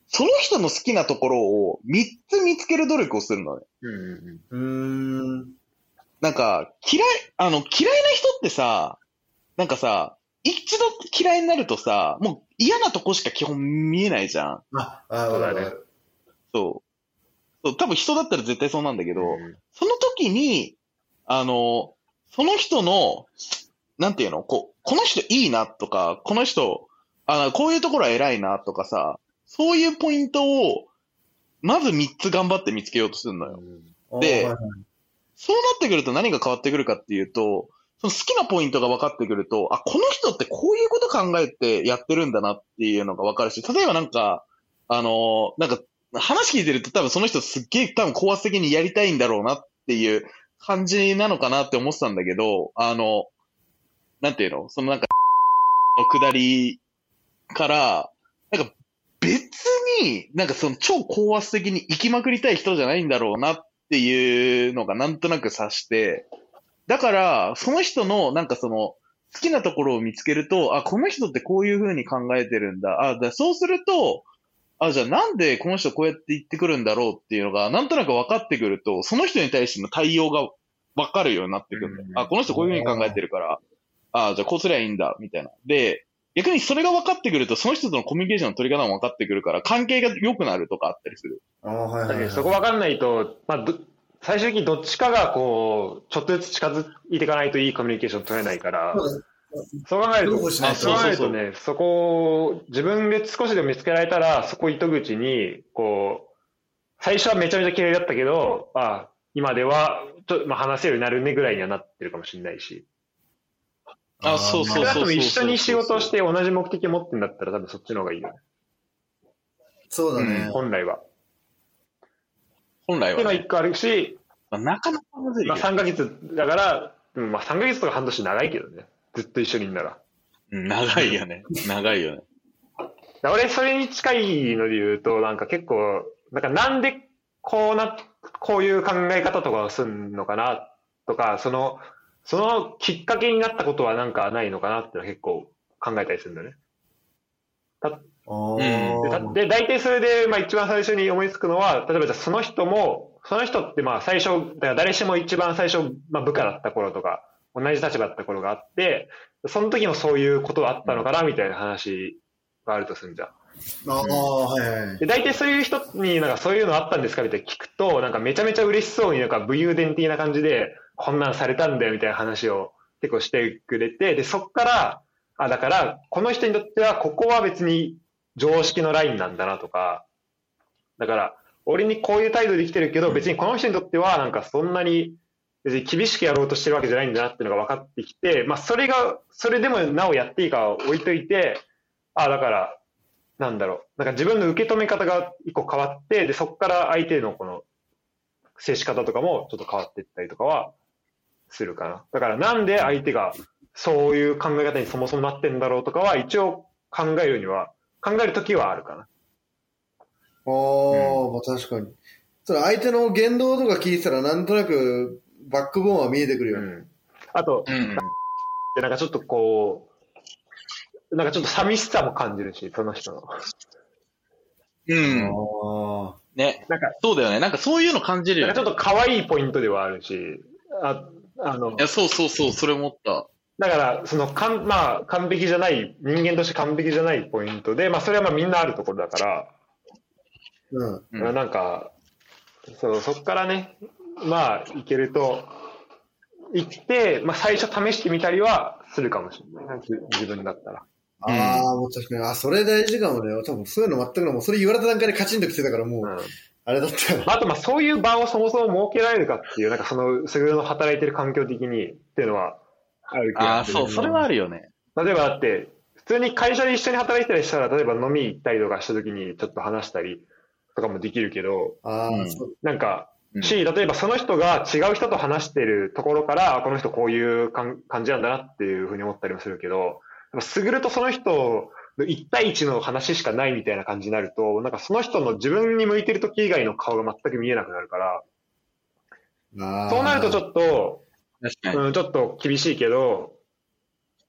その人の好きなところをみっつ見つける努力をするのね。 うんうんうーん。 なんか、嫌い、あの、嫌いな人ってさ、なんかさ、一度嫌いになるとさ、もう嫌なとこしか基本見えないじゃん。 あ、あ、わかるわかる。 そう。そう、多分人だったら絶対そうなんだけど、 うんその時に、あの、その人の、なんていうのこう、この人いいなとか、この人、あこういうところは偉いなとかさ、そういうポイントを、まずみっつ頑張って見つけようとするのよ。であはいはいそうなってくると何が変わってくるかっていうと、その好きなポイントが分かってくると、あ、この人ってこういうこと考えてやってるんだなっていうのが分かるし、例えばなんか、あのなんか、話聞いてると多分その人すっげえ多分高圧的にやりたいんだろうなっていう感じなのかなって思ってたんだけど、あの、なんていうのそのなんか、の下りから、なんか別になんかその超高圧的に生きまくりたい人じゃないんだろうなっていうのがなんとなく察して、だからその人のなんかその好きなところを見つけると、あ、この人ってこういう風に考えてるんだ。あ、だそうすると、あ、じゃあなんでこの人こうやって言ってくるんだろうっていうのがなんとなく分かってくると、その人に対しての対応が分かるようになってくるんだよ。あ、この人こういう風に考えてるから、あ、じゃあこうすりゃいいんだ、みたいな。で、逆にそれが分かってくると、その人とのコミュニケーションの取り方も分かってくるから、関係が良くなるとかあったりする。 あはいはいはい。 そこ分かんないと、まあ、ど最終的にどっちかがこう、ちょっとずつ近づいていかないといいコミュニケーション取れないから、そう考えると、 そうそう考えるとね、そこを自分で少しでも見つけられたら、そこ糸口に、こう、最初はめちゃめちゃ嫌いだったけど、あ今ではちょ、まあ、話せるようになるねぐらいにはなってるかもしれないし。 あ、そうそうそうそうそう。 少なくとも一緒に仕事をして同じ目的を持ってんだったら多分そっちの方がいいよね。 そうだね。 本来は。 本来は、 っていうのは一個あるし、 まあ、なかなかむずいけど。 まあさんかげつだから、うんまあさんかげつとか半年長いけどね。ずっと一緒にいんなら。 うん長いよね。長いよね。 俺、それに近いので言うと、なんか結構、なんかなんでこうな、こういう考え方とかをするのかなとか、その、そのきっかけになったことはなんかないのかなってのは結構考えたりするんだよね。たあーで、大体それで、まあ一番最初に思いつくのは、例えばじゃあその人も、その人ってまあ最初、だから誰しも一番最初、まあ部下だった頃とか、同じ立場だった頃があって、その時もそういうことがあったのかなみたいな話があるとするんじゃん。 ああ、はいはい。 で、大体そういう人になんかそういうのあったんですかみたいな聞くと、なんかめちゃめちゃ嬉しそうになんか武勇伝的な感じで、こんなんされたんだよみたいな話を結構してくれて、で、そっから、あ、だから、この人にとってはここは別に常識のラインなんだなとか、だから、俺にこういう態度できてるけど、別にこの人にとってはなんかそんなに別に厳しくやろうとしてるわけじゃないんだなっていうのが分かってきて、まあそれが、それでもなおやっていいかを置いといて、あ、だから、なんだろう、なんか自分の受け止め方が一個変わって、で、そこから相手のこの接し方とかもちょっと変わっていったりとかはするかな。だからなんで相手がそういう考え方にそもそもなってんだろうとかは一応考えるには、考えるときはあるかな。 ああ、うん、まあ確かに。それ相手の言動とか聞いてたらなんとなくバックボーンは見えてくるよね。 うん、あと、うん、でなんかちょっとこう、なんかちょっと寂しさも感じるし、その人の。 うん。あね。なんか、そうだよね。なんかそういうの感じるよね。 なんかちょっと可愛いポイントではあるし、あ、あの。 いや、そうそうそう、それ思った。 だから、その、かん、まあ、完璧じゃない、人間として完璧じゃないポイントで、まあ、それはまあみんなあるところだから、 うん。 うん、なんか、そう、そっからね、まあ、いけると、行って、まあ、最初試してみたりはするかもしれない。自分だったら。 ああ、もう確かに。あ、それ大事かもね。多分そういうの全くの、もうそれ言われた段階でカチンと来てたからもう、うん、あれだったよ。 あと、まあ、そういう場をそもそも設けられるかっていう、なんかその、すぐるの働いてる環境的にっていうのはあるけど。 ああ、そう、それはあるよね。 例えばだって、普通に会社で一緒に働いてたりしたら、例えば飲み行ったりとかした時にちょっと話したりとかもできるけど、 あうん、なんか、し、例えばその人が違う人と話してるところから、この人こういう感じなんだなっていうふうに思ったりもするけど、すぐるとその人の一対一の話しかないみたいな感じになると、なんかその人の自分に向いてる時以外の顔が全く見えなくなるから、あそうなるとちょっと、うん、ちょっと厳しいけど、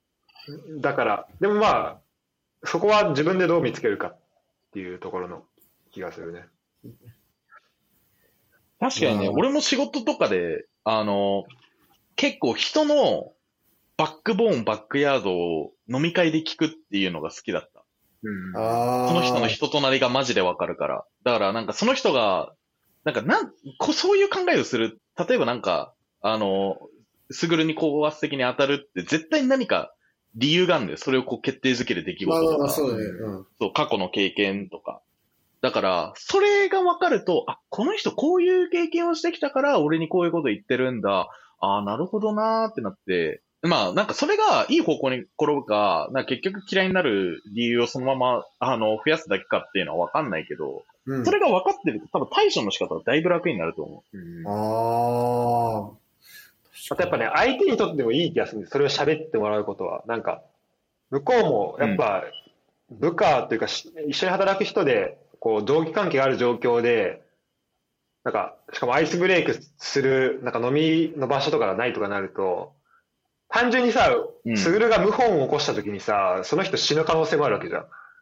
だから、でもまあ、そこは自分でどう見つけるかっていうところの気がするね。 確かにね、俺も仕事とかで、あの、結構人のバックボーン、バックヤードを飲み会で聞くっていうのが好きだった。 うん。 あその人の人となりがマジでわかるから。だからなんかその人が、なんかなん、こそういう考えをする。例えばなんか、あの、すぐるに高圧的に当たるって絶対何か理由があるんだよ。それをこう決定づける出来事とか。 まあまあそうだね。うん。 そう、過去の経験とか。だから、それが分かると、あ、この人こういう経験をしてきたから、俺にこういうこと言ってるんだ。ああ、なるほどなーってなって、まあ、なんかそれがいい方向に転ぶか、なんか結局嫌いになる理由をそのまま、あの、増やすだけかっていうのは分かんないけど、 うん、 それが分かってると多分対処の仕方はだいぶ楽になると思う。 うん、 ああ。 あとやっぱね、相手にとってもいい気がするんです。それを喋ってもらうことは。なんか、向こうもやっぱ、部下というか、一緒に働く人で、こう、同期関係がある状況で、なんか、しかもアイスブレイクする、なんか飲みの場所とかがないとかなると、単純にさ、スグルが謀反を起こした時にさ、その人死ぬ可能性もあるわけじゃん。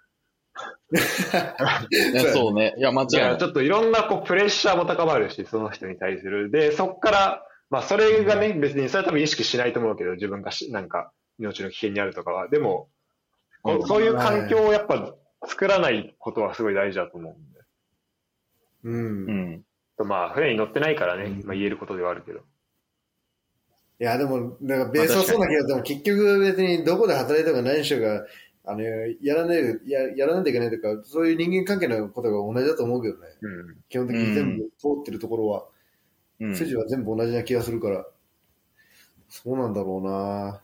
いやそうね。いや、間違いない。 ちょっといろんなこうプレッシャーも高まるし、その人に対する。で、そっから、まあそれがね、別にそれは多分意識しないと思うけど、自分がしなんか命の危険にあるとかは。でも、うん、そういう環境をやっぱ作らないことはすごい大事だと思うんで。 うん。うん。 とまあ、船に乗ってないからね、まあ言えることではあるけど。 いや、でも、なんかベースはそうだけど、でも結局別にどこで働いたか何しようが、あの、やらない、や、やらないといけないというか、そういう人間関係のことが同じだと思うけどね。うん、基本的に全部通ってるところは、うん、筋は全部同じな気がするから、そうなんだろうな。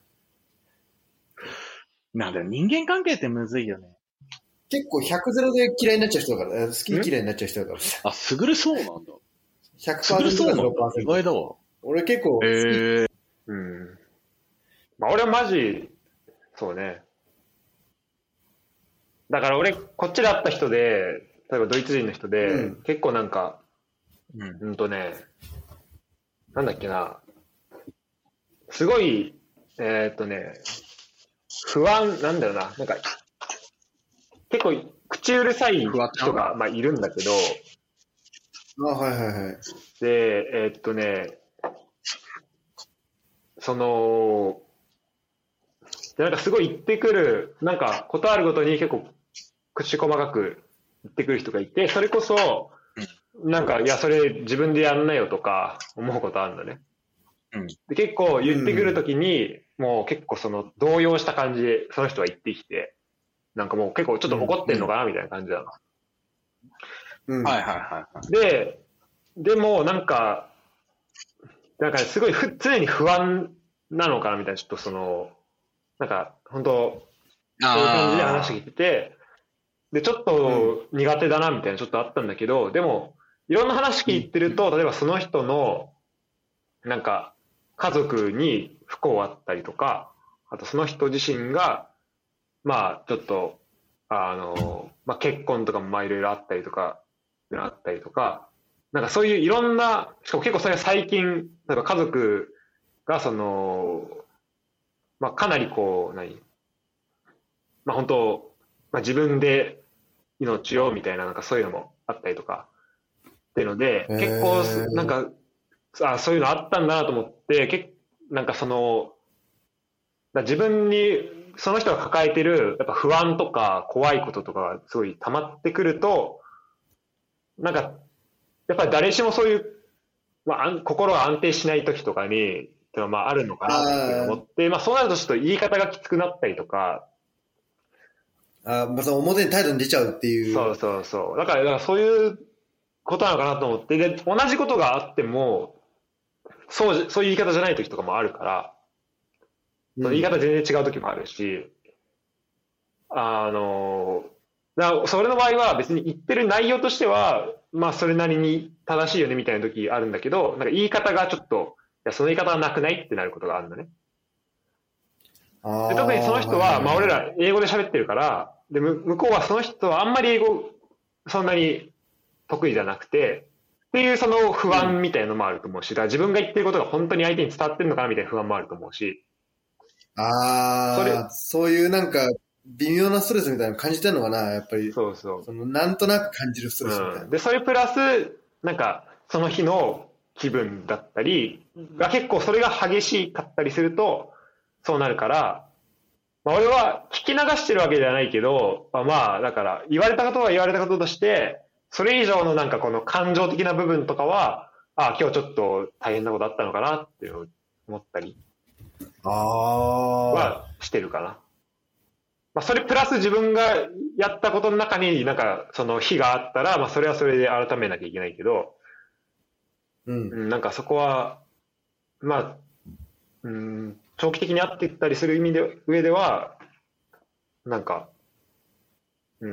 なんだよ、人間関係ってむずいよね。 結構ひゃくゼロで嫌いになっちゃう人だから、好き嫌いになっちゃう人だから。 あ、すぐるそうなんだ。 ひゃくパーセント かゼロパーセント。 意外だわ。 俺結構好き。えー、 うん。まあ俺はマジ、そうね。だから俺、こっちで会った人で、例えばドイツ人の人で、うん、結構なんか、うん、うんとね、なんだっけな、すごい、えー、っとね、不安、なんだよな、なんか、結構口うるさい人が、まあ、いるんだけど、 あ、はいはいはい。 で、えー、っとね、その、でなんかすごい言ってくる、なんかことあるごとに結構口細かく言ってくる人がいて、それこそ、なんか、いや、それ自分でやんなよとか思うことあるんだね。うん、で結構言ってくるときに、うん、もう結構その動揺した感じでその人は言ってきて、なんかもう結構ちょっと怒ってんのかなみたいな感じだな。 うん。はいはいはい。 で、でもなんか、なんかすごいふ常に不安なのかなみたいな、ちょっとその、なんか本当、そういう感じで話してきてて、で、ちょっと苦手だなみたいなちょっとあったんだけど、でも、いろんな話聞いてると、例えばその人の、なんか、家族に不幸あったりとか、あとその人自身が、まあ、ちょっと、あの、まあ結婚とかもまあいろいろあったりとか、あったりとか、なんかそういういろんな、しかも結構それは最近、なんか家族がその、まあかなりこう、何まあ本当、まあ自分で命をみたいな、なんかそういうのもあったりとか、っていうので、結構なんか、あそういうのあったんだなと思って、けなんかその、だ自分に、その人が抱えてる、やっぱ不安とか怖いこととかがすごい溜まってくると、なんか、やっぱり誰しもそういう、まあ、心が安定しない時とかに、っていうのはまああるのかなと思って、まあそうなるとちょっと言い方がきつくなったりとか、 あまあその表に態度に出ちゃうっていう。 そうそうそう。だから、だからそういうことなのかなと思って、で、同じことがあっても、そう、そういう言い方じゃない時とかもあるから、うん、言い方全然違う時もあるし、あの、だそれの場合は別に言ってる内容としては、まあそれなりに正しいよねみたいな時あるんだけど、なんか言い方がちょっと、いやその言い方はなくないってなることがあるんだね。で特にその人は、まあ俺ら英語で喋ってるから、で向こうはその人はあんまり英語そんなに得意じゃなくて、っていうその不安みたいなのもあると思うし、だから自分が言ってることが本当に相手に伝わってるのかなみたいな不安もあると思うし。 ああ、それそういうなんか微妙なストレスみたいなの感じてるのかな、やっぱり。 そうそう。 そのなんとなく感じるストレスみたいな。 うん、で、それプラス、なんか、その日の気分だったり、が結構それが激しかったりすると、そうなるから、まあ、俺は聞き流してるわけではないけど、まあ、まあ、だから、言われたことは言われたこととして、それ以上のなんかこの感情的な部分とかは、ああ、今日ちょっと大変なことあったのかなって思ったりはしてるかな。まあ、それプラス自分がやったことの中になんかその日があったら、まあ、それはそれで改めなきゃいけないけど、 うん、 なんかそこは、まあ、うん、長期的にあっていったりする意味で、上では、なんか、うん、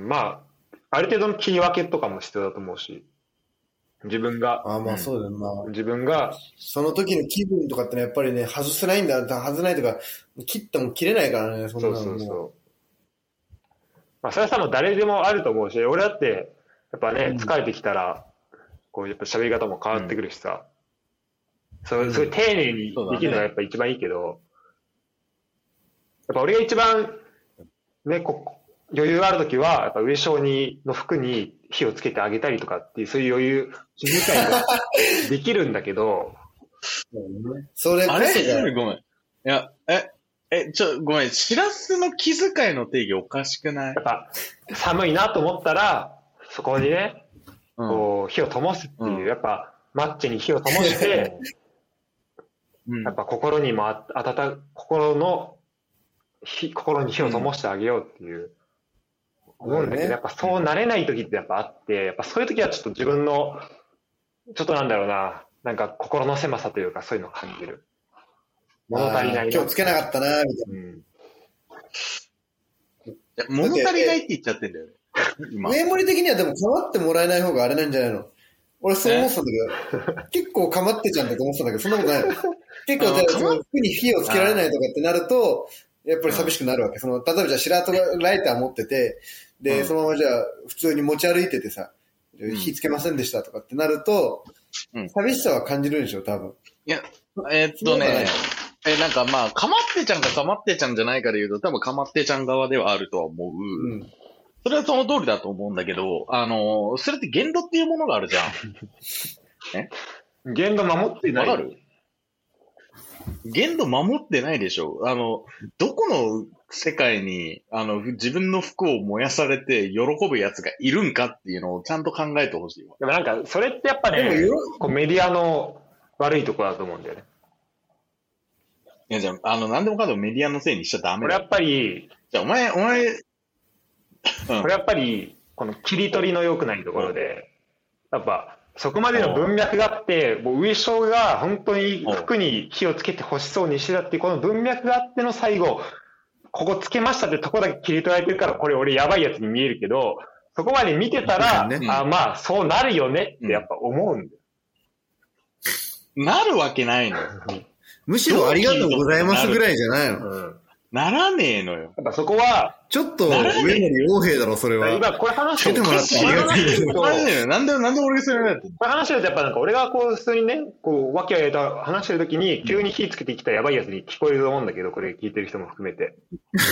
まあ、ある程度の切り分けとかも必要だと思うし、自分が、 あまあそうだよな、 うん、自分が、 その時の気分とかってのはやっぱりね、外せないんだ、外せないとか、切っても切れないからね、そんなのも。 そうそうそう。まあ、それはさ、もう誰でもあると思うし、俺だって、やっぱね、疲れてきたら、こう、やっぱ喋り方も変わってくるしさ、うん、そう、そういう丁寧にできるのがやっぱ一番いいけど、うん、やっぱ俺が一番、ね、こ余裕があるときは、やっぱ上昇に、の服に火をつけてあげたりとかっていう、そういう余裕、気遣いができるんだけど、 それこそあれごめん。いや、え、え、ちょ、ごめん、シラスの気遣いの定義おかしくない？ やっぱ、寒いなと思ったら、そこにね、うん、こう、火を灯すっていう、うん、やっぱ、マッチに火を灯して、うん、やっぱ心にもあ温か、心の火、心に火を灯してあげようっていう、思うんだけど、やっぱそうなれない時ってやっぱあって、やっぱそういう時はちょっと自分の、ちょっとなんだろうな、なんか心の狭さというかそういうのを感じる。物足りないな。 今日つけなかったな、みたいな。 うん、物足りないって言っちゃってんだよね。 上森的にはでも構ってもらえない方があれなんじゃないの？俺そう思ってたんだけど、結構構ってちゃんだと思ってたんだけど、そんなことないの。結構じゃあ、その服に火をつけられないとかってなると、やっぱり寂しくなるわけ。その、例えばじゃあ白戸がライター持ってて、で、うん、そのままじゃあ普通に持ち歩いててさ、うん、火つけませんでしたとかってなると、うん、寂しさは感じるんでしょ、多分。 いや、えー、っとね、え、なんかまあ、かまってちゃんかかまってちゃんじゃないかで言うと、多分かまってちゃん側ではあるとは思う。うん、それはその通りだと思うんだけど、あの、それって限度っていうものがあるじゃん。 え限度守ってない？ わかる？限度守ってないでしょ。あの、どこの世界に、あの、自分の服を燃やされて喜ぶ奴がいるんかっていうのをちゃんと考えてほしいわ。 でもなんか、それってやっぱね、こうメディアの悪いところだと思うんだよね。 いや、じゃあ、あの、なんでもかんでもメディアのせいにしちゃダメだ。 これやっぱり、 じゃあ、お前、お前、うん、 これやっぱり、この切り取りの良くないところで、やっぱ、そこまでの文脈があって、もう上昇が本当に服に火をつけて欲しそうにしてたっていう、この文脈があっての最後、ここつけましたってとこだけ切り取られてるから、これ俺やばいやつに見えるけど、そこまで見てたら、ね、あまあそうなるよねってやっぱ思うんだよ。 うん、なるわけないの。 むしろありがとうございますぐらいじゃないの。うん、 ならねえのよ。 やっぱそこは、 ちょっと、上森横兵だろ、それは。 今、これ話しててもらってありがとう。 なんで、なんで俺がそれやってこれ話してると、やっぱなんか俺がこう、普通にね、こう、わけあいた話してるときに、急に火つけてきたやばいやつに聞こえると思うんだけど、これ聞いてる人も含めて。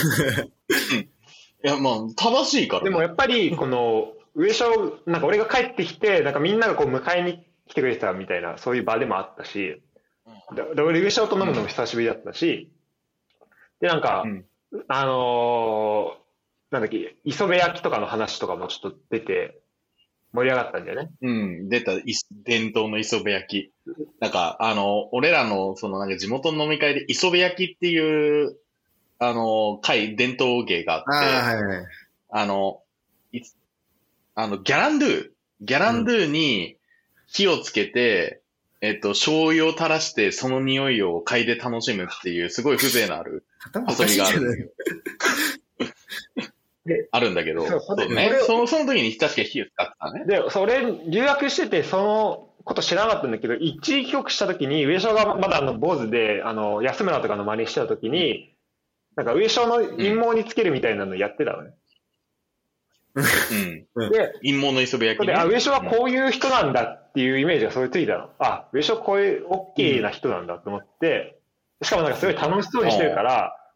いや、まあ、正しいから、 ね。でもやっぱり、この、上昇、なんか俺が帰ってきて、なんかみんながこう、迎えに来てくれてたみたいな、そういう場でもあったし、で俺上昇と飲むのも久しぶりだったし、で、なんか、うんあのー、なんだっけ、磯辺焼きとかの話とかもちょっと出て、盛り上がったんだよね。 うん、出た、伝統の磯辺焼き。なんか、あの、俺らの、そのなんか地元の飲み会で磯辺焼きっていう、あの、会、伝統芸があって、あ、はいはい、あの、いあの、ギャランドゥ、ギャランドゥに火をつけて、うん、えっと、醤油を垂らして、その匂いを嗅いで楽しむっていう、すごい風情のある遊びがあるんだけど。あるんだけど、そうそうね。その、その時に確かに火を使ってたね。 で、それ、留学してて、そのこと知らなかったんだけど、一時帰国した時に、上昇がまだあの、坊主で、あの、安村とかの真似してた時に、なんか上昇の陰謀につけるみたいなのやってたのね。 うん。で、陰謀の磯辺焼き、ね。 で、あ、上昇はこういう人なんだっていうイメージがそれついたの。あ、上昇こういうオッケーな人なんだと思って、しかもなんかすごい楽しそうにしてるから、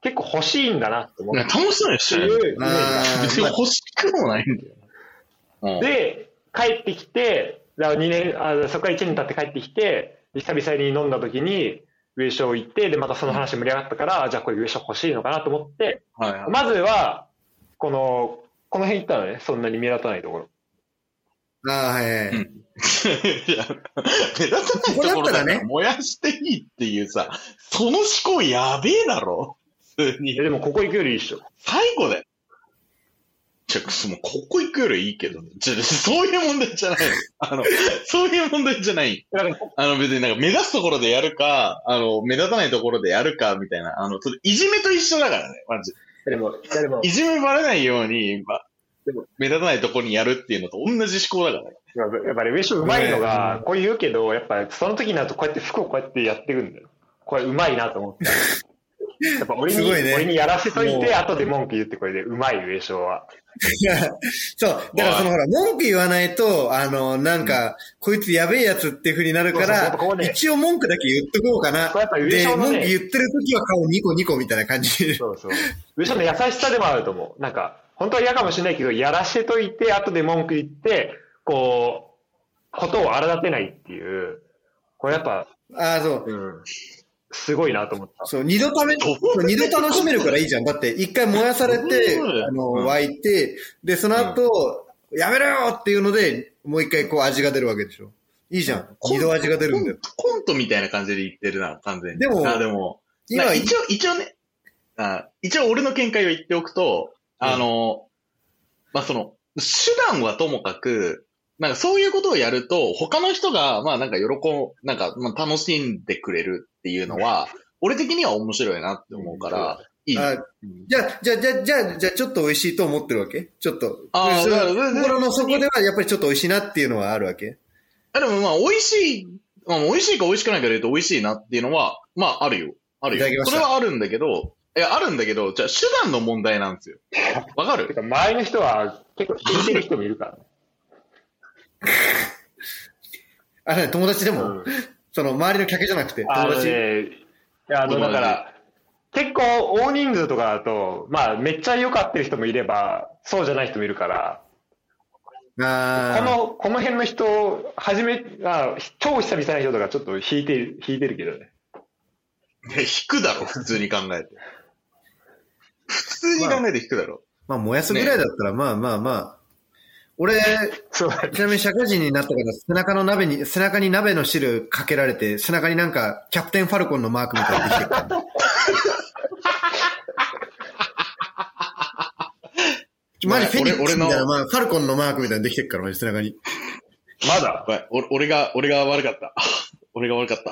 結構欲しいんだなと思って。 楽しそうにしてる。別に欲しくもないんだよ。うん、で、 帰ってきて、にねんあ、そこからいちねん経って帰ってきて、久々に飲んだ時に、上昇行って、で、またその話盛り上がったから、うん、じゃあこれ上昇欲しいのかなと思って、はいはい、まずは、この、この辺行ったのね、そんなに目立たないところ。 ああ、はいはい。うん、いや目立たないところだから燃やしていいっていうさ、その思考やべえだろ。普通に。 でもここ行くよりいいっしょ。 最後だよ。ちょ、もうここ行くよりいいけど、ちょ、そういう問題じゃない。あの、そういう問題じゃない。あの別になんか目指すところでやるか、あの、目立たないところでやるか、みたいな。あの、いじめと一緒だからね、マジ。 でも、でも。 いじめバレないように、ま、でも目立たないところにやるっていうのと同じ思考だからね。 やっぱり上昇うまいのが、こう言うけど、やっぱその時になるとこうやって服をこうやってやっていくんだよ。これうまいなと思って。やっぱ俺に、ね、俺にやらせといて、後で文句言ってこれでうまい上昇は。 いや、そう。だからそのほら、文句言わないと、あの、なんか、うん、こいつやべえやつっていう風になるから、そうそうそうね、一応文句だけ言っとこうかな。ね、で、文句言ってる時は顔ニコニコみたいな感じ。 そうそう。上昇の優しさでもあると思う。なんか、本当は嫌かもしれないけど、やらせといて、後で文句言って、こう、ことを荒立てないっていう、これやっぱ、 ああ、そう。 うん。すごいなと思った。 そう、二度ため、二度楽しめるからいいじゃん。だって、一回燃やされて、あの、湧いて、で、その後、うん、やめろよっていうので、もう一回こう味が出るわけでしょ。いいじゃん。二度味が出るんだよ。 コントみたいな感じで言ってるな、完全に。 でも、 あでも、今一応、一応ね、あ一応俺の見解を言っておくと、あの、うん、まあ、その、手段はともかく、なんかそういうことをやると、他の人が、まあなんか喜ん、なんかまあ楽しんでくれるっていうのは、俺的には面白いなって思うから、いい。 あじゃあ、じゃあ、じゃあ、じゃあ、じゃあ、ちょっと美味しいと思ってるわけちょっと。ああ、心の底ではやっぱりちょっと美味しいなっていうのはあるわけあでもまあ美味しい、まあ、美味しいか美味しくないかで言うと美味しいなっていうのは、まああるよ。あるよ。それはあるんだけど、いや、あるんだけど、じゃあ手段の問題なんですよ。わかる？ てか周りの人は結構聞いてる人もいるからね。 あれ、友達でも、うん、その周りの客じゃなくて、友達。 あのね、いや、あの、だから、結構大人数とかだと、まあ、めっちゃ良かってる人もいれば、そうじゃない人もいるから、 あこの、この辺の人、はじめ、あ超久々な人とかちょっと引いてる、引いてるけどね。 引くだろ、普通に考えて。普通に考えて引くだろ。 まあ、まあ、燃やすぐらいだったら、ね、まあまあまあ、俺、ちなみに社会人になったから、背中の鍋に、背中に鍋の汁かけられて、背中になんか、キャプテンファルコンのマークみたいなのできてるから。マジフェニックスみたいな、まあ、ファルコンのマークみたいなのできてるから、マジ背中に。 まだお俺が、俺が悪かった。俺が悪かった。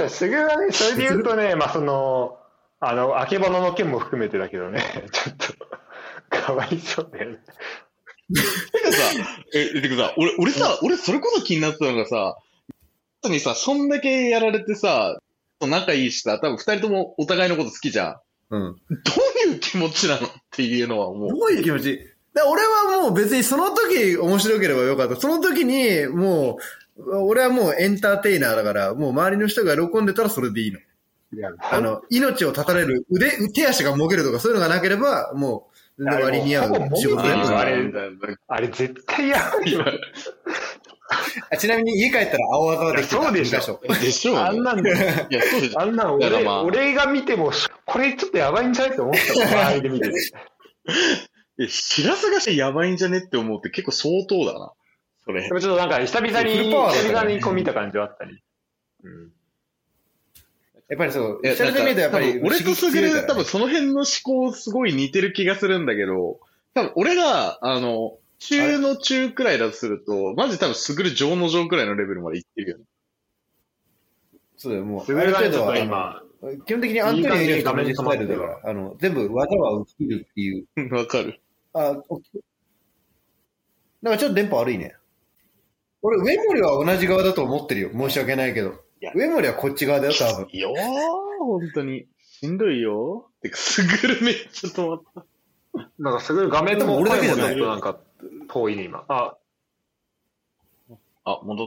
すぐはね、それで言うとね、まあその、あの、あけぼのの件も含めてだけどね、ちょっと、かわいそうだよね。 てかさ、え、てかさ、俺、俺さ、俺それこそ気になってたのがさ、にさ、そんだけやられてさ、仲いいしさ、多分二人ともお互いのこと好きじゃん。 うん。 どういう気持ちなのっていうのはもう。 どういう気持ちだ俺はもう別にその時面白ければよかった。その時にもう、俺はもうエンターテイナーだから、もう周りの人が喜んでたらそれでいいの。いやあの、命を絶たれる腕、手足がもげるとかそういうのがなければ、もう、全然割に合う仕事だよ。 あれ、あれ絶対やばいよ。 ちなみに家帰ったら青技はできてた。 そうでしょ。 でしょう、ね。 あんなんだ。いや、そうでしょ。あんなん俺、まあ、俺が見ても、これちょっとやばいんじゃないと思ったもん、周りで見てて。 いや、しらすがしてやばいんじゃねって思うって結構相当だな。それ。 でもちょっとなんか久々に、久々にこう見た感じはあったり。うん。 やっぱりそう、久々に見るとやっぱり俺とすぐる多分その辺の思考すごい似てる気がするんだけど、多分俺が、あの、中の中くらいだとすると、マジ多分すぐる上の上くらいのレベルまでいってるよね。 そうだよ、もう。すぐるがちょっと今、基本的にアントニオ猪木と同じスタイルだから、あの、全部技は打ち切るっていう。 わかる。 あ、おなんかちょっと電波悪いね。俺、上森は同じ側だと思ってるよ。申し訳ないけど。上森はこっち側だよ、多分。 いやー、本当に。しんどいよ。てか、すぐるめっちゃ止まった。 なんかすぐる画面とも俺だけじゃないとなんか遠いね、今。あ、 あ、戻った。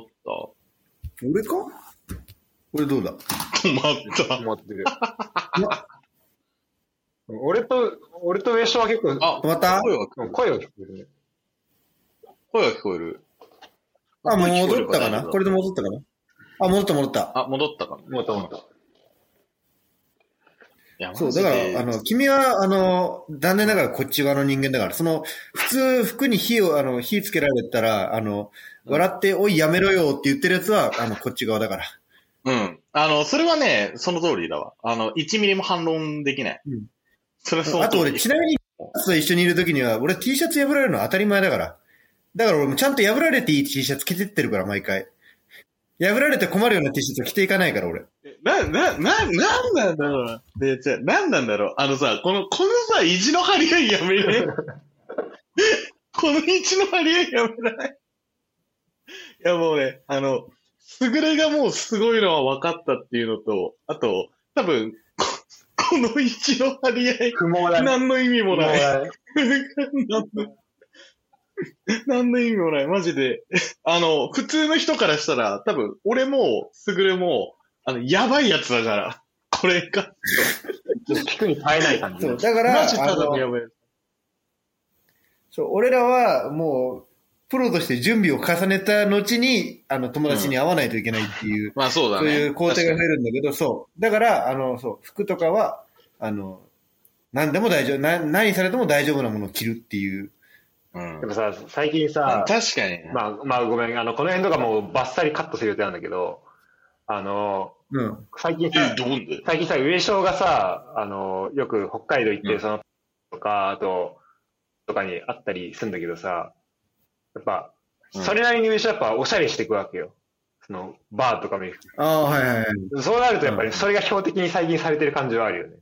俺か俺どうだ止まった。 止まってる。 俺と、俺と上昇は結構、 あ、 止まった声は聞こえる。 声が聞こえるね。 声は聞こえる。 あ、 声聞こえ戻ったかる大丈夫なこれで戻ったかなあ、戻った戻った。 あ、戻ったかな。 もっともっと。 いや、 そう、だから、あの、君は、あの、残念ながらこっち側の人間だから、その、普通、服に火を、あの、火つけられたら、あの、笑って、おい、やめろよって言ってるやつは、あの、こっち側だから。 うん。あの、それはね、その通りだわ。あの、いちミリも反論できない。 うん。 それはその通り。 あと俺、ちなみに、と一緒にいるときには、俺 T シャツ破られるの当たり前だから。だから俺もちゃんと破られていい T シャツ着てってるから、毎回。破られて困るような T シャツを着ていかないから、俺。 な、な、な、なんなんだろうな。で、じゃなんなんだろう。あのさ、この、このさ、意地の張り合いやめね。この意地の張り合いやめない。いやもうね、あの、すぐれがもうすごいのは分かったっていうのと、あと、多分、ここの意地の張り合い、 不毛だね。 何の意味もない。 不毛だね。 何の何の意味もない。マジで。あの、普通の人からしたら、多分、俺も、すぐれも、あの、やばいやつだから。これが。 聞くに耐えない感じ。 そう、だから、 マジただのやばいやつ。 そう、俺らはもう、プロとして準備を重ねた後に、あの、友達に会わないといけないっていう、 まあそうだね。 そういう工程が増えるんだけど、そう。だから、あの、そう、服とかは、あの、何でも大丈夫、な何されても大丈夫なものを着るっていう。 うん。 でもさ、最近さ、 確かに。 まあ、まあごめん、あの、この辺とかもうバッサリカットする予定なんだけど、あの、 うん。 最近さ、 え、どうで最近さ、上昇がさ、あの、よく北海道行って、 うんその、とか、あと、とかにあったりするんだけどさ、やっぱ、 うんそれなりに上昇やっぱおしゃれしていくわけよ。その、バーとかも行く。 ああ、はいはいはい。 そうなるとやっぱりそれが標的に再現されてる感じはあるよね。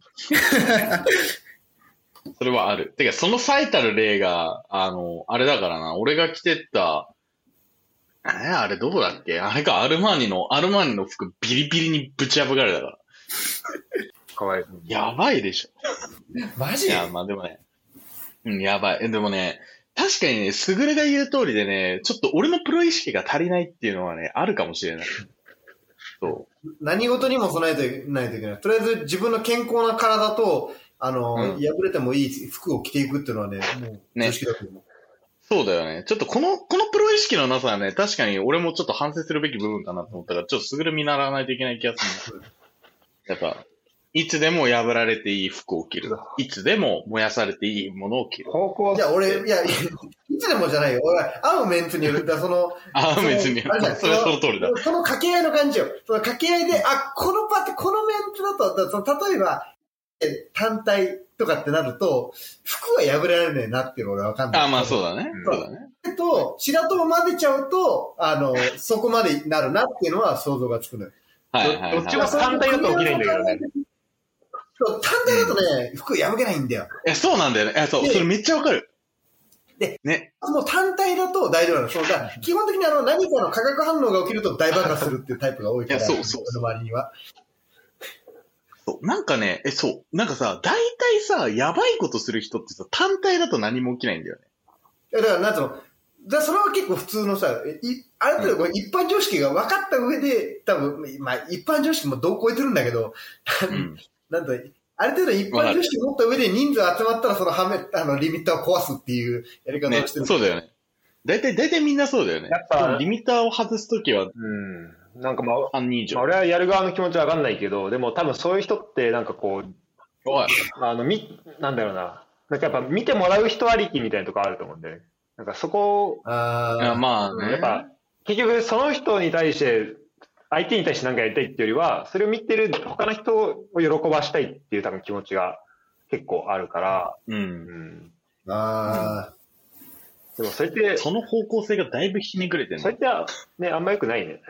それはある。てか、その最たる例が、あの、あれだからな、俺が着てった、えー、あれどこだっけあれか、アルマーニの、アルマーニの服ビリビリにぶち破かれたから。 かわいそう。 やばいでしょ。 マいや、まあでもね。うん、やばい。えでもね、確かにね、すぐれが言う通りでね、ちょっと俺のプロ意識が足りないっていうのはね、あるかもしれない。そ何事にも備えてないといけない。とりあえず自分の健康な体と、あの、 うん破れてもいい服を着ていくっていうのはね、もう、 ね常識だと思う。 う。そうだよね。ちょっとこの、このプロ意識のなさはね、確かに俺もちょっと反省するべき部分かなと思ったから、ちょっとすぐれ見習わないといけない気がする。やっぱ、いつでも破られていい服を着る。いつでも燃やされていいものを着る。 方向いや、俺、いや、いつでもじゃないよ。俺、会うメンツによる。だその、 ああ、別に。 そのあれじゃんそれはその通りだ。 その掛け合いの感じよ。その掛け合いで、あ、このパって、このメンツだと、だその例えば、え単体とかってなると、服は破れられねえなっていうのが俺わかんない。 ああ、まあそうだね。 うんそうだね。 と、白と混ぜちゃうと、あの、そこまでなるなっていうのは想像がつくのよ。 はいはいはい。 どっちも単体だと起きないんだけどね。 そう単体だとね、服破けないんだよ。 え、そうなんだよね。え、そう、 でそれめっちゃわかる。 で、 ね。 もう単体だと大丈夫なの。そうだ基本的にあの何かの化学反応が起きると大爆発するっていうタイプが多いから、 いやそうそう俺の周りには。 そうなんかね、え、そう。なんかさ、大体さ、やばいことする人ってさ、単体だと何も起きないんだよね。 いやだから、なんつうの、だからそれは結構普通のさ、いある程度これ一般常識が分かった上で、多分、まあ一般常識もどう超えてるんだけど、 うん。 なんだある程度一般常識を持った上で人数集まったらそのはめ、あの、リミッターを壊すっていうやり方ねをしてる。 そうだよね。大体、大体みんなそうだよね。 やっぱでもリミッターを外すときはうん。なんかまあ、 半人以上。 まあ、俺はやる側の気持ちはわかんないけど、でも多分そういう人ってなんかこう、 おい。 あの、み、なんだろうな。なんかやっぱ見てもらう人ありきみたいなとこあると思うんで、なんかそこを、 あいやまあね。 やっぱ、結局その人に対して、相手に対して何かやりたいっていうよりは、それを見てる他の人を喜ばしたいっていう多分気持ちが結構あるから、 う。 うんん。 あ、ああ、 でもそれって、 その方向性がだいぶひねくれてるそれってね、あんま良くないね。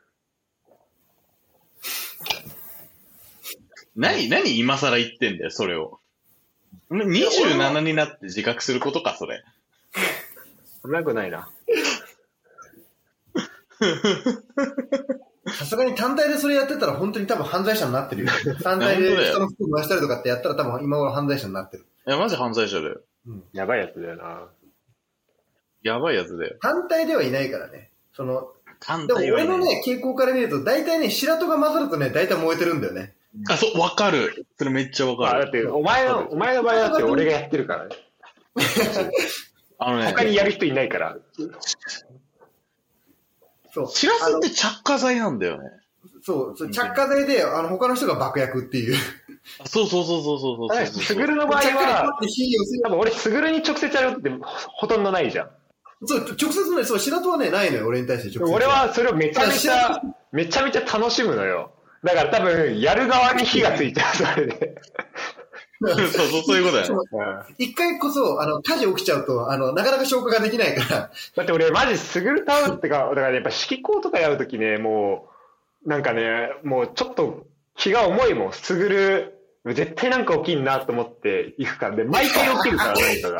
何、何今更言ってんだよ、それを。にじゅうななになって自覚することか、それ。 あんま良くないな。 さすがに単体でそれやってたら本当に多分犯罪者になってるよ。単体で人の服を回したりとかってやったら多分今頃犯罪者になってる。 いや、マジ犯罪者だよ。 やばいやつだよな。 やばいやつだよ。 単体ではいないからね。その、 単でも体はいない俺のね、傾向から見ると大体ね、白とが混ざるとね、大体燃えてるんだよね。 あ、そう、わかる。それめっちゃわかる。 あ、だって、お前の、お前の場合だって俺がやってるからね。 あのね、 他にやる人いないから。 そう。 しらすって着火剤なんだよね。 そう、そう着火剤で、あの、他の人が爆薬っていう。 そうそうそうそうそうそうそう。 すぐるの場合は、多分俺、すぐるに直接やるってほとんどないじゃん。 そう、直接ね、そう、白戸はね、ないのよ、俺に対して直接。 俺はそれをめちゃめちゃ、めちゃめちゃ楽しむのよ。だから多分、やる側に火がついちゃう、それで。 そうそう、そういうことだよね。 一回こそ、あの、火事起きちゃうと、あの、なかなか消火ができないから。 だって俺、マジ、すぐるタウンってか、だからやっぱ、指揮校とかやるときね、もう、なんかね、もうちょっと気が重いもん、すぐる、絶対なんか起きんなと思って行くからで、毎回起きるから、何かが。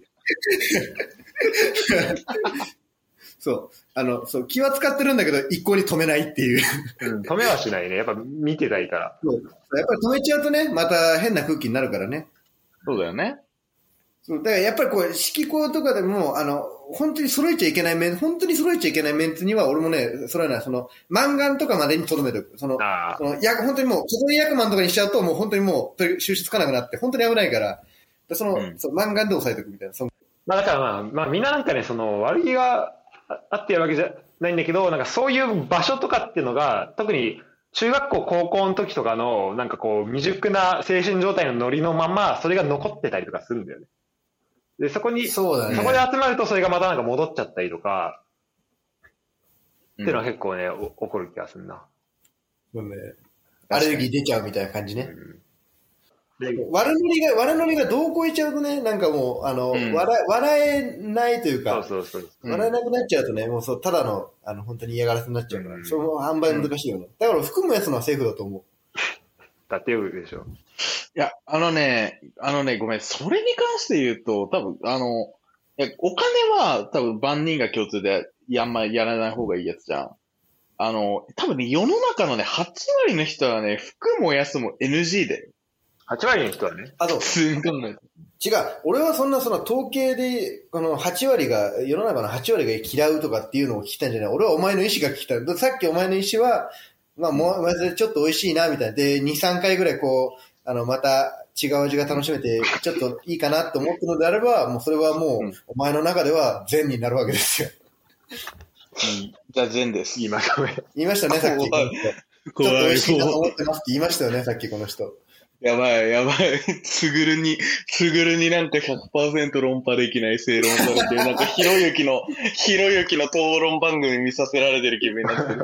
そう。あの、そう、気は使ってるんだけど、一向に止めないっていう。 うん、止めはしないね。やっぱ見てたいから。 そう。やっぱり止めちゃうとね、また変な空気になるからね。 そうだよね。 そう。だからやっぱりこう、指揮校とかでも、あの、本当に揃えちゃいけないメンツ、本当に揃えちゃいけないメンツには、俺もね、揃えない。その、マンガンとかまでに留めておく。その、そのや本当にもう、小鳥役満とかにしちゃうと、もう本当にもう、収拾つかなくなって、本当に危ないから、その、うん、そう、マンガンで抑えておくみたいな。そのまあだからまあ、まあみんななんかね、その、悪気があってやるわけじゃないんだけど、なんかそういう場所とかっていうのが、特に中学校、高校の時とかの、なんかこう、未熟な精神状態のノリのまま、それが残ってたりとかするんだよね。で、そこに、 そうだね、 そこで集まるとそれがまたなんか戻っちゃったりとか、うん、っていうのは結構ね、起こる気がするな。 そうね。アレルギー出ちゃうみたいな感じね。うん悪ノリが、悪ノリがどう超えちゃうとね、なんかもう、あの、うん、笑、笑えないというか、 そうそうそう、 笑えなくなっちゃうとね、もうそう、ただの、あの、本当に嫌がらせになっちゃうから、うん、その販売難しいよね。うん、だから含むやつのはセーフだと思う。 だってよでしょ。 いや、あのね、あのね、ごめん、それに関して言うと、多分、あの、いやお金は多分万人が共通で、あんまやらない方がいいやつじゃん。あの、多分ね、世の中のね、はち割の人はね、服燃やすも エヌジー で。 はち割の人はね。 あと、 すんごい。違う。 俺はそんなその統計で、このはち割が、世の中のはち割が嫌うとかっていうのを聞きたいんじゃない。俺はお前の意思が聞きたい。さっきお前の意思は、まあ、もう、まずちょっと美味しいな、みたいな。で、に、さんかいぐらいこう、あの、また違う味が楽しめて、ちょっといいかなと思ってるのであれば、もうそれはもう、うん、お前の中では善になるわけですよ。 うん、じゃあ善です。 言いました。 言いましたね、さっき。ちょっと美味しいなと思ってますって言いましたよね、さっきこの人。 やばい、やばい。つぐるに、つぐるになんか ひゃくパーセント 論破できない正論されてる。なんかひろゆきの、ひろゆきの討論番組見させられてる気分になってる。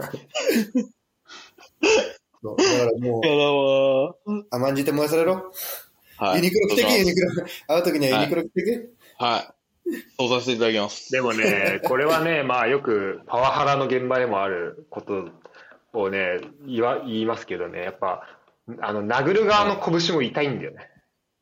そうだからもう、 やだわー。甘んじて燃やされろ。 はい。 ユニクロ着てけ、ユニクロ。会うときにはユニクロ着てけ。 はい。はい、そうさせていただきます。 でもね、これはね、まあよくパワハラの現場でもあることをね、言わ、言いますけどね、やっぱ、あの、殴る側の拳も痛いんだよね。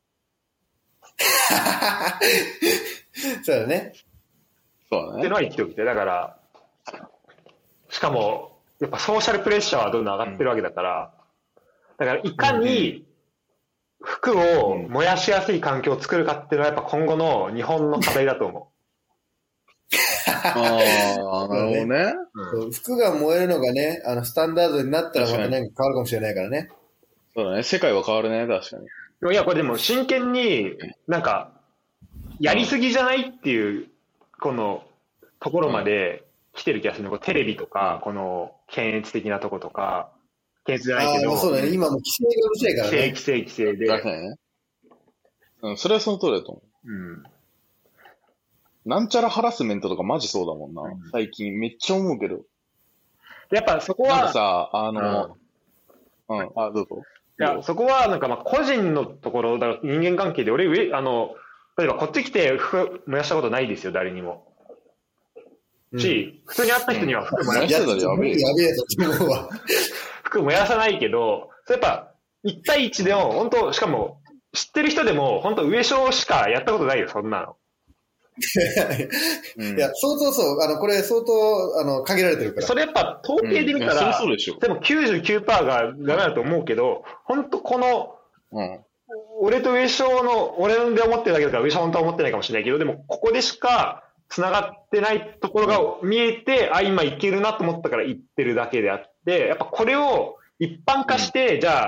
そうだね。 そうだね。 ってのは言っておきたい。だから、しかも、やっぱソーシャルプレッシャーはどんどん上がってるわけだから、だからいかに服を燃やしやすい環境を作るかっていうのはやっぱ今後の日本の課題だと思う。 ああ、なるほどね、 うん。服が燃えるのがね、あの、スタンダードになったらまた何か変わるかもしれないからね。 そうだね。世界は変わるね、確かに。 いや、これでも真剣になんか、やりすぎじゃないっていう、このところまで来てる気がするの。テレビとか、この検閲的なとことか、検閲じゃないけど。 ああ、そうだね。今も規制がうるさいからね。 規制、規制、規制で。 確かにね。うん、それはその通りだと思う。うん。なんちゃらハラスメントとかマジそうだもんな。うん、最近めっちゃ思うけど。 やっぱそこは。 なんかさ、あの、うん、うん、あ、どうぞ。 いや、そこはなんかまあ個人のところ、だから人間関係で、俺、上、あの、例えばこっち来て服燃やしたことないですよ、誰にも。うん、し、普通に会った人には服燃やしたことやべえ。やべえぞ、自分は。 服燃やさないけど、それやっぱ、いち対いちでも、本当しかも、知ってる人でも、本当上昇しかやったことないよ、そんなの。 うん、いや、相当そう、あの、これ相当、あの、限られてるから。 それやっぱ統計で見たら、うん、 そうでしょ。 でも きゅうじゅうきゅうパーセント がダメだと思うけど、本当この、うん、俺と上昇の、俺で思ってるだけだから、上昇本当は思ってないかもしれないけど、でもここでしか繋がってないところが見えて、うん、あ、今いけるなと思ったから言ってるだけであって、やっぱこれを一般化して、うん、じゃあ、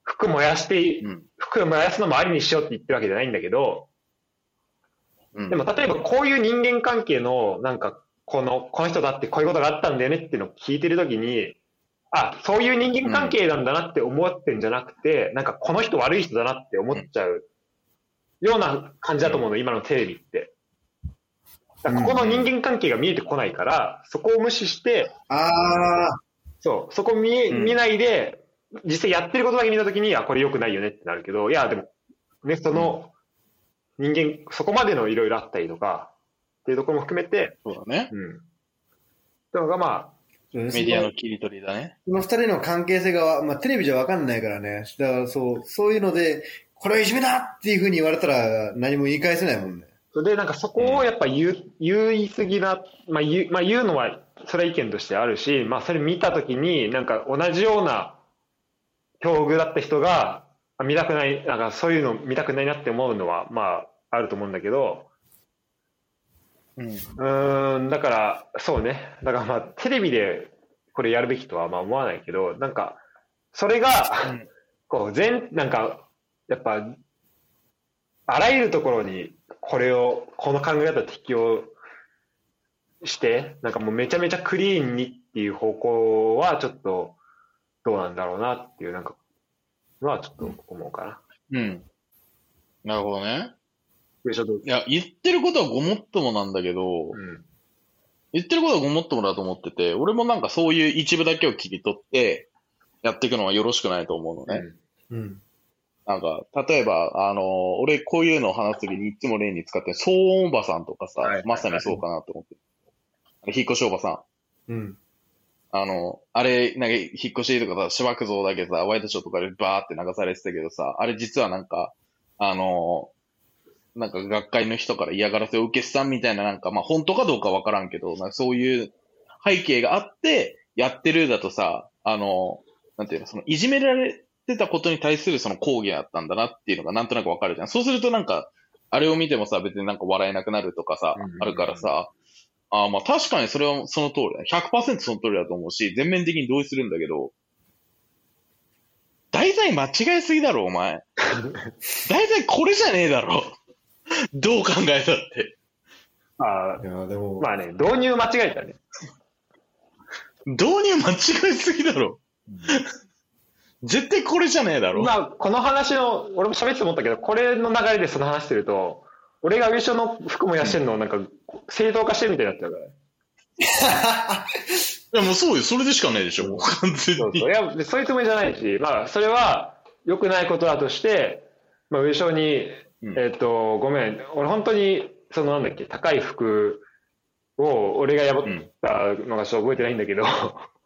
服燃やして、うん、服燃やすのもありにしようって言ってるわけじゃないんだけど、うん、でも例えばこういう人間関係の、なんか、この、この人だってこういうことがあったんだよねっていうのを聞いてるときに、あ、そういう人間関係なんだなって思ってんじゃなくて、うん、なんかこの人悪い人だなって思っちゃうような感じだと思うの、うん、今のテレビって。ここの人間関係が見えてこないから、そこを無視して、 あそう、そこ見え、見ないで、実際やってることだけ見たときに、あ、これ良くないよねってなるけど、いや、でも、ね、その、人間、そこまでのいろいろあったりとか、っていうところも含めて、 そうだね。 うん。ってのがまあ、 メディアの切り取りだね。 この二人の関係性が、まあテレビじゃわかんないからね。だからそう、そういうので、これはいじめだっていう風に言われたら何も言い返せないもんね。 で、なんかそこをやっぱ言う、言い過ぎな、まあ言う、まあ言うのは、それは意見としてあるし、まあそれ見たときに、なんか同じような境遇だった人が、見たくない、なんかそういうの見たくないなって思うのは、まああると思うんだけど、うん、うーん、だから、そうね。だからまあテレビでこれやるべきとはまあ思わないけど、なんか、それが、うん、こう全、なんか、やっぱ、あらゆるところにこれを、この考え方を適用して、なんかもうめちゃめちゃクリーンにっていう方向はちょっとどうなんだろうなっていう、なんか、のはちょっと思うかな。 うん。なるほどね。いや、言ってることはごもっともなんだけど、うん、言ってることはごもっともだと思ってて、俺もなんかそういう一部だけを切り取ってやっていくのはよろしくないと思うのね。うん。うん、なんか、例えば、あのー、俺こういうのを話すときにいつも例に使ってる騒音おばさんとかさ、はい、まさにそうかなと思ってる。引っ越しおばさん。うん。あの、あれ、なんか、引っ越しとかさ、芝生像だけさ、ワイドショーとかでバーって流されてたけどさ、あれ実はなんか、あのー、なんか学会の人から嫌がらせを受けてたみたいな、なんか、まあ本当かどうかわからんけど、なんかそういう背景があって、やってるだとさ、あの、なんていうの、その、いじめられてたことに対するその抗議だったんだなっていうのがなんとなくわかるじゃん。そうするとなんか、あれを見てもさ、別になんか笑えなくなるとかさ、あるからさ、あまあ確かにそれはその通りだ。ひゃくパーセント その通りだと思うし、全面的に同意するんだけど、題材間違えすぎだろ、お前。題材これじゃねえだろ。どう考えたって。 ああ、いやでもまあね、導入間違えたね。 導入間違えすぎだろ。絶対これじゃねえだろ。 まあ、この話の、俺も喋って思ったけど、これの流れでその話してると、俺が上所の服もやしてるのをなんか、正当化してるみたいになっちゃうから。 いやもうそうよ、それでしかないでしょ、もう完全に。 そうそう。いや、そういうつもりじゃないし、まあ、それは良くないことだとして、まあ、上所に、えっと、ごめん。俺本当に、そのなんだっけ、高い服を俺がやったのがちょっと覚えてないんだけど。ま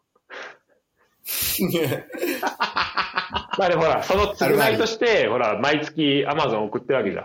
あでもほら、その償いとして、ほら、毎月アマゾン送ってるわけじゃ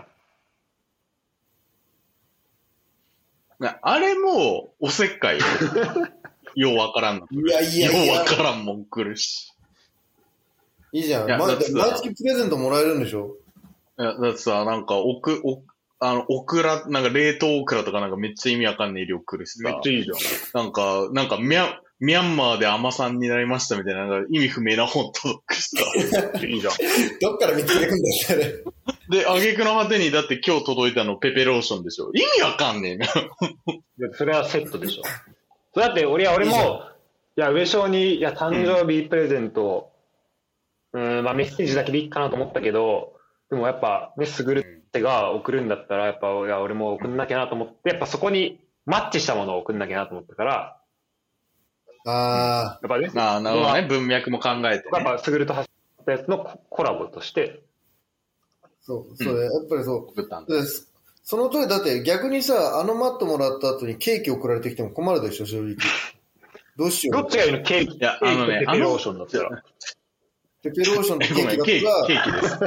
ん。あれも、おせっかいよ。ようわからんの。 いやいやいや。ようわからんもん来るし。 いいじゃん。毎月プレゼントもらえるんでしょ？ いや、だってさ、なんか、おく、お、あの、オクラ、なんか冷凍オクラとかなんかめっちゃ意味わかんない量来るしさ。 めっちゃいいじゃん。 なんか、なんか、ミャン、ミャンマーで甘さんになりましたみたいな、なんか意味不明な本届くしさ。 いいじゃん。 どっから見つけてくんだよ、それ。 で、挙句の果てに、だって今日届いたのペペローションでしょ。意味わかんねえな。 それはセットでしょ。それだって俺は、俺も、いや、上昇に、いや、誕生日プレゼント、うん、うん、まあメッセージだけでいいかなと思ったけど、でもやっぱね、すぐるってが送るんだったら、やっぱ、いや、俺も送んなきゃなと思って、やっぱそこにマッチしたものを送んなきゃなと思ったから、 ああ、やっぱね、 ああ、なるほどね、文脈も考えて、ね。 やっぱ、すぐると走ったやつのコラボとして。 そう、それ、やっぱりそう。その通り、だって逆にさ、あのマットもらった後にケーキ送られてきても困るでしょ、正直。どうしよう。 どっちがいいの？ケーキ。いや、あのね、ペペローションだったら。 ペペローションとケーキだったら。 ケーキです。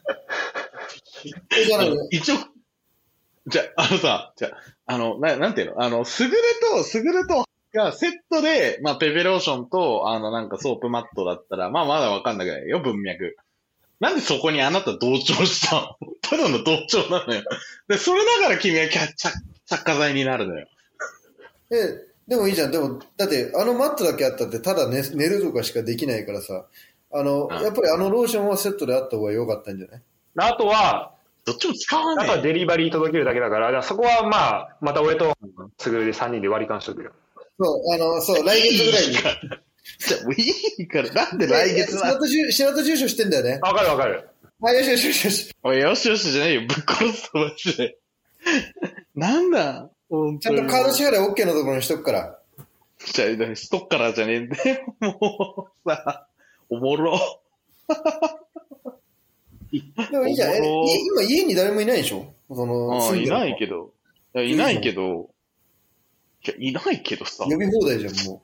じゃない一応、じゃあ、あのさ、じゃあ、あの、ななんていうのあの、すぐると、すぐるとがセットで、まあ、ペペローションと、あの、なんかソープマットだったら、まあ、まだわかんなくないよ、文脈。なんでそこにあなた同調したの？ただの同調なのよ。で、それだから君はキャッチャ、着火剤になるのよ。 え、でもいいじゃん。でも、だって、あのマットだけあったって、ただ寝、寝るとかしかできないからさ、 あの、 うんやっぱりあのローションはセットであった方が良かったんじゃない？ あとは、 どっちも使わあとはねデリバリー届けるだけだから、だからそこはまあ、また俺とすぐるでさんにんで割り勘しとくよ。 そう、あの、そう、来月ぐらいに。 じゃあもういいから、なんで来月な白戸住白戸住所してんだよね。 わかるわかる。 あ、よしよしよしよし。 おい、よしよしじゃないよ。ぶっ殺すとマジで。なんだ本ちゃんとカード支払い OK のところにしとくから。 じゃあ、ストッカラーじゃねえんで。もうさ、おもろ。 でもいいじゃん。え、今家に誰もいないでしょ？その、 ああ、いないど。 けど。いや、いないけど。いや、いないけどさ。 呼び放題じゃん、も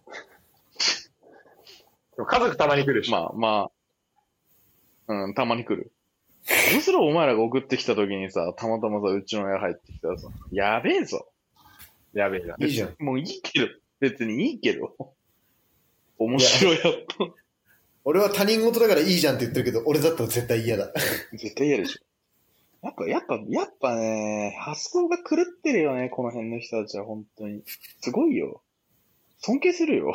でも家族たまに来るし。 まあまあ、うん、たまに来る。どうするお前らが送ってきた時にさ、たまたまさ、うちの親入ってきたらさ、やべえぞ。 やべえな。 いいじゃん。 もういいけど、別にいいけど。面白いやっと。 俺は他人事だからいいじゃんって言ってるけど、俺だったら絶対嫌だ。 絶対嫌でしょ。やっぱ、やっぱ、やっぱね、発想が狂ってるよね、この辺の人たちは、本当に。すごいよ。尊敬するよ。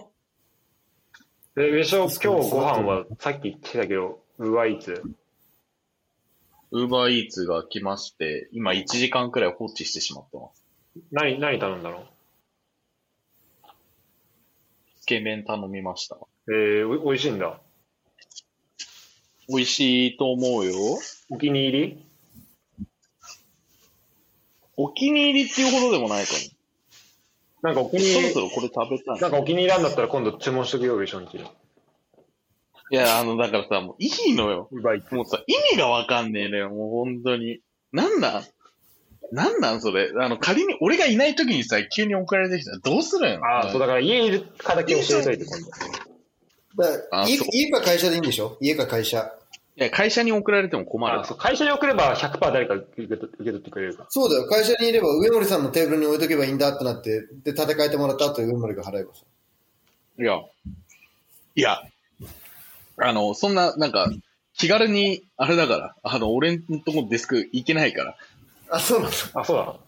で、上昇、今日ご飯は、さっき言ってたけど、ウーバーイーツ。 ウーバーイーツが来まして、今いちじかんくらい放置してしまってます。 何、何頼んだの？ つけ麺頼みました。 えー、お、おいしいんだ。 美味しいと思うよ。 お気に入り？ お気に入りっていうほどでもないかなんかお気も。 に入り、 そろそろこれ食べたい。 なんかお気に入りなんだったら今度注文しとくよ、上昇に。 いや、あの、だからさ、もういいのよ。 ウーバーイーツ。 もうさ、意味がわかんねえのよ、もう本当に。なんなんなんなんそれ。あの、仮に俺がいない時にさ、急に送られてきたらどうするん？ ああ、そうだから家いるかだけ教えといて、今度。 だから家あそう家か会社でいいんでしょ？家か会社。 いや、会社に送られても困るあ。そう、会社に送れば ひゃくパーセント 誰か受け取受け取ってくれるから。 そうだよ。会社にいれば上森さんのテーブルに置いとけばいいんだってなって、で、立て替えてもらった後上森が払えばさ。 いや、いや、あの、そんな、なんか、気軽に、あれだから、あの、俺んとこデスク行けないから、 あ、そうなんだ。 あ、そうだ。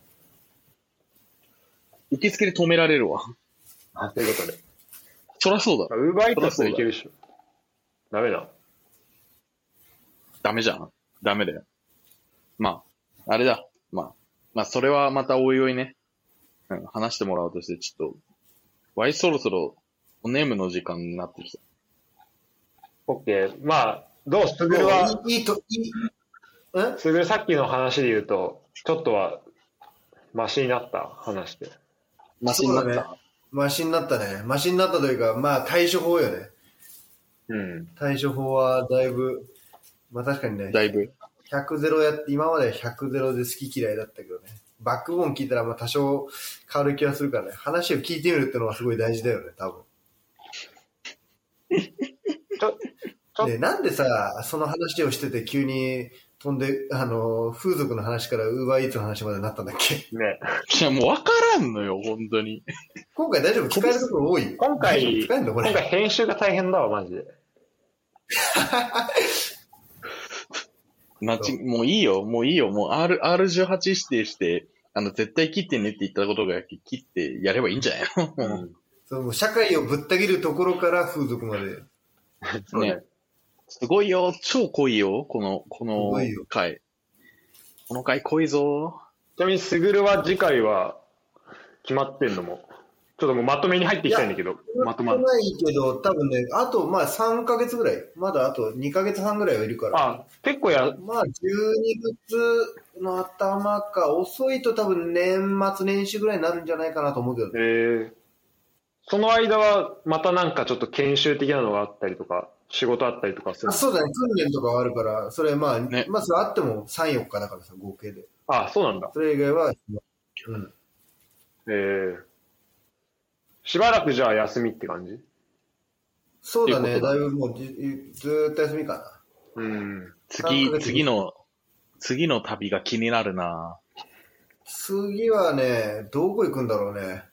受付で止められるわ。 あ、ということで。 そらそうだ。 ウーバーイーツだったらいけるでしょ。ダメだ。 ダメじゃん。ダメだよ。まあ、あれだ。まあ、まあ、それはまたおいおいね、うん、話してもらうとして、ちょっと、わいそろそろ、おネームの時間になってきた。 オッケー。まあ、どうすぐるは、 いい、いいと、いい、えすぐるさっきの話で言うと、ちょっとは、マシになった話で。 マシになった。 そうだね。マシになったね。マシになったというか、まあ対処法よね。 うん。 対処法はだいぶ、まあ確かにね、 だいぶ。 ひゃくゼロやって、今までひゃくゼロで好き嫌いだったけどね。バックボーン聞いたらまあ多少変わる気がするからね。話を聞いてみるってのはすごい大事だよね、多分。 ちょ、ちょ、 で、なんでさ、その話をしてて急に飛んで、あの、風俗の話からウーバーイーツの話までなったんだっけ？ ね。 いや、もうわからんのよ、本当に。 今回大丈夫？聞かれるところ多い？ 今回、 聞かれんのこれ。 今回編集が大変だわ、マジで。 なち、もういいよ、もういいよ、もう R、アールじゅうはち 指定して、あの、絶対切ってねって言ったことが切ってやればいいんじゃないの？ うん。 そうもう社会をぶった切るところから風俗まで。 そうね。 ね。すごいよ、超濃いよ、この、こすのごいよ回。この回濃いぞ。 ちなみに、すぐるは次回は決まってんのも、ちょっともうまとめに入っていきたいんだけど、まとまる。 ないけど、多分ね、あとまあさんかげつぐらい、まだあとにかげつはんぐらいはいるから。 あ、結構や、 まあじゅうにがつの頭か、遅いと多分年末年始ぐらいになるんじゃないかなと思うけどね。 えー、その間はまたなんかちょっと研修的なのがあったりとか、仕事あったりとかするあそうだね、訓練とかはあるから、それまあ、 ねまずあってもさん、よっかだからさ、合計で。 あ、そうなんだ。 それ以外は、うん。 えー、しばらくじゃあ休みって感じ？ そうだね、 っていうことだだいぶもうじずーっと休みかな。 うん。 次さんかげ、つ次の、次の旅が気になるな。 次はね、どこ行くんだろうね。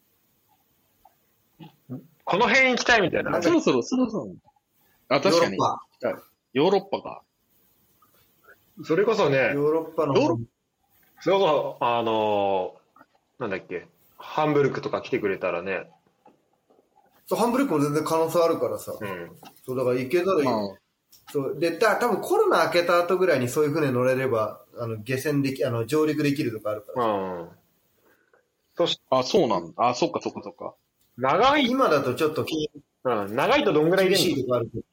この辺行きたいみたいな。 そろそろ、そろそろ。あ、確かに。 ヨーロッヨーロッパか。 それこそね、 ヨーロッパのヨーロッそれこそ、あのーなんだっけ、ハンブルクとか来てくれたらね、 そう、ハンブレックも全然可能性あるからさ。 うん。 そう、だから行けたらいい。 まあそうで、た多分コロナ明けた後ぐらいにそういう船乗れれば、あの、下船でき、あの、上陸できるとかあるから。 うん。そしあ、そうなんだ。あ、そっかそっかそっか。 長い、 今だとちょっと厳うん、長いとどんぐらい入れしんの？ いとこあるけど。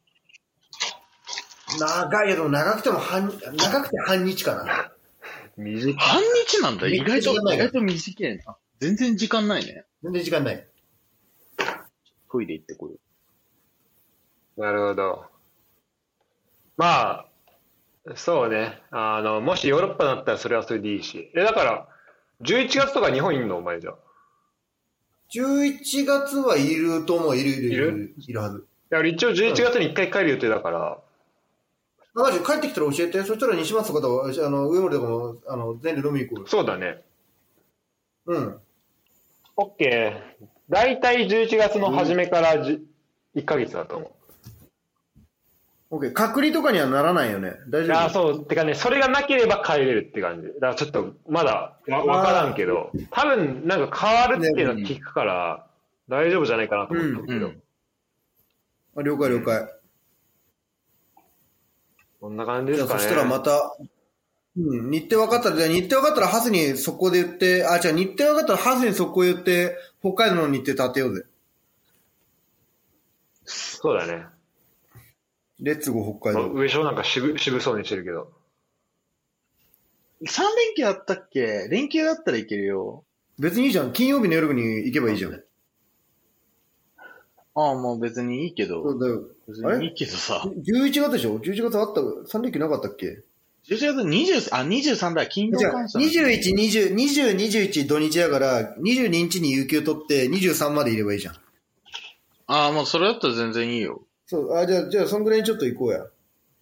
長いよ、でも長くても半、長くて半日かな。 短い。 半日なんだ。意外と、 めっちゃ時間ない意外と短いな。全然時間ないね。 全然時間ない。 トイレ行ってこい。 なるほど。まあ、そうね。あの、もしヨーロッパだったらそれはそれでいいし。え、だから、じゅういちがつとか日本いんのお前じゃ。 じゅういちがつはいると思う、いるいるいる。いるいるはず。 いや、俺一応じゅういちがつに一回帰る予定だから。 あ、マジ帰ってきたら教えて。そしたら西松とかと、あの、上森とかも、あの、全員で飲みに行こうよ。 そうだね。 うん。 オッケー。だいたいじゅういちがつの初めからじ、いっかげつだと思う。 オッケー。隔離とかにはならないよね。大丈夫？ ああ、そう。てかね、それがなければ帰れるって感じ。だからちょっと、まだわ、わからんけど、多分、なんか変わるっていうのは聞くから、大丈夫じゃないかなと思ったんだけど。 うんあ、了解了解。 こんな感じですかね。 じゃあそしたらまた、うん、日程分かったら、じゃあ日程分かったらハスにそこで言って、あ、じゃあ日程分かったらハスにそこ言って、北海道の日程立てようぜ。 そうだね。 レッツゴー北海道。 上昇なんか渋、渋そうにしてるけど。 さん連休あったっけ？連休だったらいけるよ。 別にいいじゃん。金曜日の夜に行けばいいじゃん。 ああ、もう別にいいけど。 そうだよ。 別にいいけどさ。 じゅういちがつでしょ ?じゅういちがつあった、さん連休なかったっけ？ じゅういちがつにじゅう、あ、にじゅうさんだ。勤労じゃあ、 感謝。 にじゅういち、にじゅう、にじゅう、にじゅういち土日だから、にじゅうににちに有給取ってにじゅうさんまでいればいいじゃん。 ああ、もうそれだったら全然いいよ。 そう、あ、じゃあ、じゃあ、そんぐらいにちょっと行こうや。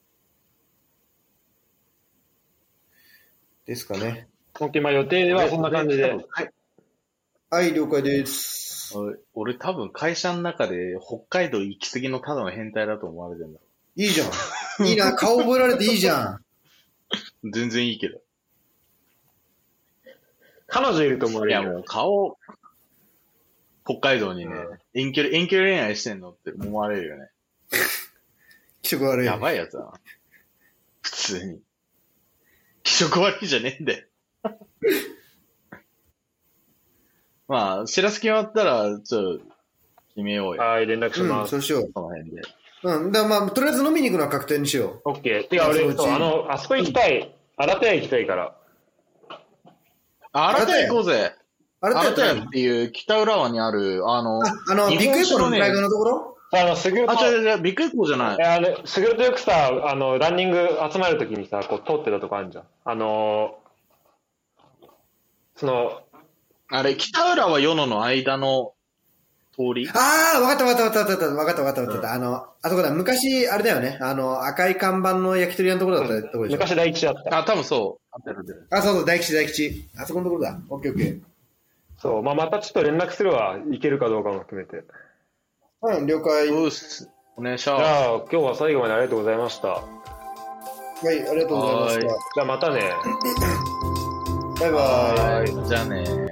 ですかね。 オッケー、まあ予定はそんな感じで。 はい。 はい、了解です。 俺、俺多分会社の中で北海道行き過ぎのただの変態だと思われてるんだ。 いいじゃん。いいな、顔覚えられていいじゃん。 全然いいけど。 彼女いると思われる。 いやもう顔、北海道にね、遠距離、遠距離恋愛してんのって思われるよね。 気色悪い。 やばいやつだな。普通に。気色悪いじゃねえんだよ。まあ、しらす決まったら、ちょっと、決めようよ。 はい、連絡しうん、 ます。 そうしよう。 この辺で。 うん、だからまあ、とりあえず飲みに行くのは確定にしよオッケー。てか俺、 そのうちそう、あの、あそこ行きたい。新手屋行きたいから。 あ、新たや行こうぜ。 う。あれだ新たやよっていう北浦和にある、あの、 あ、あの、ビ日ッグエコの本酒のね向かい側のところあの、すぐると、 あ、違う違う、ビッグエコーじゃないえ。あれ、すぐるとよくさ、あの、ランニング集まるときにさ、こう、通ってたとこあるじゃん。あのー、その、 あれ、北浦和与野の間の通りああ、わかったわかったわかったわかったわかったわかったわかった。あの、あそこだ、昔、あれだよね。あの、赤い看板の焼き鳥屋のところだったところでしょ。 昔大吉だった。 あ、多分そう。あってるで。 あ、そうそう、大吉大吉。あそこのところだ。オッケーオッケー。 そう、まあ、またちょっと連絡するわ。行けるかどうかも含めて。 うん、了解。 うっす。お願いしじます。 ゃあ、今日は最後までありがとうございました。 はい、ありがとうございました。 はじゃあまたね。 バイバイ。 はい。じゃあね